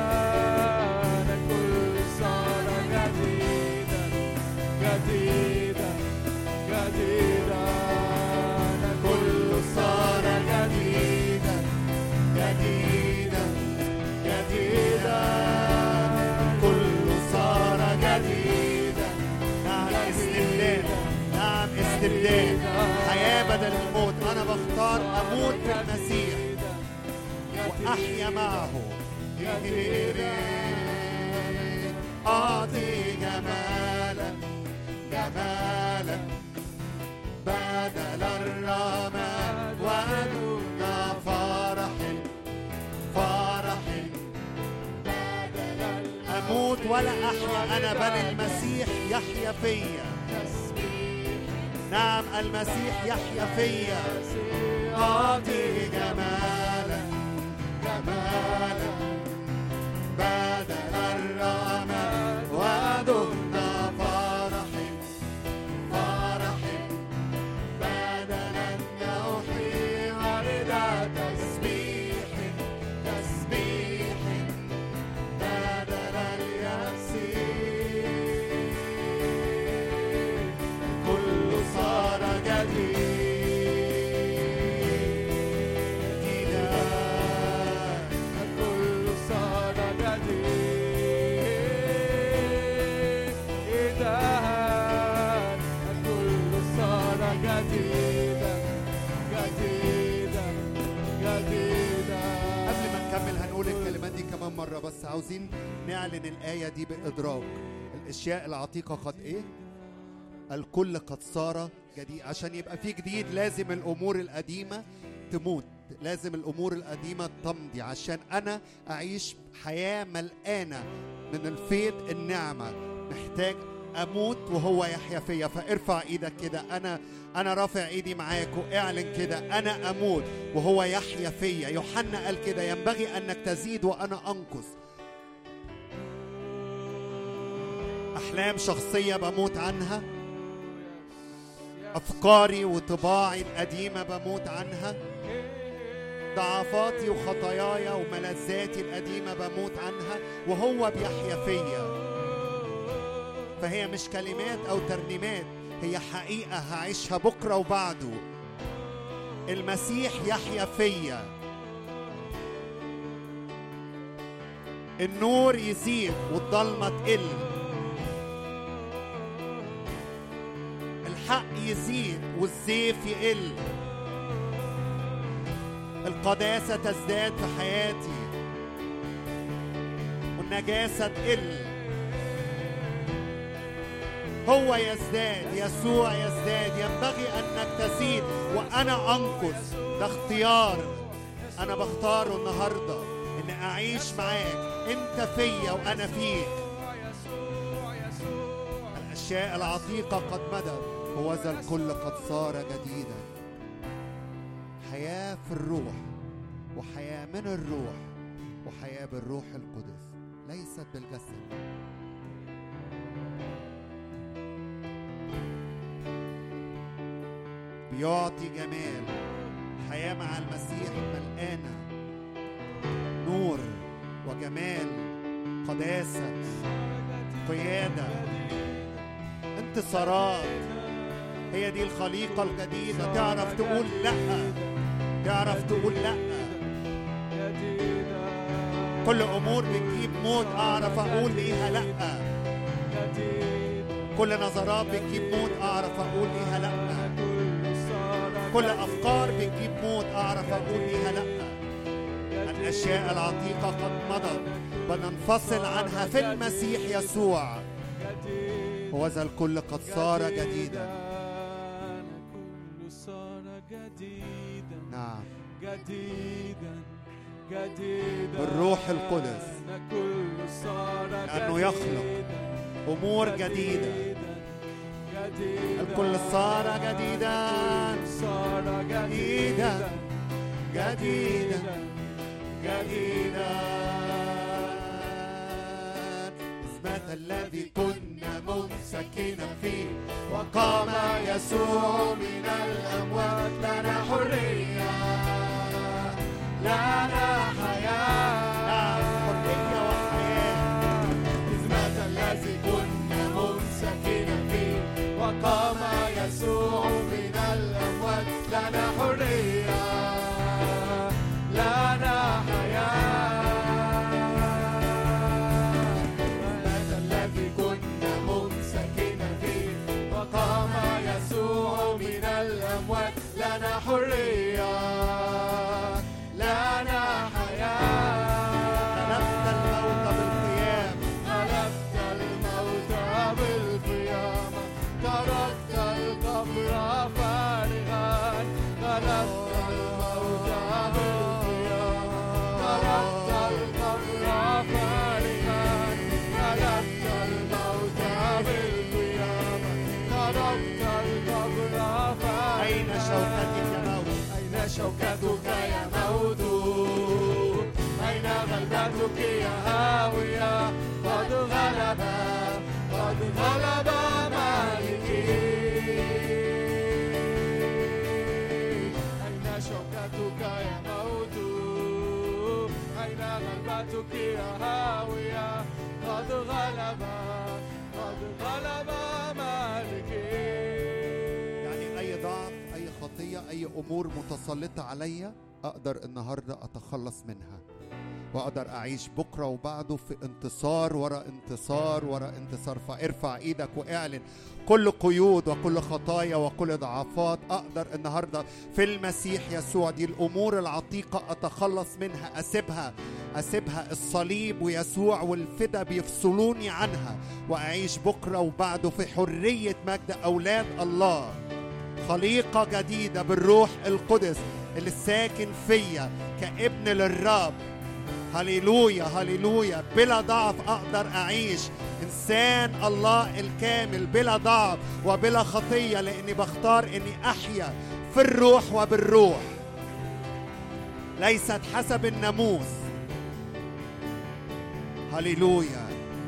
الكل صار جديدا جديدا جديدا، الكل صار جديدا جديدا جديدا، الكل صار جديدا. نعم استبداد، نعم استبداد، حياة بدل الموت. أنا بختار أموت بالمسيح وأحيا معه. أعطي جمالا جمالا بدل الرماد، ودهن فرح فرح بدل أموت ولا أحيا أنا بل المسيح يحيا فيا. نعم المسيح يحيا فيا. أعطي جمالا جمالا بدل الرماد ودهن فرح فرح بدل النوح ورد تسبيح تسبيح بدل اليأس كل صار جديد كمان مرة بس عاوزين نعلن الآية دي بإدراك. الأشياء العتيقة قد إيه؟ الكل قد صار جديد. عشان يبقى في جديد لازم الأمور القديمة تموت، لازم الأمور القديمة تمضي عشان أنا أعيش حياة ملقانة من الفيض النعمة. محتاج أموت وهو يحيا فيا. فارفع إيدك كده، أنا أنا رافع إيدي معاك واعلن كده، أنا أموت وهو يحيا فيا. يوحنا قال كده، ينبغي أنك تزيد وأنا أنقص. أحلام شخصية بموت عنها، أفكاري وطباعي القديمة بموت عنها، ضعفاتي وخطاياي وملذاتي القديمة بموت عنها وهو بيحيا فيا. فهي مش كلمات أو ترنيمات، هي حقيقة هعيشها بكرة وبعده. المسيح يحيا فيا، النور يزيد والضلمة تقل، الحق يزيد والزيف يقل، القداسة تزداد في حياتي والنجاسة تقل. هو يزداد، يسوع يزداد. ينبغي أنك تزيد وأنا أنقص. ده اختيار أنا بختاره النهاردة، أن أعيش معاك، أنت فيا وأنا فيك. الأشياء العتيقة قد مضت وذا الكل قد صار جديدا. حياة في الروح وحياة من الروح وحياة بالروح القدس، ليست بالجسد. بيعطي جمال. حياة مع المسيح ملقانة نور وجمال، قداسة، قيادة، انتصارات. هي دي الخليقة الجديدة. تعرف تقول لأ، تعرف تقول لأ. كل أمور بتجيب موت أعرف أقول ليها لأ. كل نظرات بتجيب موت أعرف أقول ليها لأ. كل أفكار بتجيب موت أعرف أقول ليها لأ. الأشياء العتيقة قد مضت، بننفصل عنها في المسيح يسوع، وذا الكل قد صار جديدا. نعم، جديدا جديدا بالروح القدس، لأنه يخلق أمور جديدة. الكل صار جديدا جديدا جديدا جديدا. اسمك الذي كنا ممسكين فيه وقام يسوع من الأموات، لنا حرية لنا حياة، حرية وحياة. اسمك الذي كنا ممسكين فيه وقام يسوع من الأموات، لنا حرية لنا حياة. اسمك الذي كنا ممسكين فيه وقام يسوع من شوكتك يا موت؟ أين غلبتك يا هاوية؟ قد غلب قد غلب مالكي. أين شوكتك يا موت؟ أين غلبتك يا هاوية؟ قد غلب قد غلب مالكي. يعني أي ضعف، أي خطية، أي أمور متسلطة عليا أقدر النهاردة أتخلص منها، وأقدر أعيش بكرة وبعده في انتصار ورا انتصار ورا انتصار. فارفع إيدك واعلن كل قيود وكل خطايا وكل ضعفات أقدر النهاردة في المسيح يسوع دي الأمور العتيقة أتخلص منها، أسيبها أسيبها. الصليب ويسوع والفدا بيفصلوني عنها، وأعيش بكرة وبعده في حرية مجد أولاد الله، خليقة جديدة بالروح القدس اللي ساكن فيا كابن للرب. هللويا هللويا. بلا ضعف أقدر أعيش إنسان الله الكامل بلا ضعف وبلا خطية، لأني بختار أني أحيا في الروح وبالروح، ليست حسب الناموس. هللويا.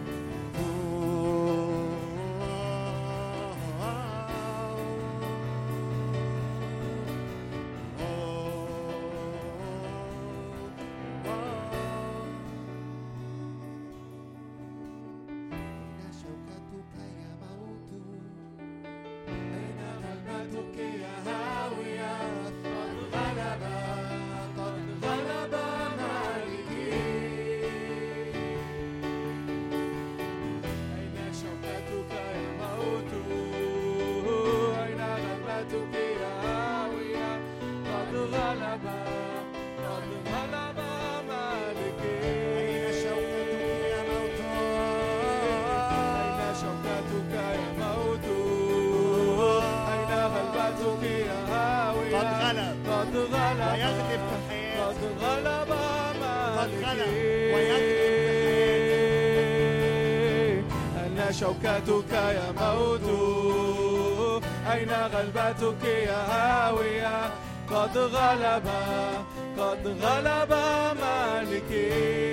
شوكتك يا موت؟ أين غلبتك يا هاوية؟ قد غلب قد غلب مالكي.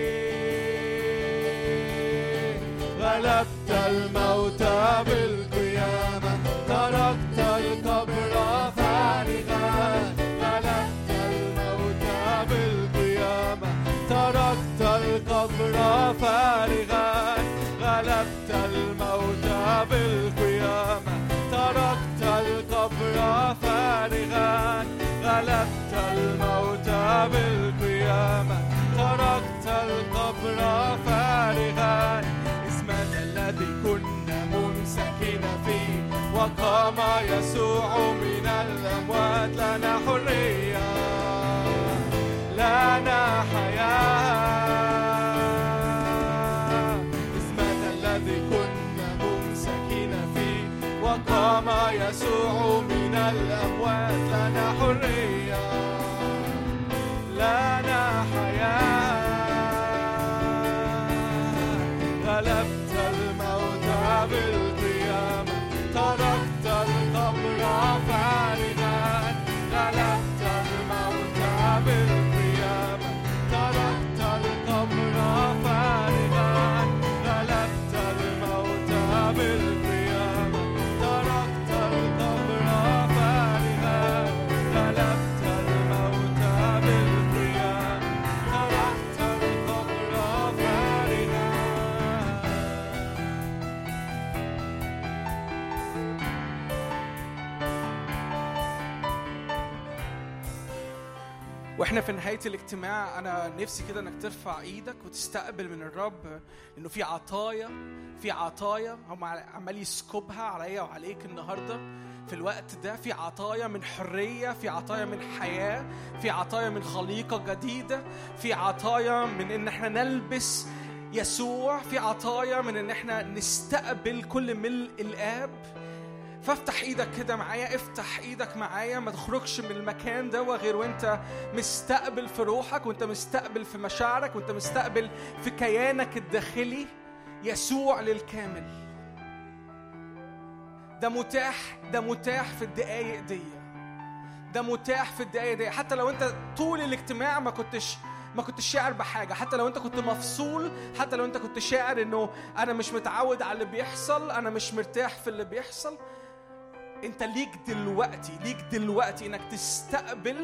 غلبت الموت بالقيامة، تركت القبر فارغا. غلبت الموت بالقيامة، تركت القبر فارغا. غلبت الموت بالقيامة، تركت القبر فارغا. غلبت الموت بالقيامة، تركت القبر فارغا. اسمك الذي كنا ممسكين فيه، وقام يسوع من الأموات. لنا حرية، لنا حياة. وقام يسوع من الأموات. لنا حرية، لنا حياة. غلبت الموت بالقيامة، تركت القبر فارغا. غلبت الموت بالقيامة، تركت القبر فارغا. غلبت الموت بالقيامة، واحنا في نهاية الاجتماع أنا نفسي كده إنك ترفع إيدك وتستقبل من الرب إنه في عطايا في عطايا هم عمال يسكبها عليا وعليك النهاردة. في الوقت ده في عطايا من حرية، في عطايا من حياة، في عطايا من خليقة جديدة، في عطايا من إن احنا نلبس يسوع، في عطايا من إن احنا نستقبل كل ملء الآب. فافتح ايدك كده معايا، افتح ايدك معايا، ما تخرجش من المكان ده غير وانت مستقبل في روحك، وانت مستقبل في مشاعرك، وانت مستقبل في كيانك الداخلي يسوع للكامل. ده متاح، ده متاح في الدقايق دي، ده متاح في الدقايق دي. حتى لو انت طول الاجتماع ما كنتش ما كنتش شاعر بحاجة، حتى لو انت كنت مفصول، حتى لو انت كنت شاعر انه انا مش متعود على اللي بيحصل، انا مش مرتاح في اللي بيحصل، انت ليك دلوقتي ليك دلوقتي انك تستقبل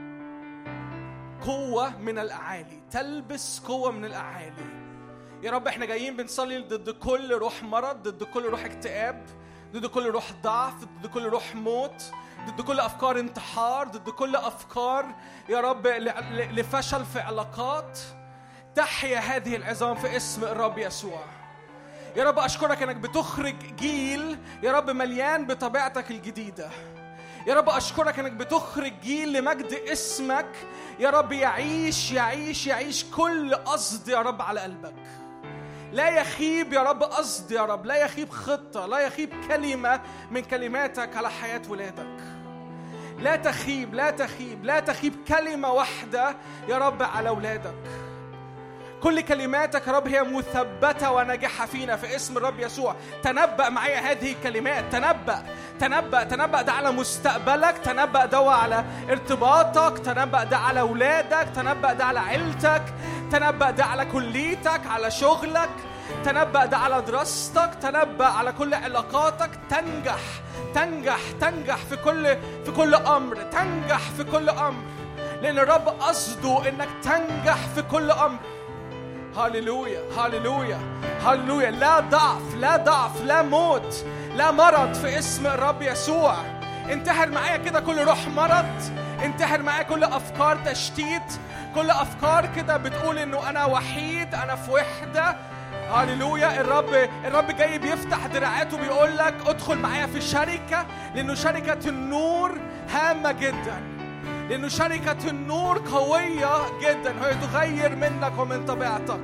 قوة من الأعالي، تلبس قوة من الأعالي. يا رب احنا جايين بنصلي ضد كل روح مرض، ضد كل روح اكتئاب، ضد كل روح ضعف، ضد كل روح موت، ضد كل أفكار انتحار، ضد كل أفكار يا رب لفشل في علاقات. تحيا هذه العظام في اسم الرب يسوع. يا رب أشكرك أنك بتخرج جيل يا رب مليان بطبيعتك الجديدة. يا رب أشكرك أنك بتخرج جيل لمجد اسمك يا رب، يعيش يعيش يعيش كل قصد يا رب على قلبك. لا يخيب يا رب قصد يا رب، لا يخيب خطة، لا يخيب كلمة من كلماتك على حياة ولادك. لا تخيب لا تخيب لا تخيب كلمة واحدة يا رب على ولادك. كل كلماتك يا رب هي مثبتة وناجحة فينا في اسم الرب يسوع. تنبأ معي هذه الكلمات، تنبأ تنبأ تنبأ ده على مستقبلك، تنبأ ده على ارتباطك، تنبأ ده على أولادك، تنبأ ده على عيلتك، تنبأ ده على كليتك، على شغلك، تنبأ ده على دراستك، تنبأ على كل علاقاتك. تنجح تنجح تنجح في كل في كل أمر، تنجح في كل أمر، لأن الرب قصده إنك تنجح في كل أمر. هاليلويا هاليلويا هاليلويا. لا ضعف لا ضعف لا موت لا مرض في اسم الرب يسوع. انتحر معايا كده كل روح مرض، انتحر معايا كل أفكار تشتيت، كل أفكار كده بتقول إنه أنا وحيد، أنا في وحدة. هاليلويا. الرب الرب جاي بيفتح دراعاته بيقول لك ادخل معايا في الشركة، لأنه شركة النور هامة جدا، لأنه شركة النور قوية جدا، هي تغير منك ومن طبيعتك.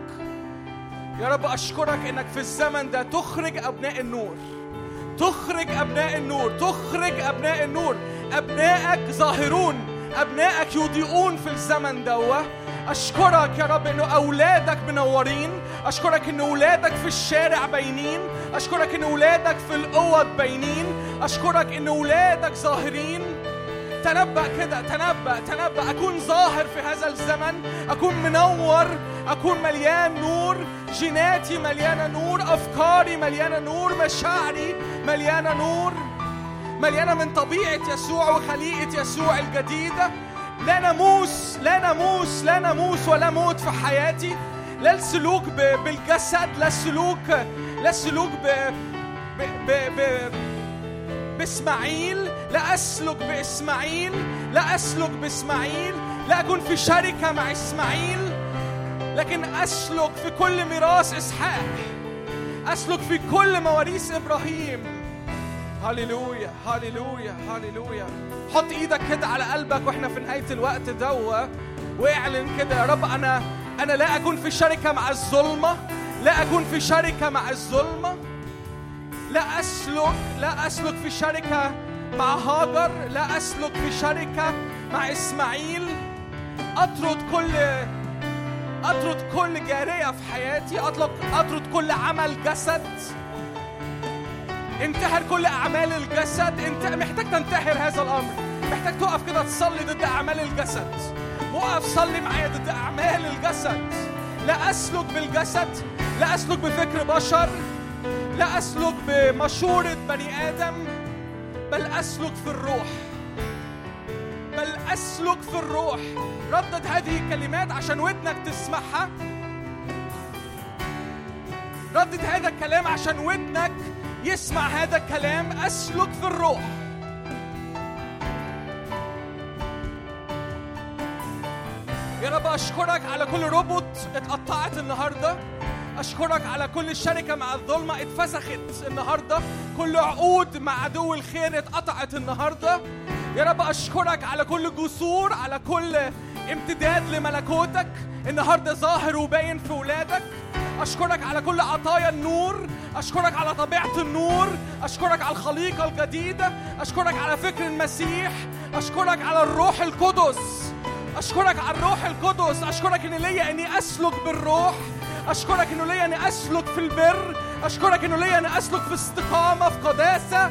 يا رب أشكرك إنك في الزمن ده تخرج أبناء النور، تخرج أبناء النور، تخرج أبناء النور. أبنائك ظاهرون، أبنائك يضيئون في الزمن دوه. أشكرك يا رب إنه أولادك منورين، أشكرك إن أولادك في الشارع باينين، أشكرك إن أولادك في الأوض باينين، أشكرك إن أولادك ظاهرين. تنبأ كده، تنبأ تنبأ أكون ظاهر في هذا الزمن، أكون منور، أكون مليان نور، جيناتي مليانة نور، أفكاري مليانة نور، مشاعري مليانة نور، مليانة من طبيعة يسوع وخليقة يسوع الجديدة. لا ناموس لا ناموس لا ناموس ولا موت في حياتي. لا السلوك بالجسد، لا السلوك لا السلوك ب ب ب ب بإسماعيل، لا أسلك بإسماعيل، لا أسلك بإسماعيل، لا أكون في شركة مع إسماعيل، لكن أسلك في كل ميراث إسحاق، أسلك في كل مواريث إبراهيم. هاليلويا هاليلويا هاليلويا. حط إيدك كده على قلبك وإحنا في نهاية الوقت دوا، واعلن كده يا رب أنا أنا لا أكون في شركة مع الظلمة، لا أكون في شركة مع الظلمة، لا أسلك لا أسلك في شركة مع هاجر، لا أسلك في شركة مع إسماعيل. أطرد كل أطرد كل جارية في حياتي، أطلق أطرد كل عمل جسد، انتحر كل أعمال الجسد. أنت محتاج تنتحر هذا الأمر، محتاج تقف كده تصلي ضد أعمال الجسد. وقف صلي معايا ضد أعمال الجسد. لا أسلك بالجسد، لا أسلك بفكر بشر، لا أسلك بمشورة بني آدم، بل أسلك في الروح، بل أسلك في الروح. ردد هذه الكلمات عشان ودنك تسمعها، ردد هذا الكلام عشان ودنك يسمع هذا الكلام. أسلك في الروح. يا رب أشكرك على كل ربط اتقطعت النهاردة، أشكرك على كل شركة مع الظلمة اتفسخت النهاردة، كل عقود مع عدو الخير اتقطعت النهاردة. يا رب أشكرك على كل جسور، على كل امتداد لملكوتك النهاردة ظاهر وباين في ولادك. أشكرك على كل عطايا النور، أشكرك على طبيعة النور، أشكرك على الخليقة الجديدة، أشكرك على فكر المسيح، أشكرك على الروح القدس، أشكرك على الروح القدس. أشكرك إن ليا إني أسلك بالروح، أشكرك إنه ليا أن أسلك في البر، أشكرك إنه ليا أن أسلك في استقامة، في قداسة.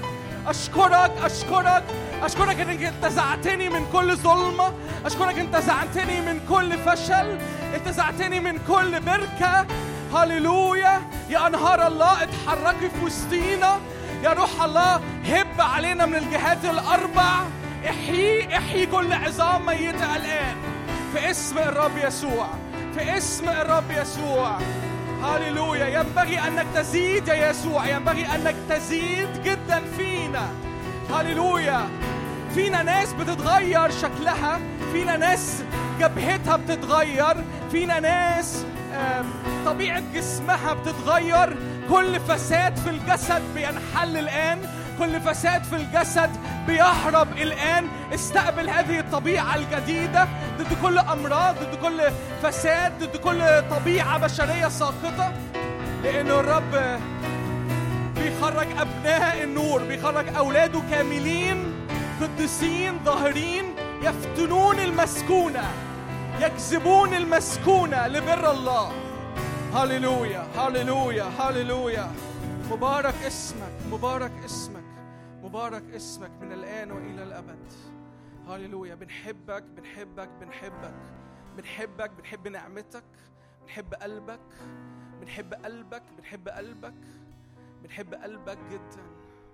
أشكرك أشكرك أشكرك إنك انتزعتني من كل ظلمة، أشكرك انتزعتني من كل فشل، انتزعتني من كل بركة. هاليلويا. يا أنهار الله اتحركي في وسطينا، يا روح الله هب علينا من الجهات الأربع، احيي احيي كل عظام ميتة الآن في اسم الرب يسوع، في اسم الرب يسوع. هاليلويا. ينبغي أنك تزيد يا يسوع، ينبغي أنك تزيد جدا فينا. هاليلويا. فينا ناس بتتغير شكلها، فينا ناس جبهتها بتتغير، فينا ناس طبيعة جسمها بتتغير. كل فساد في الجسد بينحل الآن، كل فساد في الجسد بيهرب الآن. استقبل هذه الطبيعة الجديدة ضد كل أمراض، ضد كل فساد، ضد كل طبيعة بشرية ساقطة، لأنه الرب بيخرج أبناء النور، بيخرج أولاده كاملين قديسين ظاهرين، يفتنون المسكونة، يجذبون المسكونة لبر الله. هاليلويا هاليلويا هاليلويا. مبارك اسمك، مبارك اسمك، مبارك اسمك من الآن وإلى الأبد. هاليلويا. بنحبك بنحبك بنحبك بنحبك بنحب نعمتك، بنحب قلبك، بنحب قلبك بنحب قلبك بنحب قلبك جدا.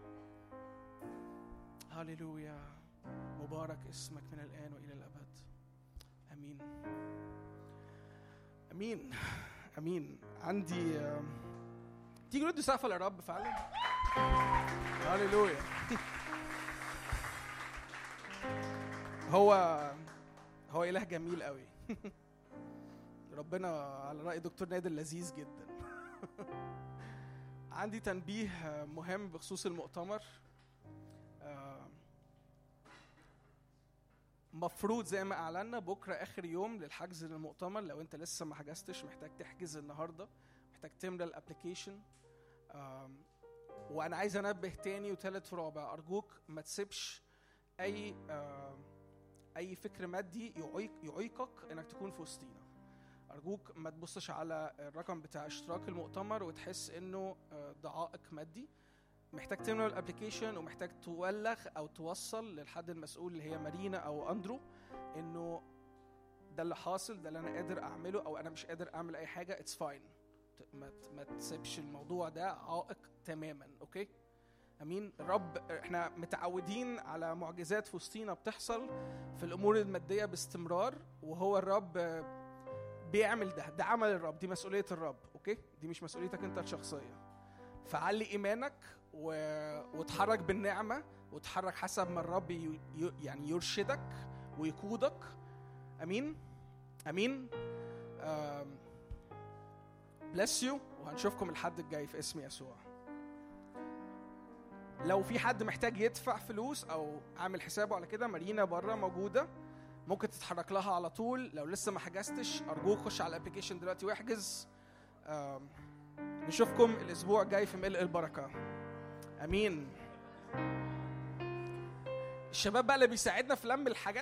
هاليلويا. مبارك اسمك من الآن وإلى الأبد. أمين أمين أمين. عندي تيجي ندي سقفة للرب فعلا. هاليلويا. هو هو إله جميل قوي. ربنا على رأي دكتور نادر لذيذ جدا. عندي تنبيه مهم بخصوص المؤتمر. مفروض زي ما اعلنا بكره اخر يوم للحجز للمؤتمر. لو انت لسه ما حجزتش محتاج تحجز النهارده، محتاج تملى الابلكيشن. وانا عايز انبه تاني وثالث ورابع، ارجوك ما تسيبش اي اي فكر مادي يعيق يعيقك انك تكون في وسطينا. ارجوك ما تبصش على الرقم بتاع اشتراك المؤتمر وتحس انه ده عائق مادي. محتاج تملى الابلكيشن ومحتاج تولغ او توصل للحد المسؤول اللي هي مارينا او اندرو انه ده اللي حاصل، ده اللي انا قادر اعمله او انا مش قادر اعمل اي حاجه. اتس فاين. ما ما تسيبش الموضوع ده عائق تماما. اوكي امين. الرب احنا متعودين على معجزات في وسطينا بتحصل في الامور الماديه باستمرار، وهو الرب بيعمل ده. ده عمل الرب، دي مسؤوليه الرب. اوكي دي مش مسؤوليتك انت الشخصيه. فعلي ايمانك و... وتحرك بالنعمة، وتحرك حسب ما الرب ي... ي... يعني يرشدك ويقودك. أمين أمين. bless you. وهنشوفكم الحد الجاي في اسم يسوع. لو في حد محتاج يدفع فلوس أو عامل حسابه على كده، مارينا برا موجودة، ممكن تتحرك لها على طول. لو لسه ما حجزتش أرجوك خش على الابليكيشن دلوقتي واحجز. نشوفكم الأسبوع الجاي في ملء البركة. امين. الشباب بقى اللي بيساعدنا في لم الحاجات